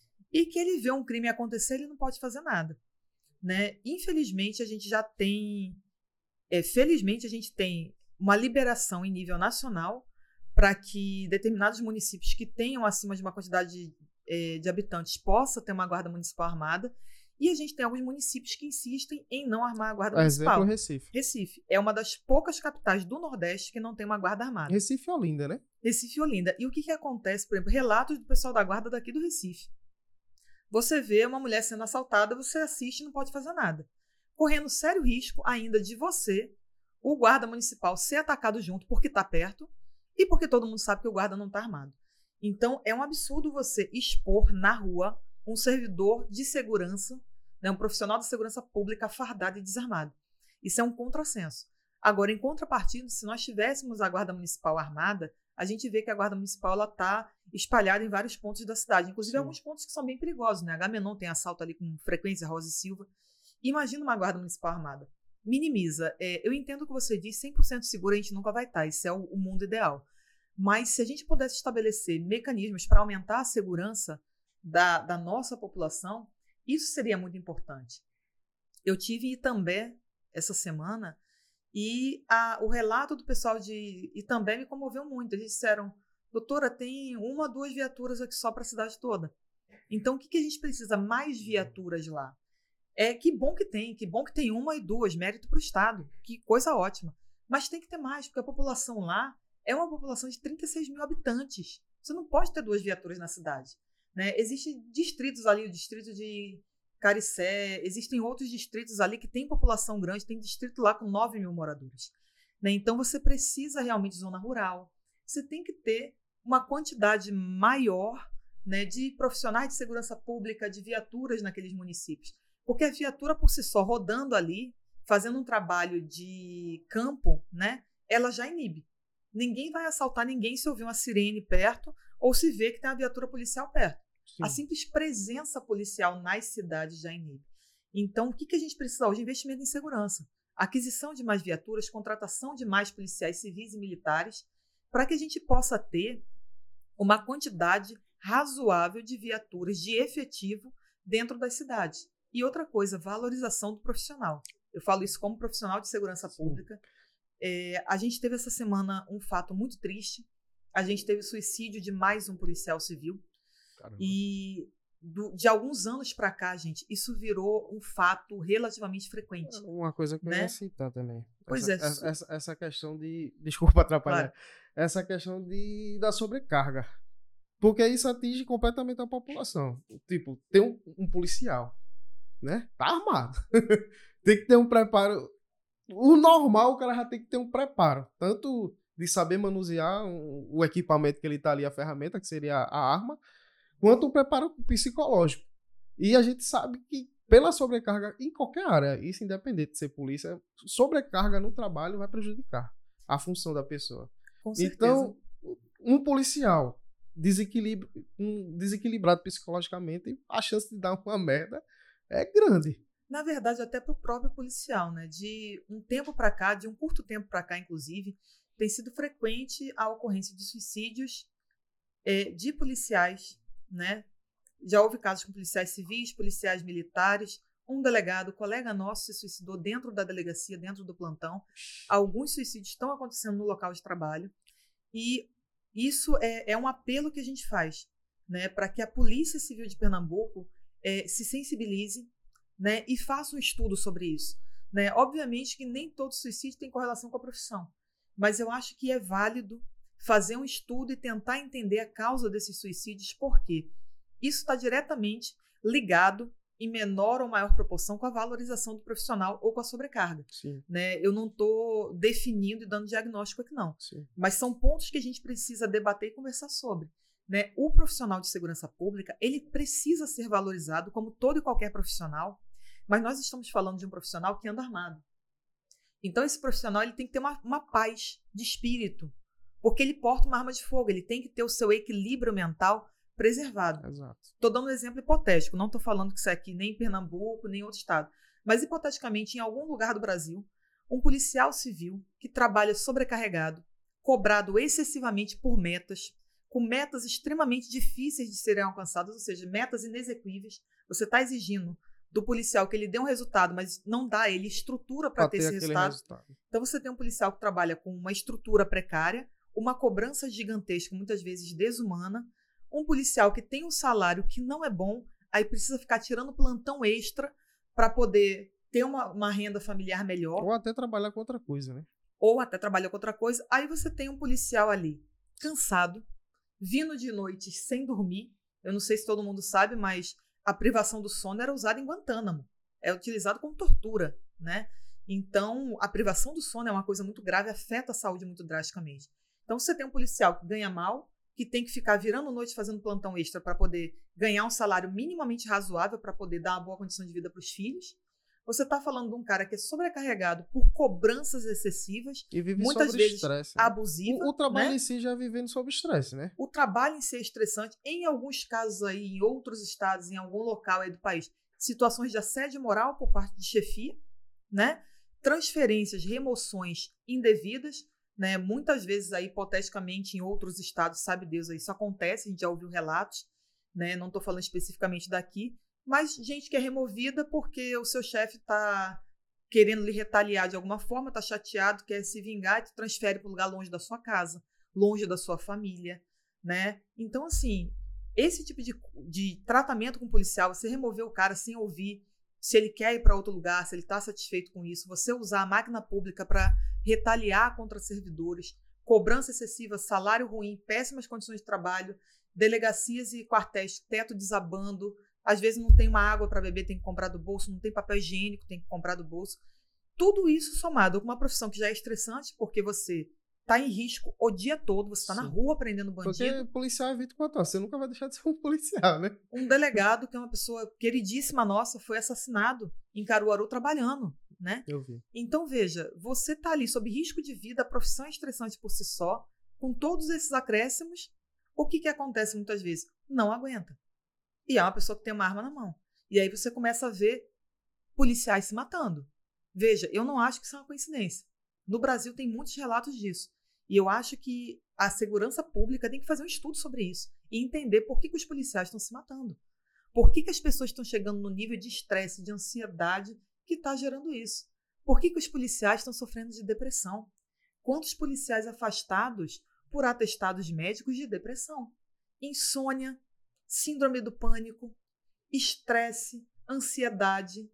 E que ele vê um crime acontecer, ele não pode fazer nada, né? Infelizmente, a gente já tem... É, felizmente, a gente tem uma liberação em nível nacional para que determinados municípios que tenham acima de uma quantidade de, eh, de habitantes possa ter uma guarda municipal armada, e a gente tem alguns municípios que insistem em não armar a guarda municipal. Exemplo, Recife. Recife é uma das poucas capitais do Nordeste que não tem uma guarda armada. Recife e Olinda, né? Recife e Olinda. E o que, que acontece, por exemplo, relatos do pessoal da guarda daqui do Recife. Você vê uma mulher sendo assaltada, você assiste e não pode fazer nada. Correndo sério risco ainda de você, o guarda municipal, ser atacado junto porque está perto e porque todo mundo sabe que o guarda não está armado. Então, é um absurdo você expor na rua um servidor de segurança, né, um profissional de segurança pública fardado e desarmado. Isso é um contrassenso. Agora, em contrapartida, se nós tivéssemos a guarda municipal armada, a gente vê que a guarda municipal está espalhada em vários pontos da cidade, inclusive Sim. alguns pontos que são bem perigosos, né? Agamenon tem assalto ali com frequência, Rosa e Silva. Imagina uma guarda municipal armada. Minimiza. É, eu entendo o que você diz, cem por cento seguro a gente nunca vai estar, isso é o, o mundo ideal. Mas se a gente pudesse estabelecer mecanismos para aumentar a segurança da, da nossa população, isso seria muito importante. Eu tive em Itambé essa semana e a, o relato do pessoal de Itambé me comoveu muito. Eles disseram, doutora, tem uma, duas viaturas aqui só para a cidade toda. Então, o que, que a gente precisa? Mais viaturas lá. É, que bom que tem, que bom que tem uma e duas, mérito para o Estado, que coisa ótima. Mas tem que ter mais, porque a população lá é uma população de trinta e seis mil habitantes. Você não pode ter duas viaturas na cidade, né? Existem distritos ali, o distrito de Caricé, existem outros distritos ali que tem população grande, tem distrito lá com nove mil moradores, né? Então você precisa realmente de zona rural, você tem que ter uma quantidade maior, né, de profissionais de segurança pública, de viaturas naqueles municípios. Porque a viatura por si só, rodando ali, fazendo um trabalho de campo, né, ela já inibe. Ninguém vai assaltar ninguém se ouvir uma sirene perto ou se vê que tem uma viatura policial perto. Sim. A simples presença policial nas cidades já inibe. Então, o que, que a gente precisa hoje? Investimento em segurança. Aquisição de mais viaturas, contratação de mais policiais civis e militares, para que a gente possa ter uma quantidade razoável de viaturas de efetivo dentro das cidades. E outra coisa, valorização do profissional. Eu falo isso como profissional de segurança pública. É, a gente teve essa semana um fato muito triste. A gente teve o suicídio de mais um policial civil. Caramba. E do, de alguns anos para cá, gente, isso virou um fato relativamente frequente. Uma coisa que eu né? ia citar também. Pois essa, é. Essa, essa, essa questão de... Desculpa atrapalhar. Claro. Essa questão de, da sobrecarga. Porque isso atinge completamente a população. Tipo, tem um, um policial, né? Tá armado. Tem que ter um preparo. O normal, o cara já tem que ter um preparo. Tanto de saber manusear um, o equipamento que ele tá ali, a ferramenta, que seria a, a arma, quanto um preparo psicológico. E a gente sabe que pela sobrecarga em qualquer área, isso independente de ser polícia, sobrecarga no trabalho vai prejudicar a função da pessoa. Com certeza. Então, um policial desequilibra, um desequilibrado psicologicamente, a chance de dar uma merda é grande. Na verdade, até para o próprio policial, né? De um tempo para cá, de um curto tempo para cá, inclusive, tem sido frequente a ocorrência de suicídios é, de policiais, né? Já houve casos com policiais civis, policiais militares, um delegado, colega nosso, se suicidou dentro da delegacia, dentro do plantão. Alguns suicídios estão acontecendo no local de trabalho. E isso é, é um apelo que a gente faz, né, para que a Polícia Civil de Pernambuco é, se sensibilize, né, e faça um estudo sobre isso. Né? Obviamente que nem todo suicídio tem correlação com a profissão, mas eu acho que é válido fazer um estudo e tentar entender a causa desses suicídios, porque isso está diretamente ligado, em menor ou maior proporção, com a valorização do profissional ou com a sobrecarga. Sim. Né? Eu não estou definindo e dando diagnóstico aqui, não. Sim. Mas são pontos que a gente precisa debater e conversar sobre. Né? O profissional de segurança pública, ele precisa ser valorizado como todo e qualquer profissional, mas nós estamos falando de um profissional que anda armado. Então, esse profissional ele tem que ter uma, uma paz de espírito, porque ele porta uma arma de fogo, ele tem que ter o seu equilíbrio mental preservado. Exato. Estou dando um exemplo hipotético, não estou falando que isso é aqui nem em Pernambuco, nem em outro estado, mas hipoteticamente, em algum lugar do Brasil, um policial civil que trabalha sobrecarregado, cobrado excessivamente por metas, com metas extremamente difíceis de serem alcançadas, ou seja, metas inexequíveis. Você está exigindo do policial que ele dê um resultado, mas não dá a ele estrutura para ter esse resultado. resultado. Então você tem um policial que trabalha com uma estrutura precária, uma cobrança gigantesca, muitas vezes desumana, um policial que tem um salário que não é bom, aí precisa ficar tirando plantão extra para poder ter uma, uma renda familiar melhor. Ou até trabalhar com outra coisa, né? Ou até trabalhar com outra coisa. Aí você tem um policial ali, cansado, vindo de noite sem dormir. Eu não sei se todo mundo sabe, mas a privação do sono era usada em Guantánamo. É utilizado como tortura, né? Então, a privação do sono é uma coisa muito grave, afeta a saúde muito drasticamente. Então, você tem um policial que ganha mal, que tem que ficar virando noite fazendo plantão extra para poder ganhar um salário minimamente razoável para poder dar uma boa condição de vida para os filhos. Você está falando de um cara que é sobrecarregado por cobranças excessivas, e vive muitas sob vezes estresse, né? abusivas. O, o trabalho né? em si já vivendo sob estresse, né? O trabalho em si é estressante. Em alguns casos aí, em outros estados, em algum local aí do país, situações de assédio moral por parte de chefia, né? Transferências, remoções indevidas, né? Muitas vezes aí, hipoteticamente, em outros estados, sabe Deus, aí isso acontece, a gente já ouviu relatos, né? Não estou falando especificamente daqui, mas gente que é removida porque o seu chefe está querendo lhe retaliar de alguma forma, está chateado, quer se vingar e te transfere para um lugar longe da sua casa, longe da sua família, né? Então, assim, esse tipo de, de tratamento com o policial, você remover o cara sem ouvir se ele quer ir para outro lugar, se ele está satisfeito com isso, você usar a máquina pública para retaliar contra servidores, cobrança excessiva, salário ruim, péssimas condições de trabalho, delegacias e quartéis, teto desabando, às vezes não tem uma água para beber, tem que comprar do bolso, não tem papel higiênico, tem que comprar do bolso. Tudo isso somado com uma profissão que já é estressante, porque você está em risco o dia todo, você está na rua prendendo bandido. Porque policial é vinte e quatro horas, você nunca vai deixar de ser um policial, né? Um delegado, que é uma pessoa queridíssima nossa, foi assassinado em Caruaru trabalhando, né? Eu vi. Então, veja, você está ali sob risco de vida, a profissão é estressante por si só, com todos esses acréscimos, o que, que acontece muitas vezes? Não aguenta. E é uma pessoa que tem uma arma na mão. E aí você começa a ver policiais se matando. Veja, eu não acho que isso é uma coincidência. No Brasil tem muitos relatos disso. E eu acho que a segurança pública tem que fazer um estudo sobre isso e entender por que, que os policiais estão se matando. Por que, que as pessoas estão chegando no nível de estresse, de ansiedade que está gerando isso. Por que, que os policiais estão sofrendo de depressão? Quantos policiais afastados por atestados médicos de depressão? Insônia, síndrome do pânico, estresse, ansiedade.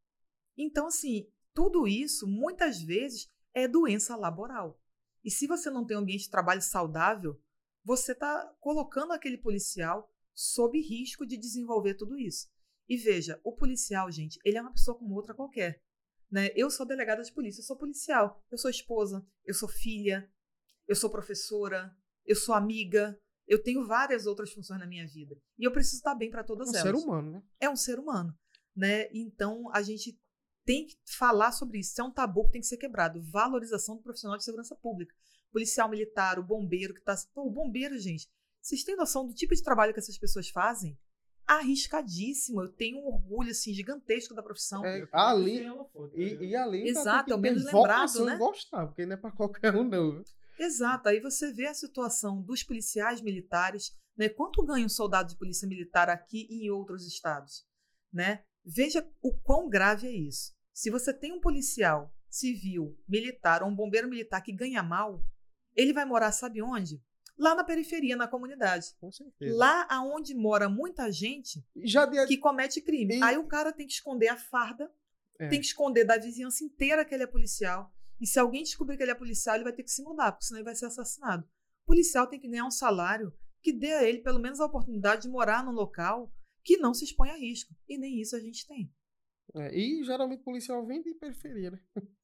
Então, assim, tudo isso, muitas vezes, é doença laboral. E se você não tem um ambiente de trabalho saudável, você está colocando aquele policial sob risco de desenvolver tudo isso. E veja, o policial, gente, ele é uma pessoa como outra qualquer. Né? Eu sou delegada de polícia, eu sou policial, eu sou esposa, eu sou filha, eu sou professora, eu sou amiga, eu tenho várias outras funções na minha vida. E eu preciso estar bem para todas É um elas. ser humano, né? É um ser humano. Né? Então, a gente tem que falar sobre isso. Isso é um tabu que tem que ser quebrado. Valorização do profissional de segurança pública. Policial militar, o bombeiro que está... Pô, o bombeiro, gente, vocês têm noção do tipo de trabalho que essas pessoas fazem? Arriscadíssimo. Eu tenho um orgulho, assim, gigantesco da profissão. É, ali... E, e ali... Exato, tem é o menos ter lembrado, vocação né? e gostar, porque não é para qualquer um, não. Exato, aí você vê a situação dos policiais militares, né? Quanto ganha um soldado de polícia militar aqui e em outros estados, né? Veja o quão grave é isso. Se você tem um policial civil, militar ou um bombeiro militar que ganha mal, ele vai morar, sabe onde? Lá na periferia, na comunidade. Com certeza. Lá aonde mora muita gente Já de... que comete crime. E- Aí o cara tem que esconder a farda, É. tem que esconder da vizinhança inteira que ele é policial. E se alguém descobrir que ele é policial, ele vai ter que se mudar, porque senão ele vai ser assassinado. O policial tem que ganhar um salário que dê a ele pelo menos a oportunidade de morar num local que não se expõe a risco. E nem isso a gente tem. É, e geralmente o policial vem de periferia, né?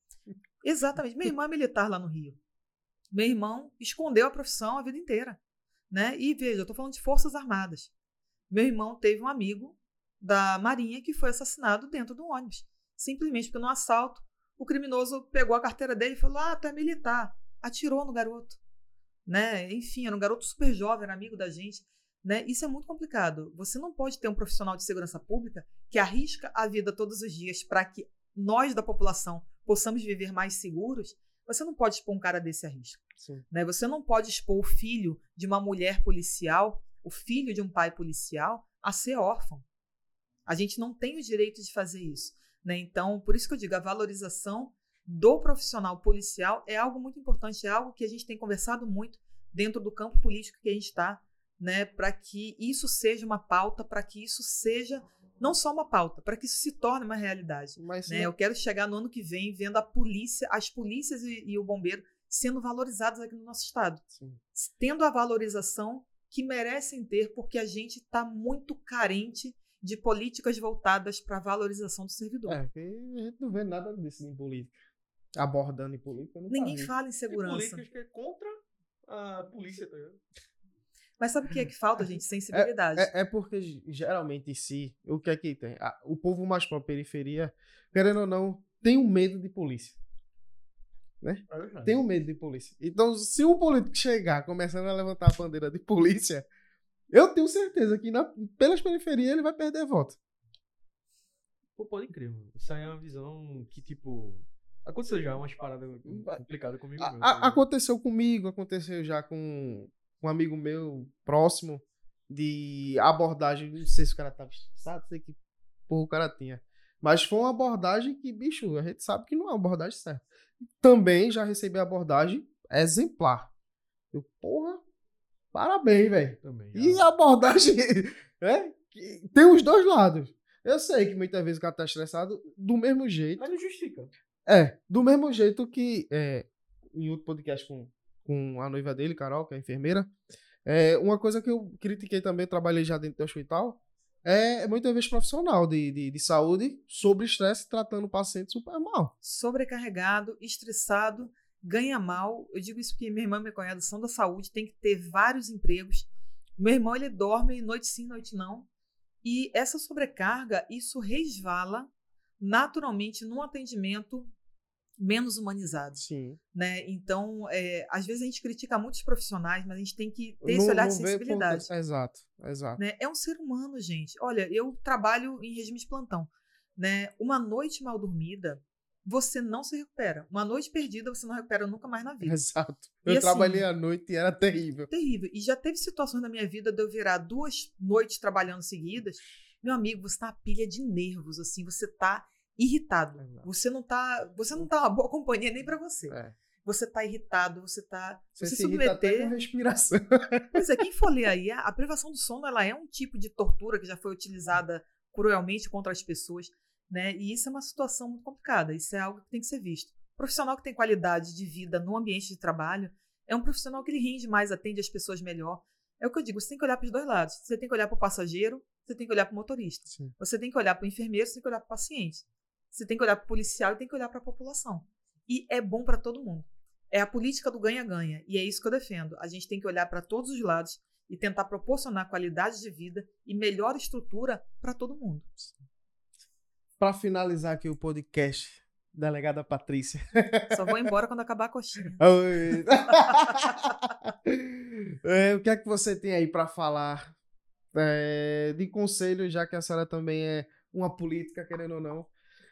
Exatamente. Meu irmão é militar lá no Rio. Meu irmão escondeu a profissão a vida inteira, né? E veja, eu estou falando de Forças Armadas. Meu irmão teve um amigo da Marinha que foi assassinado dentro do ônibus. Simplesmente porque no assalto, o criminoso pegou a carteira dele e falou, ah, tu é militar. Atirou no garoto, né? Enfim, era um garoto super jovem, era amigo da gente, né? Isso é muito complicado. Você não pode ter um profissional de segurança pública que arrisca a vida todos os dias para que nós da população possamos viver mais seguros. Você não pode expor um cara desse a risco. Sim. Né? Você não pode expor o filho de uma mulher policial, o filho de um pai policial, a ser órfão. A gente não tem o direito de fazer isso. Né? Então, por isso que eu digo, a valorização do profissional policial é algo muito importante, é algo que a gente tem conversado muito dentro do campo político que a gente está, né? Para que isso seja uma pauta, para que isso seja não só uma pauta, para que isso se torne uma realidade. Mas Né? Eu quero chegar no ano que vem vendo a polícia, as polícias e, e o bombeiro sendo valorizados aqui no nosso estado. Sim. Tendo a valorização que merecem ter, porque a gente está muito carente de políticas voltadas para a valorização do servidor. É, porque a gente não vê nada disso em política. Abordando em política. Não Ninguém tá vendo. fala em Tem segurança. políticas que é contra a polícia, tá ligado? Mas sabe o que é que falta, gente? Sensibilidade. É, é porque geralmente em si, o que é que tem? Ah, o povo mais para a periferia, querendo ou não, tem um medo de polícia. Tem um medo de polícia. Então, se um político chegar começando a levantar a bandeira de polícia, eu tenho certeza que na, pelas periferias ele vai perder voto. Pô, pode crer, mano. Isso aí é uma visão que, tipo... Aconteceu já umas paradas complicadas comigo A- mesmo. a- tá ligado? aconteceu comigo, aconteceu já com um amigo meu próximo de abordagem. Não sei se o cara tava estressado, não sei que porra o cara tinha. Mas foi uma abordagem que, bicho, a gente sabe que não é uma abordagem certa. Também já recebi abordagem exemplar. Eu, porra, parabéns, velho. Também. E já. a abordagem, né? que tem os dois lados. Eu sei que muitas vezes o cara tá estressado do mesmo jeito. Mas não justifica. É, do mesmo jeito que é, em outro podcast com, com a noiva dele, Carol, que é enfermeira, é, uma coisa que eu critiquei também, trabalhei já dentro do hospital, é muitas vezes profissional de, de, de saúde sobre estresse tratando o paciente super mal. Sobrecarregado, estressado, ganha mal. Eu digo isso porque minha irmã e minha cunhada são da saúde, tem que ter vários empregos. Meu irmão, ele dorme noite sim, noite não. E essa sobrecarga, isso resvala naturalmente num atendimento menos humanizado. Sim. Né? Então, é, às vezes a gente critica muitos profissionais, mas a gente tem que ter esse Não- olhar não de vê sensibilidade. ponto- Exato, exato. Né? É um ser humano, gente. Olha, eu trabalho em regime de plantão. Né? Uma noite mal dormida, você não se recupera. Uma noite perdida, você não recupera nunca mais na vida. Exato. E Eu assim- trabalhei à noite e era terrível. Terrível. E já teve situações na minha vida de eu virar duas noites trabalhando seguidas. Meu amigo, você tá uma pilha de nervos, assim, você tá irritado. Exato. Você não tá, você não tá uma boa companhia nem pra você. É. Você tá irritado, você tá, Você você se irrita até com submeter. respiração. Pois é, quem for ler aí, a, a privação do sono, ela é um tipo de tortura que já foi utilizada cruelmente contra as pessoas, né? E isso é uma situação muito complicada. Isso é algo que tem que ser visto. O profissional que tem qualidade de vida no ambiente de trabalho é um profissional que ele rende mais, atende as pessoas melhor. É o que eu digo, você tem que olhar para os dois lados. Você tem que olhar para o passageiro, você tem que olhar para o motorista. Sim. Você tem que olhar para o enfermeiro, você tem que olhar para o paciente. Você tem que olhar para o policial e tem que olhar para a população. E é bom para todo mundo. É a política do ganha-ganha. E é isso que eu defendo. A gente tem que olhar para todos os lados e tentar proporcionar qualidade de vida e melhor estrutura para todo mundo. Para finalizar aqui o podcast, delegada Patrícia. Só vou embora quando acabar a coxinha. Oi. É, o que é que você tem aí para falar é, de conselho, já que a senhora também é uma política, querendo ou não?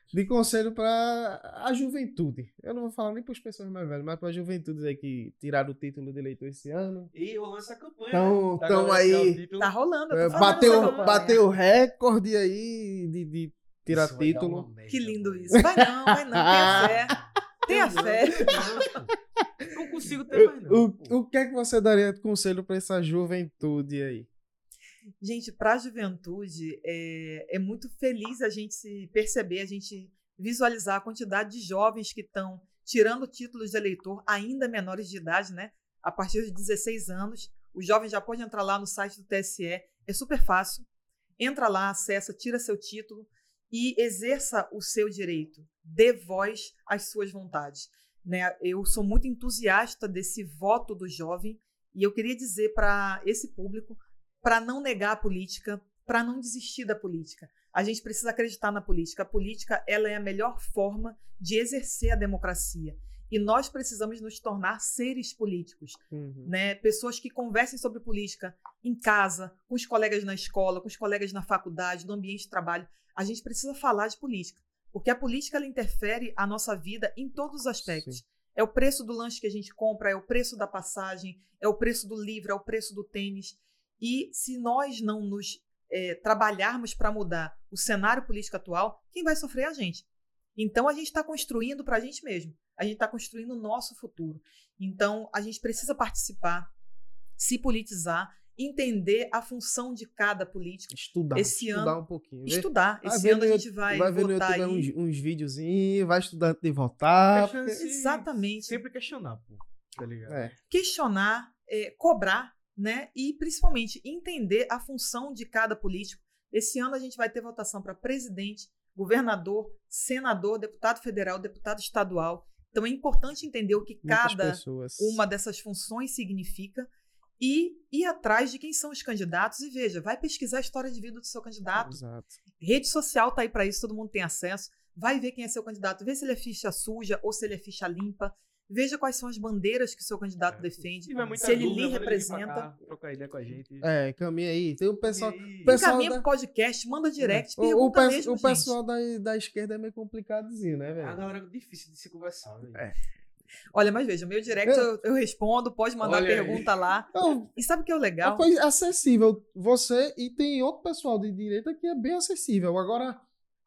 de conselho para a juventude. Eu não vou falar nem para as pessoas mais velhas, mas para a juventude aí que tiraram o título de eleitor esse ano. E rolando essa campanha. Então, né? Da então galera tirar o aí, título. Tá rolando. eu é, tô fazendo essa bateu, campanha. bateu recorde aí de, de tirar Isso vai dar título. uma merda, Que lindo mano. isso. Vai não, vai não. Tenha fé. Tenha Não, fé. não, pô. Não consigo ter mais, não. O, pô. o que é que você daria de conselho para essa juventude aí? Gente, para a juventude, é, é muito feliz a gente se perceber, a gente visualizar a quantidade de jovens que estão tirando títulos de eleitor, ainda menores de idade, né? A partir de dezesseis anos. O jovem já pode entrar lá no site do T S E. É super fácil. Entra lá, acessa, tira seu título e exerça o seu direito. Dê voz às suas vontades. Né? Eu sou muito entusiasta desse voto do jovem e eu queria dizer para esse público para não negar a política, para não desistir da política. A gente precisa acreditar na política. A política ela é a melhor forma de exercer a democracia. E nós precisamos nos tornar seres políticos. Uhum. Né? Pessoas que conversem sobre política em casa, com os colegas na escola, com os colegas na faculdade, no ambiente de trabalho. A gente precisa falar de política. Porque a política ela interfere a nossa vida em todos os aspectos. Sim. É o preço do lanche que a gente compra, é o preço da passagem, é o preço do livro, é o preço do tênis. E se nós não nos é, trabalharmos para mudar o cenário político atual, quem vai sofrer é a gente. Então, a gente está construindo para a gente mesmo. A gente está construindo o nosso futuro. Então, a gente precisa participar, se politizar, entender a função de cada político. Estudar. Esse estudar ano, um pouquinho. Estudar. Vai Esse ver ano a no gente YouTube- vai, vai ver no votar YouTube aí. uns, uns videozinhos, vai estudar antes de votar. Questão de se- Exatamente. Sempre questionar, pô. Tá ligado? É. Questionar, é, cobrar, né? E principalmente entender a função de cada político. Esse ano a gente vai ter votação para presidente, governador, senador, deputado federal, deputado estadual. Então é importante entender o que Muitas cada pessoas. uma dessas funções significa e ir atrás de quem são os candidatos. E veja, vai pesquisar a história de vida do seu candidato. Exato. Rede social tá aí para isso, todo mundo tem acesso. Vai ver quem é seu candidato, vê se ele é ficha suja ou se ele é ficha limpa. Veja quais são as bandeiras que o seu candidato É. defende. Se tiver muita Se ele dúvida, lhe manda ele vir pra representa. cá, trocar ideia com a gente. É, caminha aí. Tem o pessoal. E aí? o pessoal Encaminha da- pro podcast, manda direct, O- o, pergunta pe- mesmo, o gente. pessoal da, da esquerda é meio complicadozinho, né, A velho? galera é difícil de se conversar, velho. É. Olha, mas veja, meu direct eu, eu respondo, pode mandar Olha aí. pergunta lá. Não, E sabe o que é o legal? foi acessível. Você e tem outro pessoal de direita que é bem acessível. Agora,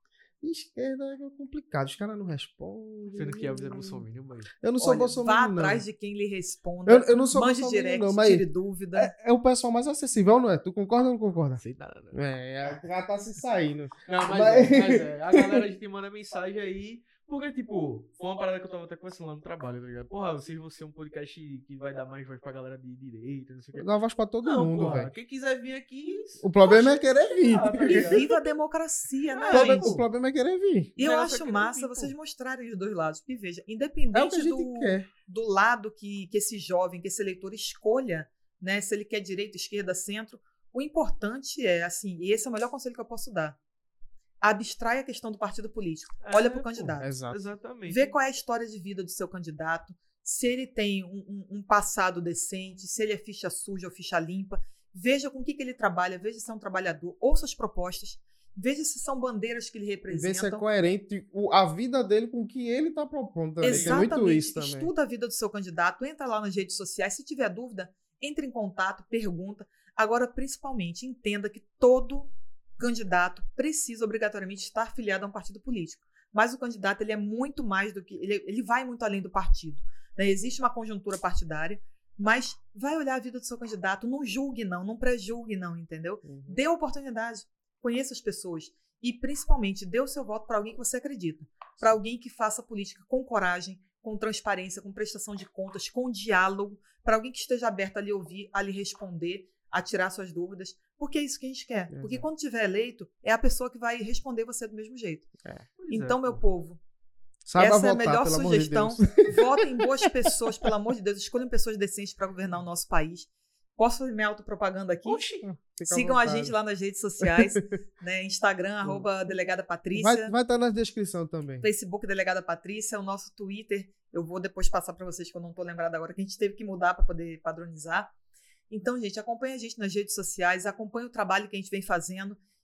esquerda é complicado. Os caras não respondem. Sendo que Elvis é bolsominion, mas... Eu não sou Olha, bolsominion, vá não. atrás de quem lhe responda. Eu, eu não sou mande bolsominion, direct, não, mas tire dúvida. é, é o pessoal mais acessível, não é? Tu concorda ou não concorda? Sei nada, não. É, já tá se saindo. Não, mas, Mas- É, mas é. A galera a gente manda mensagem aí. Porque, tipo, foi uma parada que eu tava até conversando lá no trabalho, tá ligado? Porra, vocês vão ser um podcast que vai dar mais voz pra galera de direita, não sei o quê. Dá voz pra todo Não, mundo, porra, velho. quem quiser vir aqui. O problema é querer vir. Ah, tá E ligado? viva a democracia, né, O problema- gente? o problema é querer vir. E eu Não, acho só que massa não tem, vocês pô. mostrarem os dois lados. Porque veja, É o que a independente gente do, quer. do lado que, que esse jovem, que esse eleitor escolha, né, se ele quer direita, esquerda, centro, o importante é, assim, e esse é o melhor conselho que eu posso dar, abstrai a questão do partido político. Olha É, pro pô, candidato. Exato. Exatamente. Vê qual é a história de vida do seu candidato, se ele tem um, um- um passado decente, se ele é ficha suja ou ficha limpa. Veja com o que, que ele trabalha, veja se é um trabalhador, ouça as propostas, veja se são bandeiras que ele Ver se é representam. coerente o- a vida dele com o que ele tá propondo também. que É Exatamente. muito isso também. Estuda a vida do seu candidato, entra lá nas redes sociais. Se tiver dúvida, entre em contato, pergunta. Agora, principalmente, entenda que todo candidato precisa obrigatoriamente estar afiliado a um partido político. Mas o candidato ele é muito mais do que. Ele, ele vai muito além do partido. Né? Existe uma conjuntura partidária, mas vai olhar a vida do seu candidato. Não julgue, não, não pré-julgue, não, entendeu? Uhum. Dê a oportunidade, conheça as pessoas e, principalmente, dê o seu voto para alguém que você acredita, para alguém que faça política com coragem, com transparência, com prestação de contas, com diálogo, para alguém que esteja aberto a lhe ouvir, a lhe responder, a tirar suas dúvidas, porque é isso que a gente quer. Exato. Porque quando tiver eleito, é a pessoa que vai responder você do mesmo jeito. Pois Então, é, meu pô. povo, Saiba essa é a votar, melhor pelo amor de sugestão. Deus. Votem em boas pessoas, pelo amor de Deus. Escolham pessoas decentes para governar o nosso país. Posso fazer minha autopropaganda aqui? Oxi. Fica à Sigam a vontade. gente lá nas redes sociais, né? Instagram, arroba Delegada Patrícia, Vai vai estar na descrição também. Facebook Delegada Patrícia, o nosso Twitter, eu vou depois passar para vocês que eu não estou lembrada agora, que a gente teve que mudar para poder padronizar. Então, gente, acompanha a gente nas redes sociais, acompanha o trabalho que a gente vem fazendo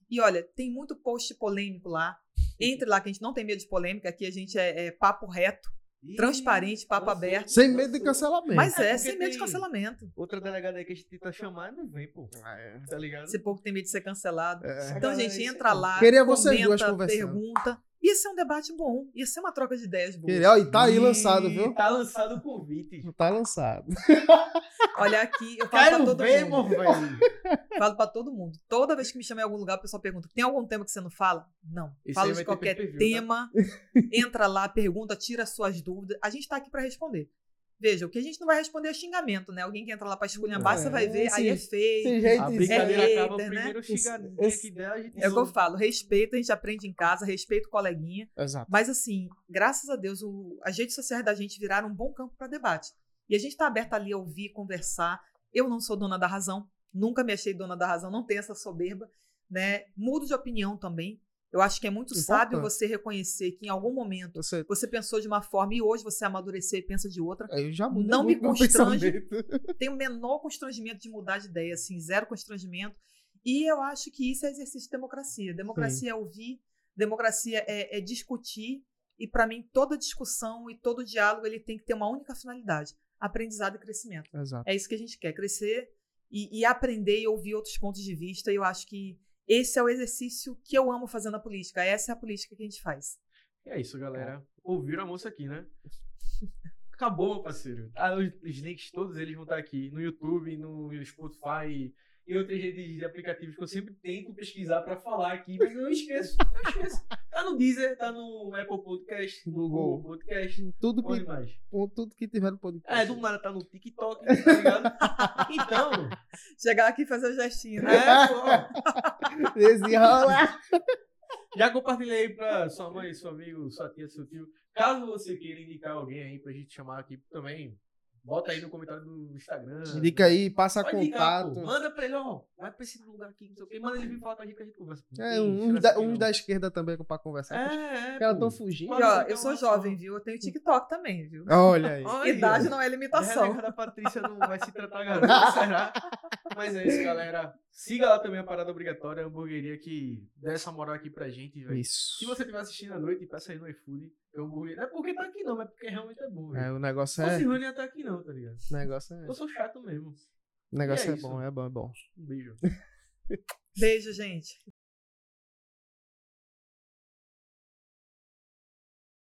E olha, tem muito post polêmico lá. Entre lá, que a gente não tem medo de polêmica. Aqui a gente é, é papo reto, transparente, papo aberto. Sem medo de cancelamento. Mas é, porque sem medo de tem- cancelamento. Outra delegada aí que a gente tenta chamar não vem, pô. Tá ligado? Esse povo tem medo de ser cancelado. É. Então, gente, entra lá, Queria vocês duas comenta, conversando. pergunta. Ia ser um debate bom. Ia ser uma troca de ideias boas. Queria- ó, e tá aí E lançado, viu? Tá lançado o convite. Tá lançado. Olha aqui, eu falo pra Quero todo ver, mundo. meu velho. Falo pra todo mundo. Toda vez que me chama em algum lugar, o pessoal pergunta: tem algum tema que você não fala? Não. Esse Fala aí de vai ter qualquer pay per view, tema. Entra lá, pergunta, tira suas dúvidas. A gente tá aqui pra responder. Veja, o que a gente não vai responder é xingamento, né? Alguém que entra lá pra esculhambar, É, você vai ver, aí é esse- feio. Esse jeito A de- brincadeira É acaba hater, né? primeiro xingadinha Esse- que der, a gente É o que eu falo, respeito, a gente aprende em casa, respeito o coleguinha. Exato. Mas assim, graças a Deus, o, as redes sociais da gente viraram um bom campo para debate. E a gente está aberto ali a ouvir, conversar. Eu não sou dona da razão, nunca me achei dona da razão, não tenho essa soberba, né? Mudo de opinião também. Eu acho que é muito Importante. sábio você reconhecer que em algum momento Você, você pensou de uma forma e hoje você amadureceu e pensa de outra. eu já mudei Não me muito meu constrange. pensamento. Tem o menor constrangimento de mudar de ideia, assim, zero constrangimento. E eu acho que isso é exercício de democracia. Democracia é ouvir, democracia é, é discutir. E para mim, toda discussão e todo diálogo ele tem que ter uma única finalidade: aprendizado e crescimento. Exato. É isso que a gente quer, crescer e, e aprender e ouvir outros pontos de vista. E eu acho que esse é o exercício que eu amo fazer na política. Essa é a política que a gente faz. E é isso, galera. Ouviram a moça aqui, né? Acabou, meu parceiro. Ah, os, os links todos eles vão estar aqui no YouTube, no Spotify e outras redes de aplicativos que eu sempre tento pesquisar pra falar aqui, mas eu esqueço. Eu esqueço. Tá no Deezer, tá no Apple Podcast, no Google Podcast. Tudo que, Onde mais? tudo que tiver no podcast. É, do nada tá no TikTok, tá ligado? Então, Chegar aqui e fazer o gestinho, né? é, pô. Desenrola. Já compartilhei aí pra sua mãe, seu amigo, sua tia, seu tio. Caso você queira indicar alguém aí pra gente chamar aqui também, bota aí no comentário do Instagram. Indica aí, passa Pode indicar, contato. pô. Manda pra ele, ó. Vai pra esse lugar aqui, não sei o quê. Manda ele vir falar com a gente que a gente conversa. É, Ih, uns tira da, essa uns opinião. da esquerda também pra conversar. É, é. Os caras pô. tão fugindo. E, ó, eu sou jovem, viu? Eu tenho TikTok também, viu? Olha aí. Olha, Idade ó. não é A limitação. da Patrícia não vai se tratar garota, será? Mas é isso, galera. Siga lá também a Parada Obrigatória, a hamburgueria que dá essa moral aqui pra gente, velho. Isso. Se você estiver assistindo à noite, peça aí no iFood. É um hambúrguer. Não é porque tá aqui não, mas porque realmente é bom, É, velho. o negócio Se é. fosse ruim, não ia estar aqui não, tá ligado? O negócio é. Eu sou chato mesmo. O negócio E é é isso. bom, é bom, é bom. Um beijo. Beijo, gente.